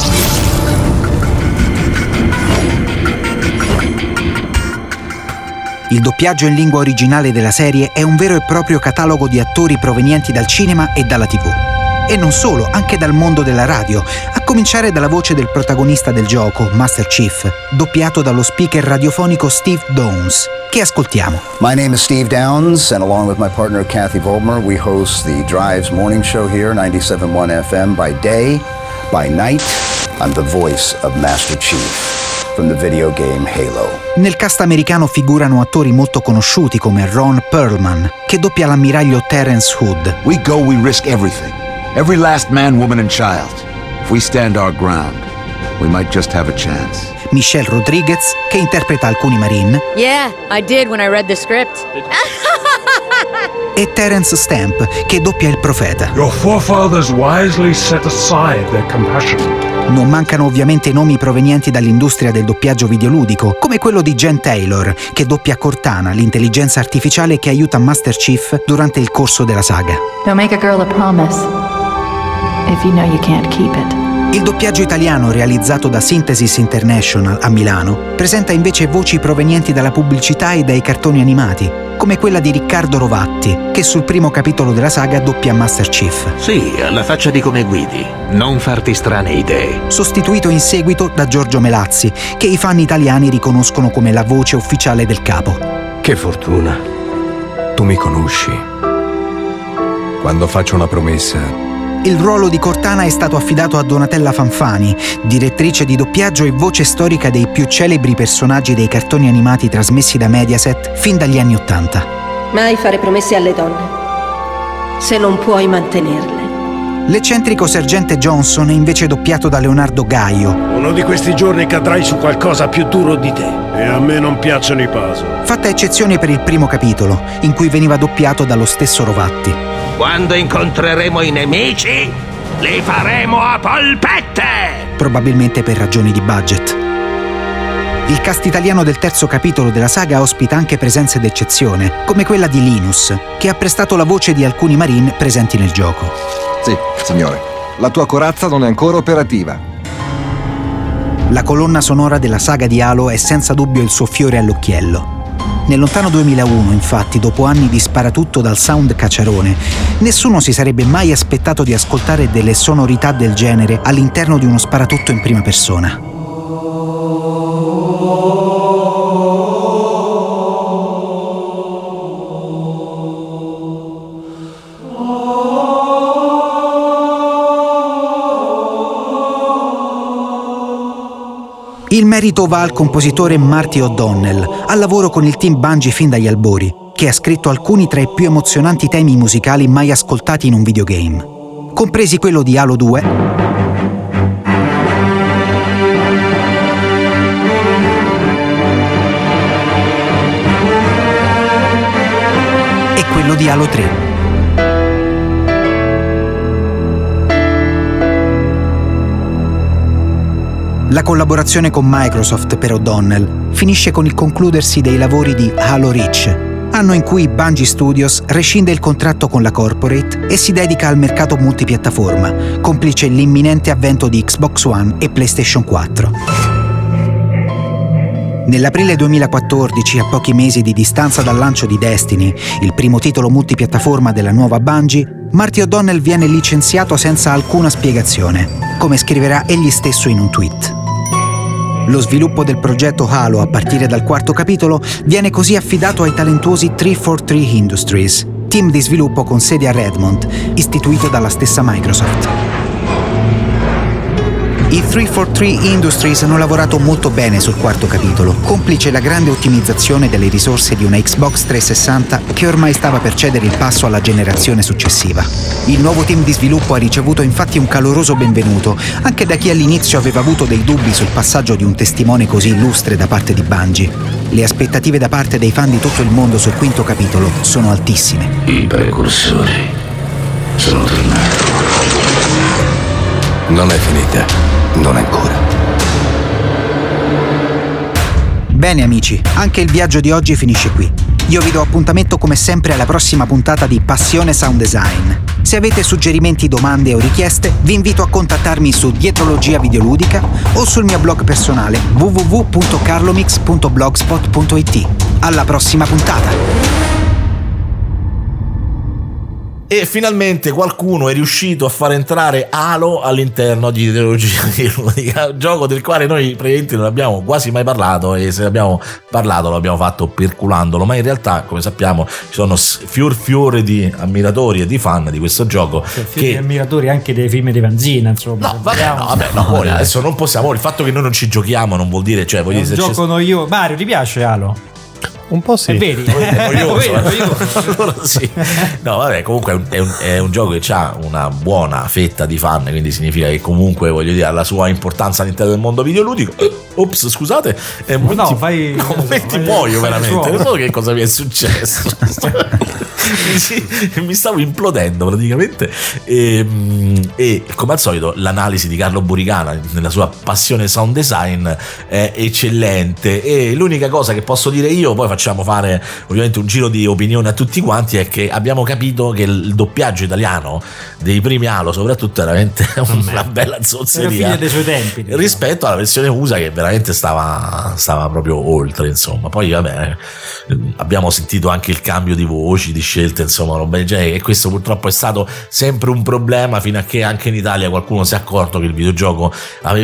Il doppiaggio in lingua originale della serie è un vero e proprio catalogo di attori provenienti dal cinema e dalla TV. E non solo, anche dal mondo della radio, a cominciare dalla voce del protagonista del gioco, Master Chief, doppiato dallo speaker radiofonico Steve Downes, che ascoltiamo. My name is Steve Downes, and along with my partner Kathy Volmer, we host the Drives morning show here, 97.1 FM. By day, by night, I'm the voice of Master Chief from the video game Halo. Nel cast americano figurano attori molto conosciuti come Ron Perlman, che doppia l'ammiraglio Terrence Hood. We go, we risk everything. Every last man, woman and child. If we stand our ground, we might just have a chance. Michelle Rodriguez, che interpreta alcuni Marine. Yeah, I did when I read the script. E Terence Stamp, che doppia il profeta. Your forefathers wisely set aside their compassion. Non mancano ovviamente nomi provenienti dall'industria del doppiaggio videoludico, come quello di Jen Taylor, che doppia Cortana, l'intelligenza artificiale che aiuta Master Chief durante il corso della saga. Don't make a girl a promise if you know you can't keep it. Il doppiaggio italiano, realizzato da Synthesis International a Milano, presenta invece voci provenienti dalla pubblicità e dai cartoni animati, come quella di Riccardo Rovatti, che sul primo capitolo della saga doppia Master Chief. Sì, alla faccia di come guidi. Non farti strane idee. Sostituito in seguito da Giorgio Melazzi, che i fan italiani riconoscono come la voce ufficiale del capo. Che fortuna. Tu mi conosci. Quando faccio una promessa... Il ruolo di Cortana è stato affidato a Donatella Fanfani, direttrice di doppiaggio e voce storica dei più celebri personaggi dei cartoni animati trasmessi da Mediaset fin dagli anni '80. Mai fare promesse alle donne, se non puoi mantenerle. L'eccentrico sergente Johnson è invece doppiato da Leonardo Gaio. Uno di questi giorni cadrai su qualcosa più duro di te. E a me non piacciono i puzzle. Fatta eccezione per il primo capitolo, in cui veniva doppiato dallo stesso Rovatti. Quando incontreremo i nemici, li faremo a polpette! Probabilmente per ragioni di budget. Il cast italiano del terzo capitolo della saga ospita anche presenze d'eccezione, come quella di Linus, che ha prestato la voce di alcuni Marine presenti nel gioco. Sì, signore. La tua corazza non è ancora operativa. La colonna sonora della saga di Halo è senza dubbio il suo fiore all'occhiello. Nel lontano 2001, infatti, dopo anni di sparatutto dal sound cacciarone, nessuno si sarebbe mai aspettato di ascoltare delle sonorità del genere all'interno di uno sparatutto in prima persona. Il merito va al compositore Marty O'Donnell, al lavoro con il team Bungie fin dagli albori, che ha scritto alcuni tra i più emozionanti temi musicali mai ascoltati in un videogame, compresi quello di Halo 2, e quello di Halo 3. La collaborazione con Microsoft per O'Donnell finisce con il concludersi dei lavori di Halo Reach, anno in cui Bungie Studios rescinde il contratto con la corporate e si dedica al mercato multipiattaforma, complice l'imminente avvento di Xbox One e PlayStation 4. Nell'aprile 2014, a pochi mesi di distanza dal lancio di Destiny, il primo titolo multipiattaforma della nuova Bungie, Marty O'Donnell viene licenziato senza alcuna spiegazione, come scriverà egli stesso in un tweet. Lo sviluppo del progetto Halo a partire dal quarto capitolo viene così affidato ai talentuosi 343 Industries, team di sviluppo con sede a Redmond, istituito dalla stessa Microsoft. I 343 Industries hanno lavorato molto bene sul quarto capitolo, complice la grande ottimizzazione delle risorse di una Xbox 360 che ormai stava per cedere il passo alla generazione successiva. Il nuovo team di sviluppo ha ricevuto infatti un caloroso benvenuto, anche da chi all'inizio aveva avuto dei dubbi sul passaggio di un testimone così illustre da parte di Bungie. Le aspettative da parte dei fan di tutto il mondo sul quinto capitolo sono altissime. I precursori sono tornati. Non è finita. Non ancora. Bene amici, anche il viaggio di oggi finisce qui. Io vi do appuntamento come sempre alla prossima puntata di Passione Sound Design. Se avete suggerimenti, domande o richieste, vi invito a contattarmi su Dietrologia Videoludica o sul mio blog personale www.carlomix.blogspot.it. Alla prossima puntata! E finalmente qualcuno è riuscito a far entrare Halo all'interno di Ideologia Videoludica, gioco del quale noi praticamente non abbiamo quasi mai parlato, e se abbiamo parlato lo abbiamo fatto perculandolo, ma in realtà, come sappiamo, ci sono fior di ammiratori e di fan di questo gioco, che ammiratori anche dei film di Vanzina, insomma. No, adesso non possiamo, il fatto che noi non ci giochiamo non vuol dire, cioè, un gioco noioso. Mario, ti piace Halo? Un po' sì. Vedi? Allora sì. No, vabbè, comunque è un gioco che ha una buona fetta di fan, quindi significa che comunque, voglio dire, ha la sua importanza all'interno del mondo videoludico. Ops, scusate. Momenti muoio veramente. Non so che cosa mi è successo. Mi stavo implodendo praticamente. E come al solito l'analisi di Carlo Buricana nella sua passione sound design è eccellente, e l'unica cosa che posso dire io, poi facciamo fare ovviamente un giro di opinione a tutti quanti, è che abbiamo capito che il doppiaggio italiano dei primi Halo soprattutto è veramente una bella zozzeria dei suoi tempi, rispetto alla versione USA, che veramente stava proprio oltre, insomma. Poi vabbè, abbiamo sentito anche il cambio di voci, di scelte, insomma, e questo purtroppo è stato sempre un problema, fino a che anche in Italia qualcuno si è accorto che il videogioco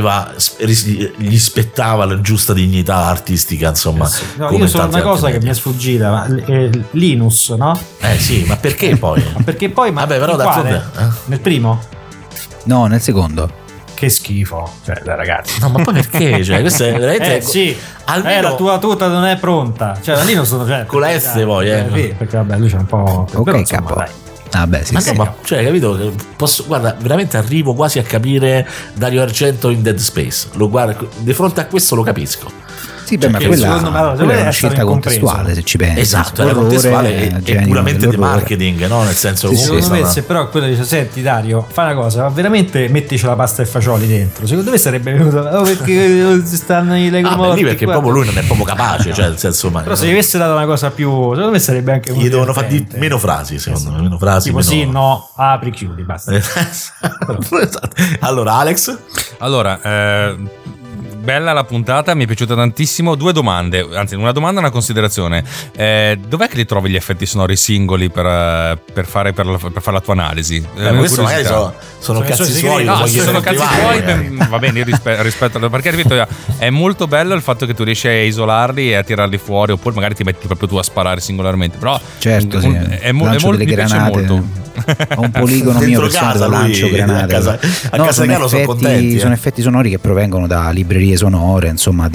gli spettava la giusta dignità artistica, insomma. No, io so una cosa che mi è sfuggita, ma Linus, no? Sì, ma perché poi? Vabbè, però nel primo? No, nel secondo. Che schifo, cioè, ragazzi. No, ma poi perché? Cioè, questo è veramente. Sì, almeno la tua tuta non è pronta. Cioè, la Linus, con la S poi, Sì, perché vabbè, lui c'è un po'. Ok, però, capo. Dai. Vabbè, sì, sì. Ma cioè, capito? Guarda, veramente arrivo quasi a capire Dario Argento in Dead Space. Lo guardo, di fronte a questo lo capisco. Sì, beh, ma quella è una scelta contestuale, se ci pensi. Esatto, era contestuale e puramente di marketing, no? Nel senso, secondo me, se però quello dice: senti Dario, fai una cosa, ma veramente mettici la pasta e fagioli dentro. Secondo me sarebbe venuto perché stanno i Lego morti. Lì perché proprio lui non è proprio capace, cioè, nel senso, però se gli avesse dato una cosa più, secondo me sarebbe anche gli devono fare meno frasi, secondo me, meno frasi. Tipo sì, no, apri, chiudi, basta. Allora, Alex? Allora, bella la puntata, mi è piaciuta tantissimo. Due domande, anzi una domanda e una considerazione. Dov'è che li trovi gli effetti sonori singoli per fare la tua analisi? Questo magari sono cazzi suoi. No, sono cazzi suoi, va bene, io rispetto, perché ripeto, è molto bello il fatto che tu riesci a isolarli e a tirarli fuori, oppure magari ti metti proprio tu a sparare singolarmente. Però certo, sì. mi piace molto. Ho un poligono mio personale da lancio granate. A casa sono contenti. Sono effetti sonori che provengono da librerie sonore, insomma,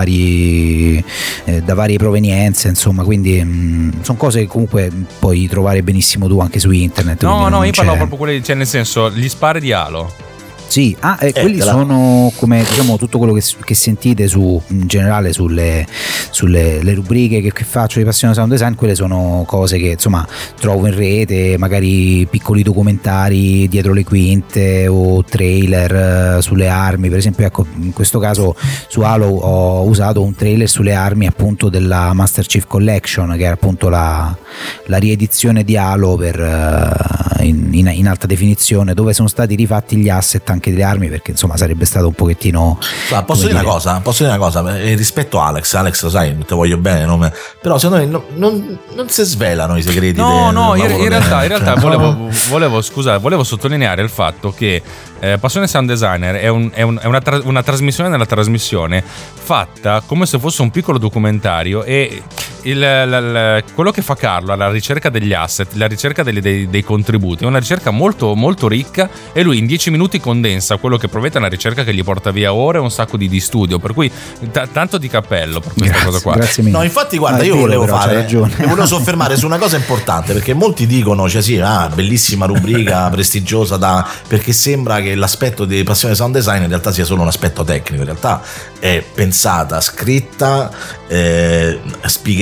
da varie provenienze, insomma, quindi sono cose che comunque puoi trovare benissimo tu anche su internet. No, io parlavo proprio quelli, cioè nel senso, gli spari di Halo. Sì, quelli sono come, diciamo, tutto quello che sentite in generale sulle rubriche che faccio di Passione Sound Design. Quelle sono cose che, insomma, trovo in rete, magari piccoli documentari dietro le quinte o trailer sulle armi. Per esempio, ecco, in questo caso su Halo ho usato un trailer sulle armi appunto della Master Chief Collection, che era appunto la riedizione di Halo in alta definizione, dove sono stati rifatti gli asset anche delle armi, perché insomma sarebbe stato un pochettino. Posso dire una cosa rispetto a Alex, lo sai, te voglio bene, però secondo me non si svelano i segreti. In realtà volevo sottolineare il fatto che Passione Sound Designer è una trasmissione nella trasmissione, fatta come se fosse un piccolo documentario, e quello che fa Carlo alla ricerca degli asset, la ricerca dei contributi, è una ricerca molto molto ricca, e lui in 10 minuti condensa quello che promette, una ricerca che gli porta via ore e un sacco di studio, per cui tanto di cappello per questa cosa qua. Grazie mille. No, infatti guarda, io volevo soffermare su una cosa importante, perché molti dicono, cioè sì, bellissima rubrica prestigiosa, perché sembra che l'aspetto di Passione Sound Design in realtà sia solo un aspetto tecnico. In realtà è pensata, scritta, spiegata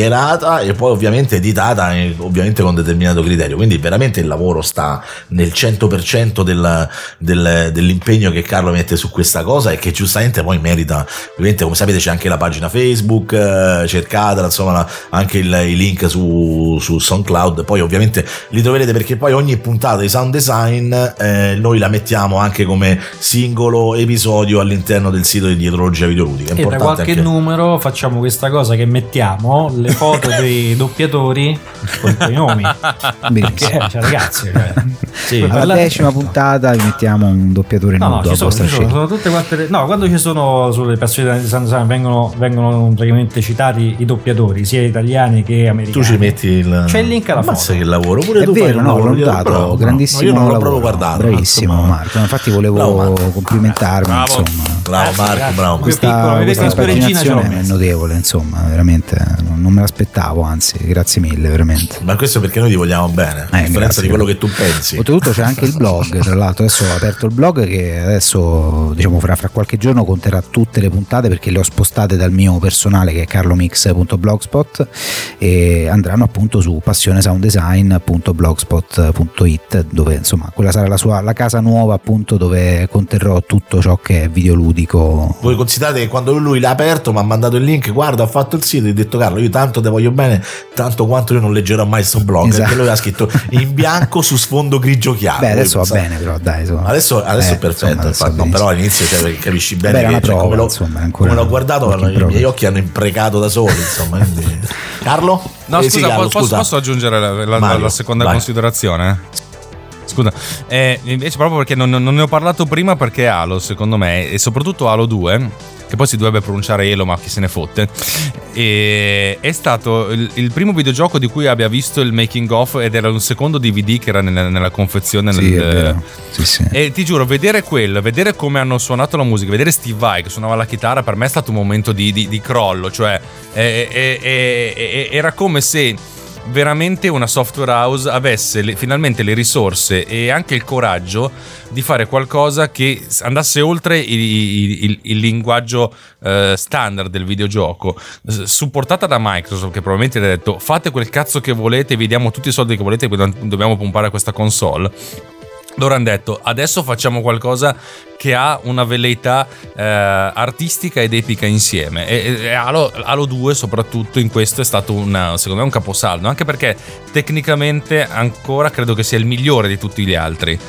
chiacchierata e poi ovviamente editata ovviamente con determinato criterio, quindi veramente il lavoro sta nel 100% dell'impegno che Carlo mette su questa cosa e che giustamente poi merita. Ovviamente, come sapete, c'è anche la pagina Facebook, cercatela, insomma, anche i link su SoundCloud, poi ovviamente li troverete, perché poi ogni puntata di Sound Design noi la mettiamo anche come singolo episodio all'interno del sito di Dietrologia Videoludica. E da qualche numero facciamo questa cosa che mettiamo le foto dei doppiatori con i nomi. Perché, cioè, ragazzi, sì, alla 10ª puntata vi mettiamo un doppiatore nudo. Sono tutte quante quando ci sono sulle persone di Sound Design vengono praticamente citati i doppiatori sia italiani che americani. Tu ci metti c'è il link alla foto. Mazza che lavoro, pure è tu vero, fai l'ho notato, grandissimo io non l'ho lavoro, proprio guardato, bravissimo Marco, infatti volevo complimentarmi, insomma. Bravo Marco, bravo. Questa impaginazione è notevole, insomma, veramente non me l'aspettavo, anzi, grazie mille, veramente. Ma questo perché noi ti vogliamo bene, a differenza di quello che tu pensi. Oltretutto c'è anche il blog, tra l'altro adesso ho aperto il blog che adesso, diciamo, fra qualche giorno conterrà tutte le puntate, perché le ho spostate dal mio personale che è carlomix.blogspot e andranno appunto su passionesounddesign.blogspot.it, dove insomma quella sarà la casa nuova, appunto, dove conterrò tutto ciò che è videoludico. Voi considerate che quando lui l'ha aperto mi ha mandato il link, guarda, ho fatto il sito, e ho detto Carlo, io tanto te voglio bene, tanto quanto io non leggerò mai sto blog, esatto. Perché lui ha scritto in bianco su sfondo grigio chiaro. Beh, adesso va bene, però dai, insomma. Adesso è perfetto, insomma, no, però all'inizio capisci bene. Beh, che prova, come l'ho guardato, i miei occhi hanno imprecato da soli, insomma. Quindi... Carlo? No, scusa, sì, Carlo, posso aggiungere la seconda considerazione? Scusa, invece proprio perché non ne ho parlato prima, perché Halo, secondo me, e soprattutto Halo 2, che poi si dovrebbe pronunciare Elo, ma chi se ne fotte, è stato il primo videogioco di cui abbia visto il making of, ed era un secondo DVD che era nella confezione. Sì. E ti giuro, vedere come hanno suonato la musica, vedere Steve Vai che suonava la chitarra, per me è stato un momento di crollo, cioè era come se veramente una software house avesse finalmente le risorse e anche il coraggio di fare qualcosa che andasse oltre il linguaggio standard del videogioco, supportata da Microsoft, che probabilmente ha detto fate quel cazzo che volete, vi diamo tutti i soldi che volete, dobbiamo pompare questa console. Loro hanno detto adesso facciamo qualcosa che ha una velleità artistica ed epica insieme, e Halo 2 soprattutto in questo è stato secondo me un caposaldo, anche perché tecnicamente ancora credo che sia il migliore di tutti gli altri,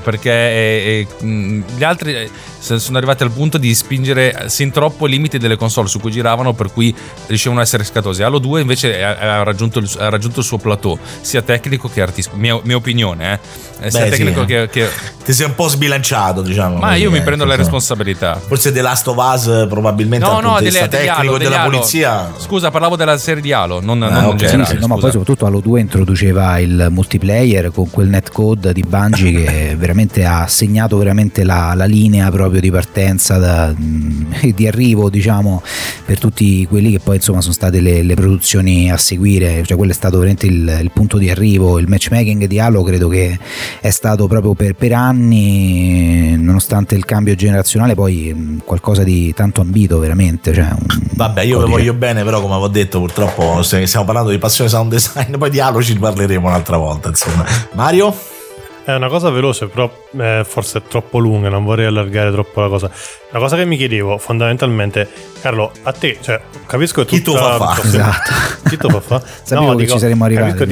perché gli altri sono arrivati al punto di spingere sin troppo i limiti delle console su cui giravano, per cui riuscivano a essere scatosi. Halo 2 invece ha raggiunto il suo plateau, sia tecnico che artistico, mia opinione, sia tecnico che ti sei un po' sbilanciato, diciamo. Ma io mi prendo la responsabilità. Forse The Last of Us probabilmente dal punto di vista tecnico della polizia. Scusa, parlavo della serie di Halo, non generale. Ma poi soprattutto Halo 2 introduceva il multiplayer con quel netcode di Bungie che veramente ha segnato veramente la linea proprio di partenza di arrivo, diciamo, per tutti quelli che poi insomma sono state le produzioni a seguire, cioè quello è stato veramente il punto di arrivo. Il matchmaking di Halo credo che è stato proprio per anni, nonostante il cambio generazionale, poi qualcosa di tanto ambito veramente, cioè vabbè, io vi voglio bene, però come avevo detto purtroppo stiamo parlando di Passione Sound Design, poi di Halo ci parleremo un'altra volta, insomma. Mario? È una cosa veloce, però forse è troppo lunga, non vorrei allargare troppo la cosa. La cosa che mi chiedevo fondamentalmente, Carlo, a te, cioè, capisco che chi tu fa fa? Esatto. Chi tu fa fa? Sapevo che ci saremmo arrivati.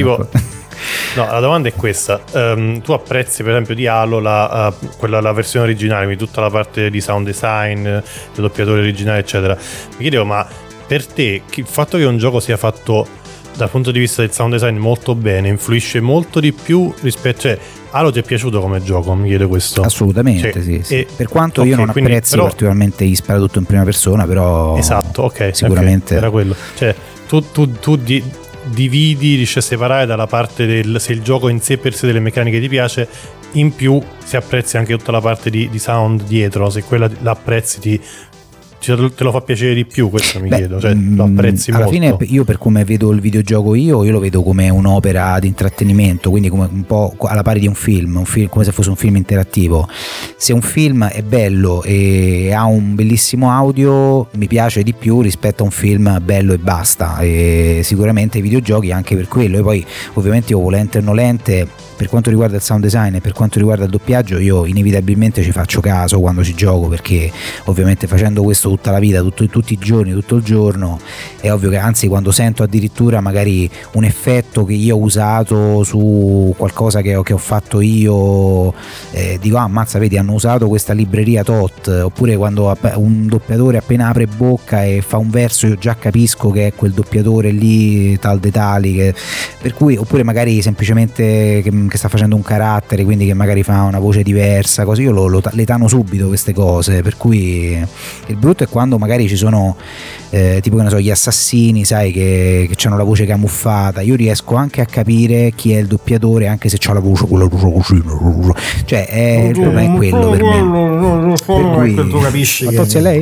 No, la domanda è questa. Tu apprezzi per esempio di Halo la versione originale, quindi tutta la parte di sound design, del doppiatore originale eccetera. Mi chiedevo, ma per te il fatto che un gioco sia fatto dal punto di vista del sound design molto bene influisce molto di più rispetto, cioè Halo ti è piaciuto come gioco? Mi chiede questo. Assolutamente, cioè, sì. Per quanto io non apprezzi particolarmente gli sparatutto in prima persona, però esatto, ok, sicuramente era quello. Cioè tu dividi, riesci a separare dalla parte se il gioco in sé per sé delle meccaniche ti piace, in più se apprezzi anche tutta la parte di sound dietro, se quella l'apprezzi te lo fa piacere di più, questo mi chiedo, cioè lo apprezzi alla molto. Alla fine io, per come vedo il videogioco io lo vedo come un'opera di intrattenimento, quindi come un po' alla pari di un film, come se fosse un film interattivo. Se un film è bello e ha un bellissimo audio, mi piace di più rispetto a un film bello e basta, e sicuramente i videogiochi anche per quello. E poi ovviamente io, volente o nolente, per quanto riguarda il sound design e per quanto riguarda il doppiaggio, io inevitabilmente ci faccio caso quando ci gioco, perché ovviamente facendo questo tutta la vita, tutti i giorni, tutto il giorno, è ovvio che, anzi, quando sento addirittura magari un effetto che io ho usato su qualcosa che ho fatto io, dico ammazza, vedi, hanno usato questa libreria tot. Oppure quando un doppiatore appena apre bocca e fa un verso, io già capisco che è quel doppiatore lì, tal dei tali, per cui, oppure magari semplicemente che sta facendo un carattere, quindi che magari fa una voce diversa, così io le tano subito queste cose. Per cui il brutto è quando magari ci sono tipo, che ne so, gli assassini, sai, che hanno la voce camuffata. Io riesco anche a capire chi è il doppiatore, anche se c'ha la voce quella così, cioè il problema è quello per me. Per cui tu capisci Fantozzi è lei?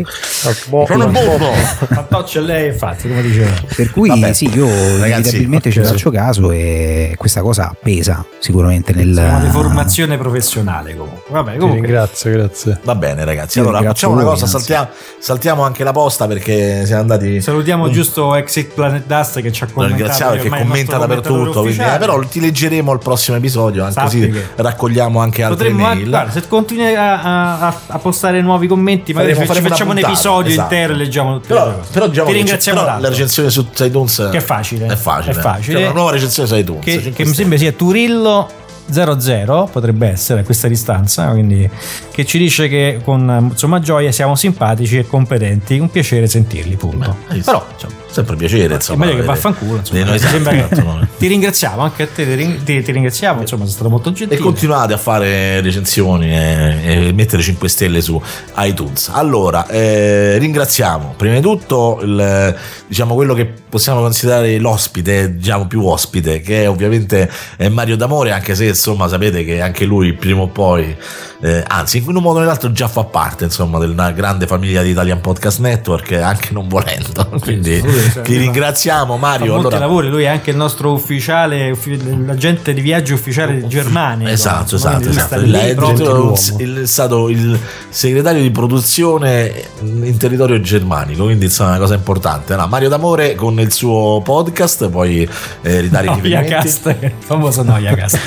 Fantozzi è lei, infatti, come diceva. Per cui sì, io inevitabilmente ci faccio caso, e questa cosa pesa sicuramente nel... È una deformazione professionale comunque. Vabbè, comunque. Ringrazio, grazie. Va bene ragazzi, allora facciamo una cosa, saltiamo anche la posta, perché siamo andati... Salutiamo giusto Exit Planet Dust che ci ha commentato. Ringraziamo, perché commenta dappertutto, quindi, però ti leggeremo al prossimo episodio, anche così raccogliamo anche altre mail. Guarda, se continui a postare nuovi commenti, magari facciamo un episodio intero e leggiamo tutte le cose. Però diciamo, ti ringraziamo tanto. La recensione su iTunes che è facile. C'è una nuova recensione su iTunes che mi sembra sia Turillo 00, potrebbe essere a questa distanza, quindi, che ci dice che con insomma gioia siamo simpatici e competenti, un piacere sentirli, punto. Però sempre piacere, insomma, è meglio che vaffanculo, ti ringraziamo, anche a te ti ringraziamo, insomma, sei stato molto gentile, e continuate a fare recensioni e mettere 5 stelle su iTunes. Allora ringraziamo prima di tutto diciamo quello che possiamo considerare l'ospite, diciamo più ospite, che è ovviamente Mario D'Amore, anche se insomma sapete che anche lui prima o poi anzi in un modo o nell'altro già fa parte, insomma, della grande famiglia di Italian Podcast Network, anche non volendo, quindi ti ringraziamo Mario. Fa molti lavori, lui è anche il nostro ufficiale, l'agente di viaggio ufficiale di Germania. Esatto. È stato il segretario di produzione in territorio germanico, quindi insomma è una cosa importante. No, Mario D'Amore con il suo podcast, poi ridare i riferimenti. Il famoso Noiacast.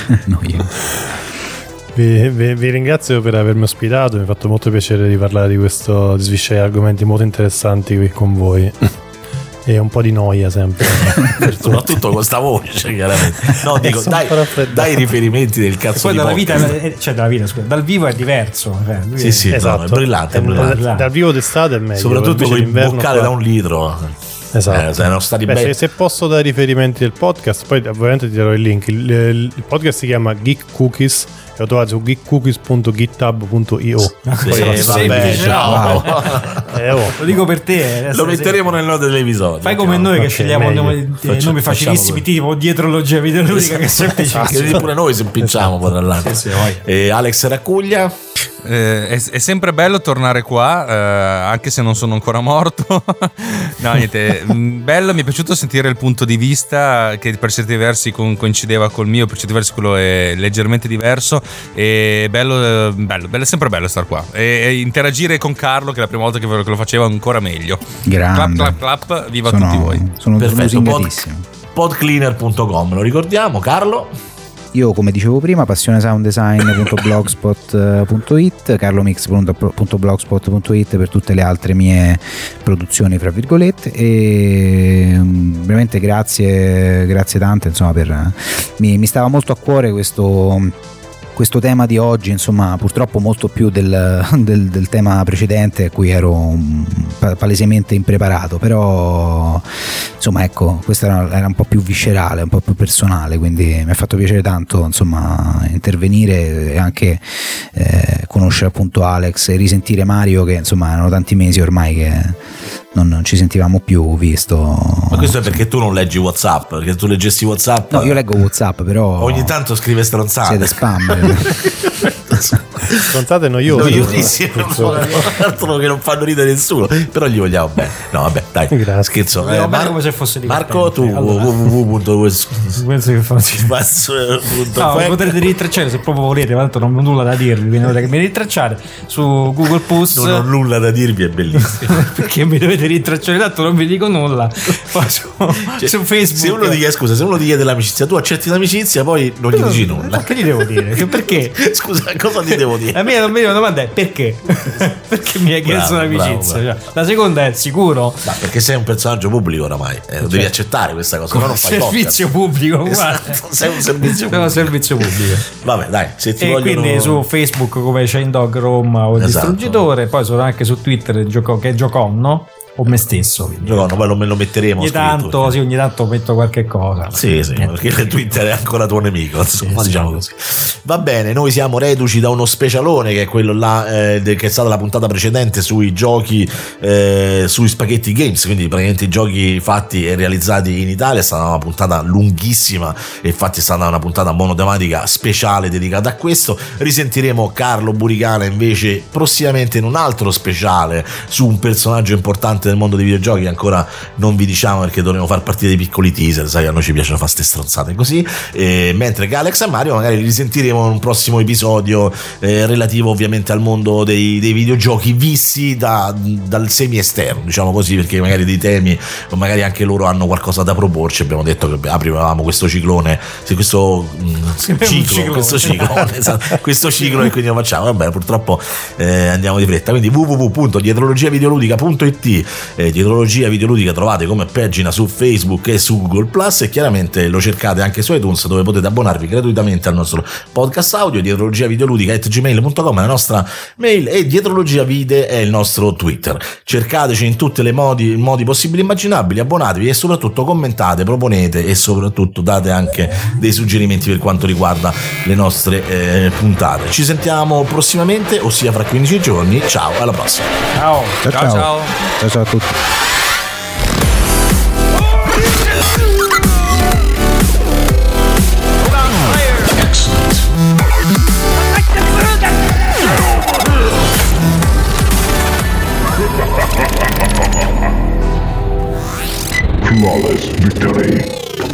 Vi ringrazio per avermi ospitato, mi ha fatto molto piacere di parlare di questo, di sviscerare argomenti molto interessanti qui con voi. E un po' di noia sempre. Soprattutto con sta voce, chiaramente. No, dico, dai riferimenti del cazzo poi di dalla vita, dal vivo è diverso. Sì, esatto. No, è brillante. Dal vivo d'estate è meglio. Soprattutto con il boccale da 1 litro. Esatto. Se posso dare riferimenti del podcast, poi ovviamente ti darò il link. Il podcast si chiama Geek Cookies, lo trovate su geekcookies.github.io. Lo dico per te, lo metteremo nel note dell'episodio. Fai come noi che scegliamo nomi facilissimi, tipo dietrologia videoludica, che è semplice. Pure noi se pinciamo poi tra l'altro. Alex Raccuglia. È sempre bello tornare qua, anche se non sono ancora morto. No, niente, bello, mi è piaciuto sentire il punto di vista che per certi versi coincideva col mio, per certi versi quello è leggermente diverso. E bello, è sempre bello star qua e interagire con Carlo, che è la prima volta che lo faceva, ancora meglio. Grande. Clap, viva tutti voi. Sono perfetto. Podcleaner.com, lo ricordiamo. Carlo? Io, come dicevo prima, passionesounddesign.blogspot.it, carlomix.blogspot.it per tutte le altre mie produzioni, fra virgolette, e veramente grazie tante, insomma, mi stava molto a cuore questo tema di oggi, insomma, purtroppo molto più del tema precedente a cui ero palesemente impreparato, però insomma, ecco, questo era un po' più viscerale, un po' più personale, quindi mi ha fatto piacere tanto, insomma, intervenire e anche conoscere appunto Alex e risentire Mario, che insomma erano tanti mesi ormai che non ci sentivamo più, visto. Ma questo è perché tu non leggi WhatsApp, perché tu leggessi WhatsApp. No, io leggo WhatsApp, però ogni tanto scrive stronzate. Siete spam. Stronzate noiosissimo, altro che non fanno ridere nessuno, però gli vogliamo bene. No, vabbè, dai, scherzo. Come se fosse Marco, tu potrete rintracciare se proprio volete, tanto non ho nulla da dirvi, quindi che mi rintracciare su Google Plus. Non ho nulla da dirvi, è bellissimo. Perché mi dovete rintracciare, tanto non vi dico nulla. Su Facebook. Se uno ti chiede l'amicizia, tu accetti l'amicizia, poi non gli dici nulla. Che gli devo dire? Perché? Scusa, cosa ti devo dire? La mia domanda è perché? Perché mi hai chiesto l'amicizia? Cioè, la seconda è sicuro? Ma perché sei un personaggio pubblico oramai, lo devi accettare questa cosa. Un servizio pubblico, esatto, sei un servizio pubblico. Vabbè, dai, se ti vogliono... quindi su Facebook come Chain Dog Roma o il distruggitore, poi sono anche su Twitter che è Gioconno o me stesso. Gioconno, poi lo metteremo. Ogni tanto metto qualche cosa. Sì, perché Twitter è ancora tuo nemico, insomma, diciamo così. Va bene, noi siamo reduci da uno specialone che è quello là che è stata la puntata precedente sui giochi sui Spaghetti Games, quindi praticamente i giochi fatti e realizzati in Italia. È stata una puntata lunghissima e infatti è stata una puntata monotematica speciale dedicata a questo. Risentiremo Carlo Buricana invece prossimamente in un altro speciale su un personaggio importante del mondo dei videogiochi, ancora non vi diciamo perché dovremo far partire dei piccoli teaser, sai, a noi ci piacciono fare ste stronzate così, mentre Galax e Mario magari li risentiremo in un prossimo episodio relativo ovviamente al mondo dei videogiochi visti dal semi esterno, diciamo così, perché magari dei temi o magari anche loro hanno qualcosa da proporci. Abbiamo detto che aprivamo questo ciclone, questo ciclo e quindi lo facciamo. Vabbè, purtroppo andiamo di fretta, quindi www.dietrologiavideoludica.it. Dietrologia Videoludica trovate come pagina su Facebook e su Google Plus, e chiaramente lo cercate anche su iTunes, dove potete abbonarvi gratuitamente al nostro podcast audio. dietrologiavideoludica@gmail.com è la nostra mail e dietrologiavide è il nostro Twitter. Cercateci in tutti i modi possibili e immaginabili, abbonatevi e soprattutto commentate, proponete e soprattutto date anche dei suggerimenti per quanto riguarda le nostre puntate. Ci sentiamo prossimamente, ossia fra 15 giorni. Ciao, alla prossima. Ciao a tutti. Flawless victory.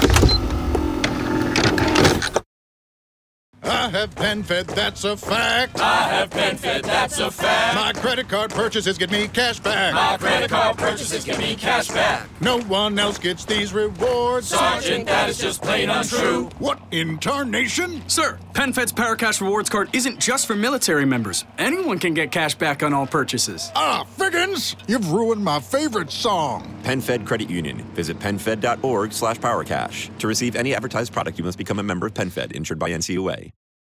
I have been fed, that's a fact. I have been fed, that's a fact. My credit card purchases get me cash back. My credit card purchases get me cash back. No one else gets these rewards. Sergeant, that is just plain untrue. What in tarnation? Sir, PenFed's Paracash Rewards Card isn't just for military members. Anyone can get cash back on all purchases. Ah, Figgins! You've ruined my favorite song. PenFed Credit Union. Visit penfed.org/powercash. To receive any advertised product, you must become a member of PenFed, insured by NCUA.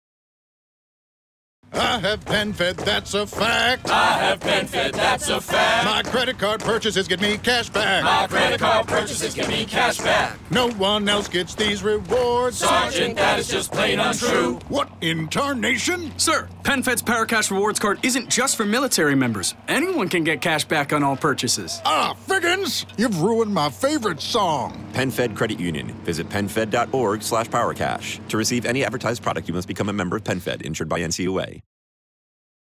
I have been fed, that's a fact. I have been fed, that's a fact. My credit card purchases get me cash back. My credit card purchases get me cash back. No one else gets these rewards. Sergeant, that is just plain untrue. What in tarnation? Sir, PenFed's Paracash Rewards Card isn't just for military members. Anyone can get cash back on all purchases. Ah, Figgins! You've ruined my favorite song. PenFed Credit Union. Visit penfed.org/powercash. To receive any advertised product, you must become a member of PenFed, insured by NCUA.